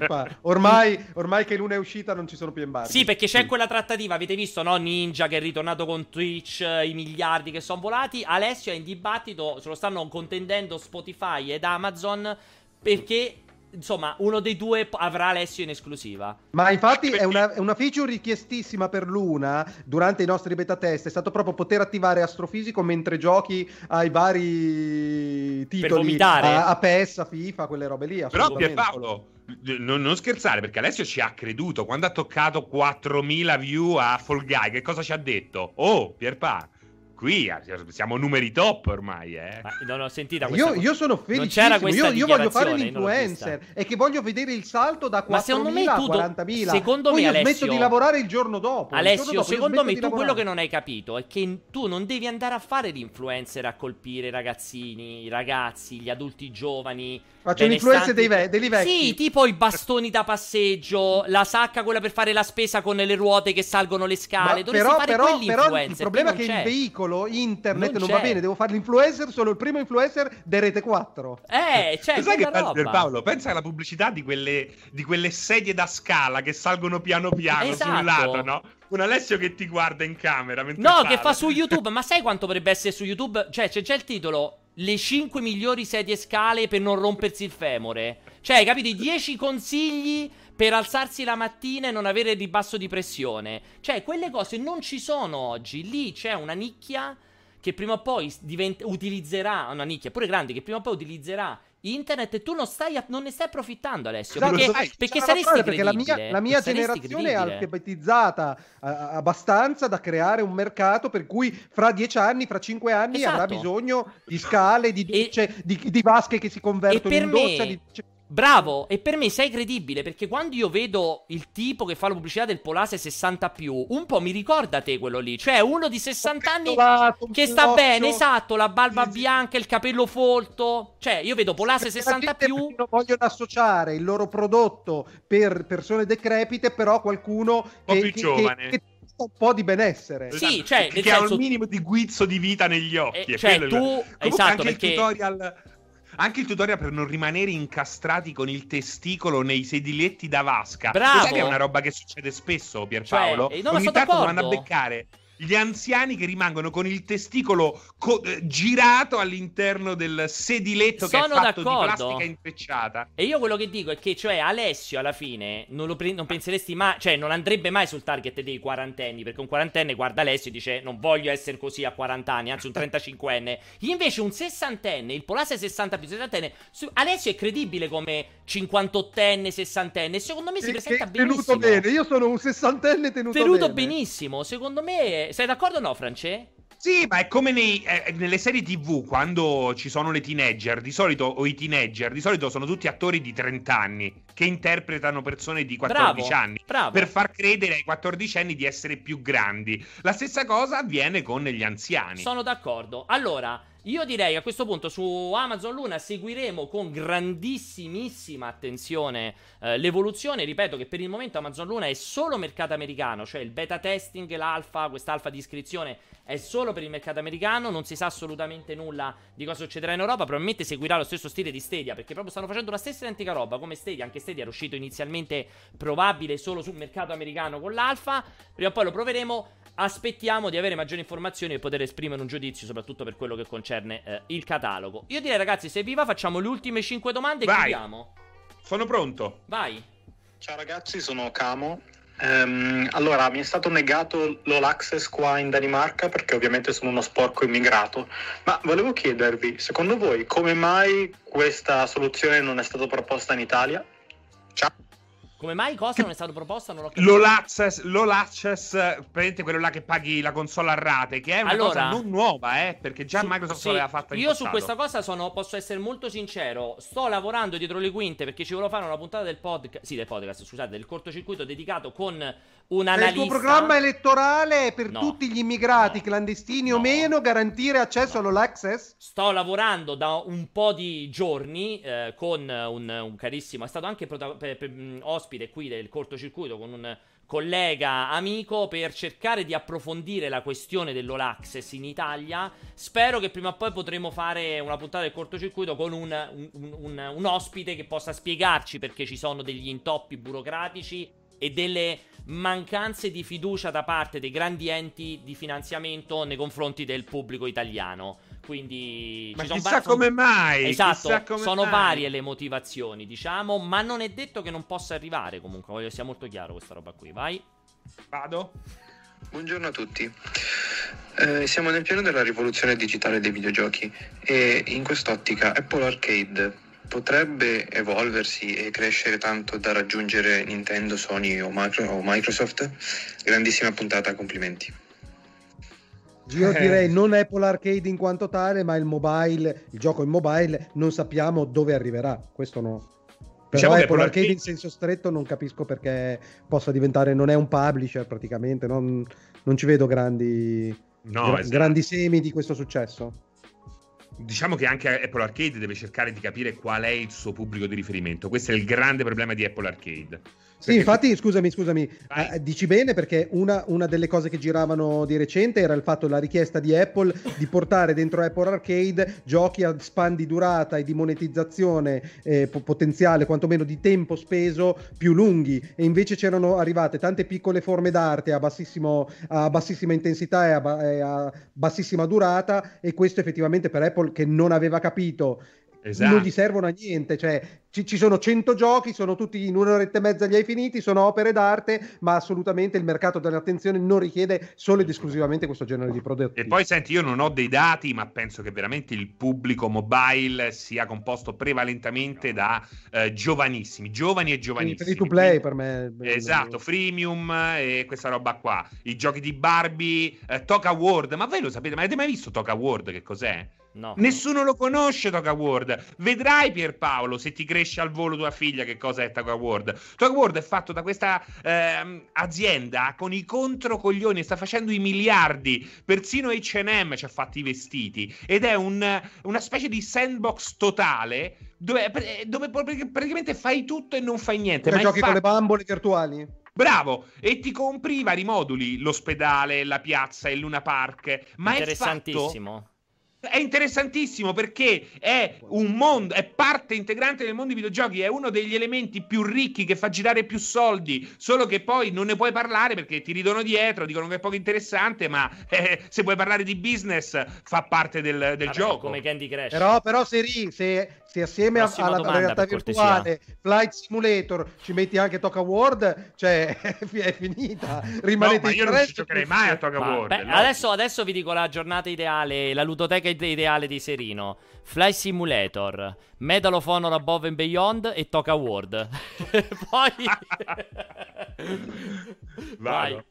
Speaker 2: ormai che Luna è uscita non ci sono più embarghi.
Speaker 1: Sì, perché c'è quella trattativa, avete visto, no? Ninja che è ritornato con Twitch, i miliardi che sono volati. Alessio è in dibattito, se lo stanno contendendo Spotify ed Amazon, perché insomma uno dei due avrà Alessio in esclusiva.
Speaker 2: Ma infatti è una feature richiestissima per Luna durante i nostri beta test, è stato proprio poter attivare Astrofisico mentre giochi ai vari titoli, a PES, a FIFA, quelle robe lì.
Speaker 3: Però Pierpaolo, non scherzare, perché Alessio ci ha creduto quando ha toccato 4.000 view a Fall Guy. Che cosa ci ha detto? Pierpa, qui siamo numeri top ormai,
Speaker 1: Non ho sentito
Speaker 2: io sono felicissimo. Io voglio fare l'influencer e che voglio vedere il salto da 4.000 a 40.000.
Speaker 1: Secondo
Speaker 2: poi
Speaker 1: me,
Speaker 2: io
Speaker 1: Alessio,
Speaker 2: smetto di lavorare il giorno dopo.
Speaker 1: Alessio, secondo me tu quello che non hai capito è che tu non devi andare a fare l'influencer a colpire i ragazzini, i ragazzi, gli adulti giovani.
Speaker 2: Faccio l'influencer dei vecchi.
Speaker 1: Sì, tipo i bastoni da passeggio, la sacca quella per fare la spesa con le ruote che salgono le scale. Dovresti fare quell'influencer.
Speaker 2: Però il problema è che il veicolo internet non va bene, devo fare l'influencer, solo il primo influencer de Rete 4.
Speaker 3: Sai che Paolo, pensa alla pubblicità di quelle sedie da scala che salgono piano piano sul lato, no? Un Alessio che ti guarda in camera mentre
Speaker 1: che fa su YouTube. Ma sai quanto potrebbe essere su YouTube? Cioè c'è già il titolo: le 5 migliori sedie scale per non rompersi il femore. Cioè, hai capito? I 10 consigli per alzarsi la mattina e non avere ribasso di pressione. Cioè, quelle cose non ci sono oggi. Lì c'è una nicchia che prima o poi utilizzerà, una nicchia pure grande, che prima o poi utilizzerà internet, e tu non ne stai approfittando, Alessio. Perché saresti credibile.
Speaker 2: Perché la mia generazione è alfabetizzata abbastanza da creare un mercato per cui fra 10 anni, fra 5 anni avrà bisogno di scale, di docce, di vasche che si convertono in doccia.
Speaker 1: Bravo, e per me sei credibile, perché quando io vedo il tipo che fa la pubblicità del Polase 60+, un po' mi ricorda te quello lì, cioè uno di 60 anni che sta bene, esatto, la barba bianca, il capello folto, cioè io vedo Polase 60+.
Speaker 2: Non vogliono associare il loro prodotto per persone decrepite, però qualcuno
Speaker 3: un po' più giovane.
Speaker 2: Che un po' di benessere.
Speaker 1: Sì, cioè
Speaker 3: che ha un minimo di guizzo di vita negli occhi.
Speaker 1: Cioè tu, esatto, perché
Speaker 3: anche il tutorial per non rimanere incastrati con il testicolo nei sediletti da vasca.
Speaker 1: Bravo.
Speaker 3: Sai che è una roba che succede spesso, Pierpaolo?
Speaker 1: Ogni
Speaker 3: tanto vanno a beccare gli anziani che rimangono con il testicolo girato all'interno del sediletto che è fatto di plastica intrecciata.
Speaker 1: E io quello che dico è che, cioè, Alessio alla fine non penseresti mai, cioè non andrebbe mai sul target dei quarantenni, perché un quarantenne guarda Alessio e dice non voglio essere così a 40 anni, anzi un 35enne. Invece un sessantenne, il Polase 60 più sessantenne, Alessio è credibile come 58enne, sessantenne, secondo me si presenta benissimo.
Speaker 2: Tenuto bene, io sono un sessantenne tenuto
Speaker 1: benissimo, secondo me. Sei d'accordo o no, France?
Speaker 3: Sì, ma è come nelle serie TV, quando ci sono le teenager, di solito, o i teenager, di solito sono tutti attori di 30 anni che interpretano persone di 14 anni per far credere ai 14 anni di essere più grandi. La stessa cosa avviene con gli anziani.
Speaker 1: Sono d'accordo. Allora, io direi a questo punto su Amazon Luna seguiremo con grandissimissima attenzione l'evoluzione. Ripeto che per il momento Amazon Luna è solo mercato americano, cioè il beta testing, l'alfa, quest'alfa di iscrizione è solo per il mercato americano. Non si sa assolutamente nulla di cosa succederà in Europa. Probabilmente seguirà lo stesso stile di Stadia, perché proprio stanno facendo la stessa identica roba come Stadia. Anche Stadia era uscito inizialmente probabile solo sul mercato americano con l'alfa. Prima o poi lo proveremo. Aspettiamo di avere maggiori informazioni e poter esprimere un giudizio, soprattutto per quello che concerne il catalogo. Io direi, ragazzi, se vi va facciamo le ultime 5 domande e chiudiamo.
Speaker 3: Sono pronto.
Speaker 1: Vai.
Speaker 11: Ciao ragazzi, sono Camo. Allora, mi è stato negato l'All Access qua in Danimarca perché ovviamente sono uno sporco immigrato, ma volevo chiedervi, secondo voi come mai questa soluzione non è stata proposta in Italia? Ciao.
Speaker 1: Come mai cosa non è stato proposto? Non l'ho capito.
Speaker 3: L'All Access, praticamente quello là che paghi la console a rate, che è una cosa non nuova, perché già Microsoft l'aveva fatta in
Speaker 1: Io
Speaker 3: passato.
Speaker 1: su questa cosa posso essere molto sincero. Sto lavorando dietro le quinte perché ci volevo fare una puntata del podcast, scusate, del cortocircuito dedicato con un analista.
Speaker 2: Il tuo programma elettorale è per tutti gli immigrati, clandestini o meno, garantire accesso all'All Access?
Speaker 1: Sto lavorando da un po' di giorni con un carissimo, è stato anche ospite qui del cortocircuito con un collega amico per cercare di approfondire la questione dell'All Access in Italia. Spero che prima o poi potremo fare una puntata del cortocircuito con un ospite che possa spiegarci perché ci sono degli intoppi burocratici e delle mancanze di fiducia da parte dei grandi enti di finanziamento nei confronti del pubblico italiano. Quindi
Speaker 3: ma chissà come mai.
Speaker 1: Esatto, sono varie le motivazioni, diciamo, ma non è detto che non possa arrivare. Comunque voglio sia molto chiaro questa roba qui. Vai.
Speaker 3: Vado.
Speaker 12: Buongiorno a tutti. Siamo nel pieno della rivoluzione digitale dei videogiochi e in quest'ottica Apple Arcade potrebbe evolversi e crescere tanto da raggiungere Nintendo, Sony o Microsoft. Grandissima puntata, complimenti.
Speaker 2: Io direi non Apple Arcade in quanto tale, ma il gioco in mobile non sappiamo dove arriverà, questo no. Però diciamo Apple Arcade in senso stretto non capisco perché possa diventare, non è un publisher praticamente, non ci vedo grandi semi di questo successo.
Speaker 3: Diciamo che anche Apple Arcade deve cercare di capire qual è il suo pubblico di riferimento. Questo è il grande problema di Apple Arcade.
Speaker 2: Sì, infatti, scusami, dici bene, perché una delle cose che giravano di recente era il fatto, la richiesta di Apple di portare dentro Apple Arcade giochi a span di durata e di monetizzazione potenziale, quantomeno di tempo speso, più lunghi, e invece c'erano arrivate tante piccole forme d'arte a bassissima intensità e a bassissima durata, e questo effettivamente per Apple, che non aveva capito, non gli servono a niente. Cioè ci sono 100 giochi, sono tutti in un'oretta e mezza li hai finiti, sono opere d'arte, ma assolutamente il mercato dell'attenzione non richiede solo ed esclusivamente questo genere di prodotti.
Speaker 3: E poi senti, io non ho dei dati, ma penso che veramente il pubblico mobile sia composto prevalentemente da giovani e giovanissimi.
Speaker 2: Free to play per me.
Speaker 3: Esatto, freemium e questa roba qua. I giochi di Barbie, Toca World, ma voi lo sapete? Ma avete mai visto Toca World? Che cos'è?
Speaker 1: No.
Speaker 3: Nessuno lo conosce Toca World. Vedrai, Pierpaolo, se ti cresce al volo tua figlia, che cosa è Toca World. Toca World è fatto da questa azienda con i controcoglioni, sta facendo i miliardi, persino H&M ci ha fatto i vestiti, ed è una specie di sandbox totale dove praticamente fai tutto e non fai niente.
Speaker 2: Ma giochi con le bambole virtuali?
Speaker 3: Bravo, e ti compri i vari moduli, l'ospedale, la piazza, il Luna Park, ma
Speaker 1: interessantissimo.
Speaker 3: È interessantissimo perché è un mondo, è parte integrante del mondo dei videogiochi, è uno degli elementi più ricchi che fa girare più soldi, solo che poi non ne puoi parlare perché ti ridono dietro, dicono che è poco interessante, ma se puoi parlare di business fa parte del gioco.
Speaker 1: Come Candy Crush.
Speaker 2: Però se assieme alla realtà virtuale, Flight Simulator, ci metti anche Toca World, cioè è finita. Rimanete
Speaker 3: no, ma io non ci giocherei mai a Toca World.
Speaker 1: Adesso vi dico la giornata ideale, la ludoteca ideale di Serino. Flight Simulator, Medal of Honor Above and Beyond e Toca World. Poi vai.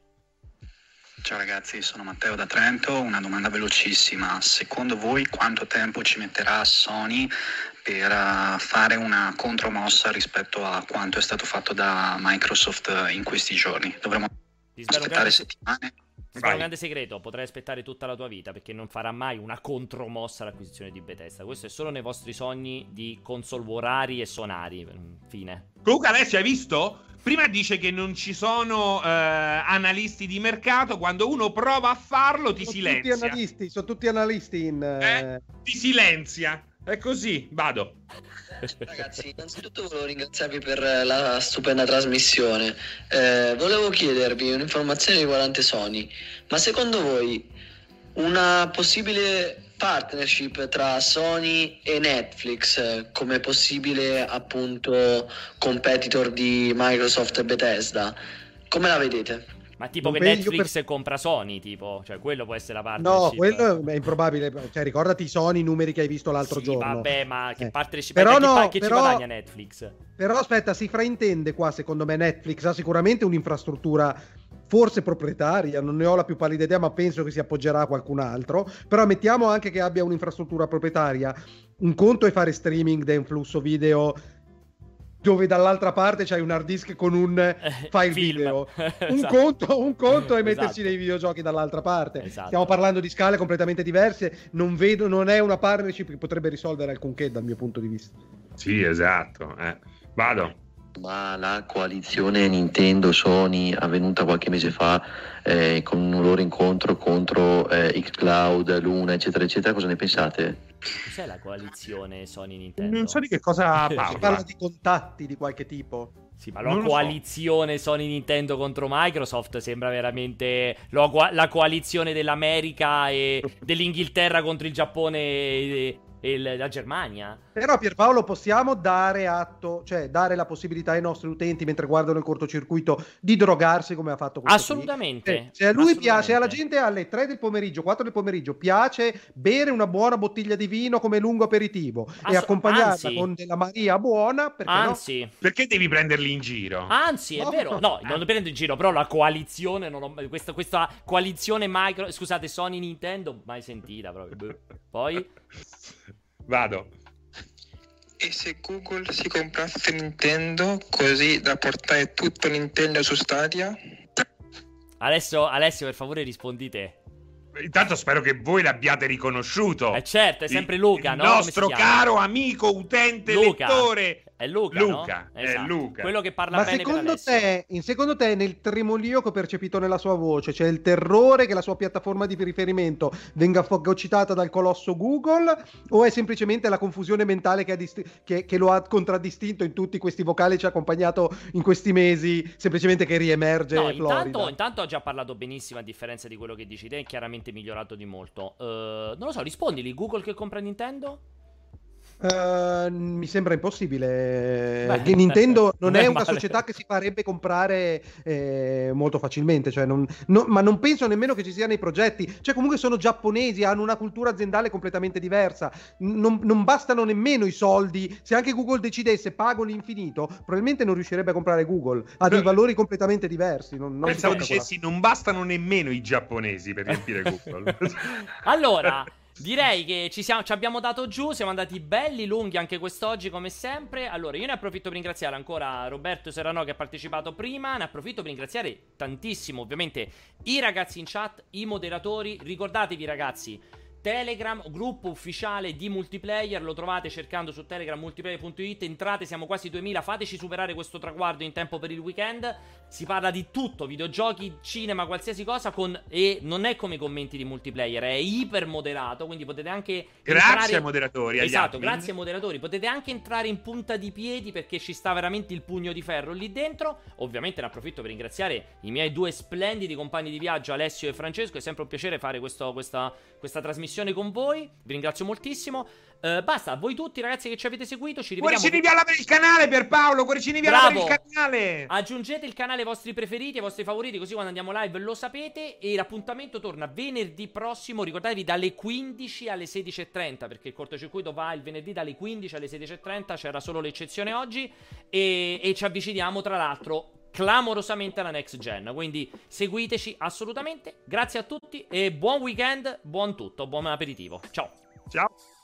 Speaker 11: Ciao ragazzi, sono Matteo da Trento. Una domanda velocissima: secondo voi quanto tempo ci metterà Sony per fare una contromossa rispetto a quanto è stato fatto da Microsoft in questi giorni? Dovremmo aspettare settimane?
Speaker 1: È un grande segreto, potrai aspettare tutta la tua vita perché non farà mai una contromossa all'acquisizione di Bethesda. Questo è solo nei vostri sogni di console warari e sonari. Fine.
Speaker 3: Comunque Alessio, hai visto? Prima dice che non ci sono analisti di mercato, quando uno prova a farlo ti silenzia.
Speaker 2: Sono tutti analisti
Speaker 3: ti silenzia. È così, vado.
Speaker 13: Ragazzi, innanzitutto volevo ringraziarvi per la stupenda trasmissione. Volevo chiedervi un'informazione riguardante Sony. Ma secondo voi una possibile partnership tra Sony e Netflix come possibile appunto competitor di Microsoft e Bethesda, come la vedete?
Speaker 1: Ma tipo che Netflix compra Sony, tipo, cioè quello può essere la partnership.
Speaker 2: No, quello è improbabile, cioè ricordati i Sony, i numeri che hai visto l'altro giorno.
Speaker 1: Vabbè, ma che partnership,
Speaker 2: però
Speaker 1: che ci guadagna Netflix?
Speaker 2: Però aspetta, si fraintende qua, secondo me Netflix ha sicuramente un'infrastruttura forse proprietaria, non ne ho la più pallida idea, ma penso che si appoggerà a qualcun altro. Però mettiamo anche che abbia un'infrastruttura proprietaria. Un conto è fare streaming da un flusso video dove dall'altra parte c'hai un hard disk con un file video. Un conto è mettersi nei videogiochi dall'altra parte. Stiamo parlando di scale completamente diverse. Non è una partnership che potrebbe risolvere alcunché dal mio punto di vista.
Speaker 3: Sì, esatto. Vado.
Speaker 14: Ma la coalizione Nintendo-Sony avvenuta qualche mese fa con un loro incontro contro xCloud, Luna, eccetera, eccetera, cosa ne pensate?
Speaker 1: Cos'è la coalizione Sony-Nintendo?
Speaker 3: Non so di che cosa parla.
Speaker 2: Si parla di contatti di qualche tipo.
Speaker 1: Sì, ma la coalizione Sony-Nintendo contro Microsoft sembra veramente la coalizione dell'America e dell'Inghilterra contro il Giappone e la Germania.
Speaker 2: Però Pierpaolo, possiamo dare atto, cioè dare la possibilità ai nostri utenti mentre guardano il cortocircuito di drogarsi come ha fatto questo
Speaker 1: assolutamente.
Speaker 2: Se a lui piace, alla gente alle 3 del pomeriggio, 4 del pomeriggio piace bere una buona bottiglia di vino come lungo aperitivo e accompagnarla con della Maria buona, perché no?
Speaker 3: Perché devi prenderli in giro?
Speaker 1: Anzi, è vero. No, non lo prendo in giro, però la coalizione questa coalizione scusate, Sony Nintendo mai sentita proprio. Poi
Speaker 3: vado.
Speaker 12: E se Google si comprasse Nintendo così da portare tutto Nintendo su Stadia?
Speaker 1: Alessio, per favore rispondi te.
Speaker 3: Intanto spero che voi l'abbiate riconosciuto.
Speaker 1: Certo, è sempre Luca,
Speaker 3: il
Speaker 1: no?
Speaker 3: nostro caro amico utente lettore.
Speaker 1: È Luca,
Speaker 3: Luca,
Speaker 1: no? Esatto.
Speaker 3: È Luca.
Speaker 1: Quello che parla bene per Alessio.
Speaker 2: Secondo te nel tremolio che ho percepito nella sua voce c'è il terrore che la sua piattaforma di riferimento venga fagocitata dal colosso Google, o è semplicemente la confusione mentale che lo ha contraddistinto in tutti questi vocali, ci ha accompagnato in questi mesi, semplicemente che riemerge Florida?
Speaker 1: Intanto ha già parlato benissimo, a differenza di quello che dici te, è chiaramente migliorato di molto. Non lo so, rispondili, Google che compra Nintendo?
Speaker 2: Mi sembra impossibile. Nintendo non è una società che si farebbe comprare molto facilmente, cioè ma non penso nemmeno che ci sia nei progetti. Cioè comunque sono giapponesi, hanno una cultura aziendale completamente diversa, non bastano nemmeno i soldi. Se anche Google decidesse pago l'infinito, probabilmente non riuscirebbe a comprare Google, ha dei valori completamente diversi.
Speaker 3: Pensavo dicessi non bastano nemmeno i giapponesi per riempire Google.
Speaker 1: Allora direi che ci abbiamo dato giù, siamo andati belli lunghi anche quest'oggi come sempre. Allora io ne approfitto per ringraziare ancora Roberto Serrano che ha partecipato prima, ne approfitto per ringraziare tantissimo ovviamente i ragazzi in chat, i moderatori. Ricordatevi ragazzi, Telegram, gruppo ufficiale di multiplayer, lo trovate cercando su Telegram multiplayer.it, entrate, siamo quasi 2000, fateci superare questo traguardo in tempo per il weekend, si parla di tutto, videogiochi, cinema, qualsiasi cosa, e non è come i commenti di multiplayer, è iper moderato, quindi potete anche
Speaker 3: grazie ai moderatori,
Speaker 1: esatto, grazie ai moderatori, potete anche entrare in punta di piedi perché ci sta veramente il pugno di ferro lì dentro. Ovviamente ne approfitto per ringraziare i miei due splendidi compagni di viaggio, Alessio e Francesco, è sempre un piacere fare questa trasmissione con voi, vi ringrazio moltissimo. Basta, a voi tutti ragazzi che ci avete seguito, ci rivediamo.
Speaker 3: Cuoricini viola per il canale, Pierpaolo, cuoricini viola per il canale.
Speaker 1: Aggiungete il canale ai vostri preferiti, ai vostri favoriti, così quando andiamo live lo sapete. E l'appuntamento torna venerdì prossimo, ricordatevi, dalle 15 alle 16:30, perché il cortocircuito va il venerdì dalle 15 alle 16:30, c'era solo l'eccezione oggi, e ci avviciniamo tra l'altro clamorosamente alla next gen, quindi seguiteci assolutamente. Grazie a tutti e buon weekend, buon tutto, buon aperitivo. Ciao.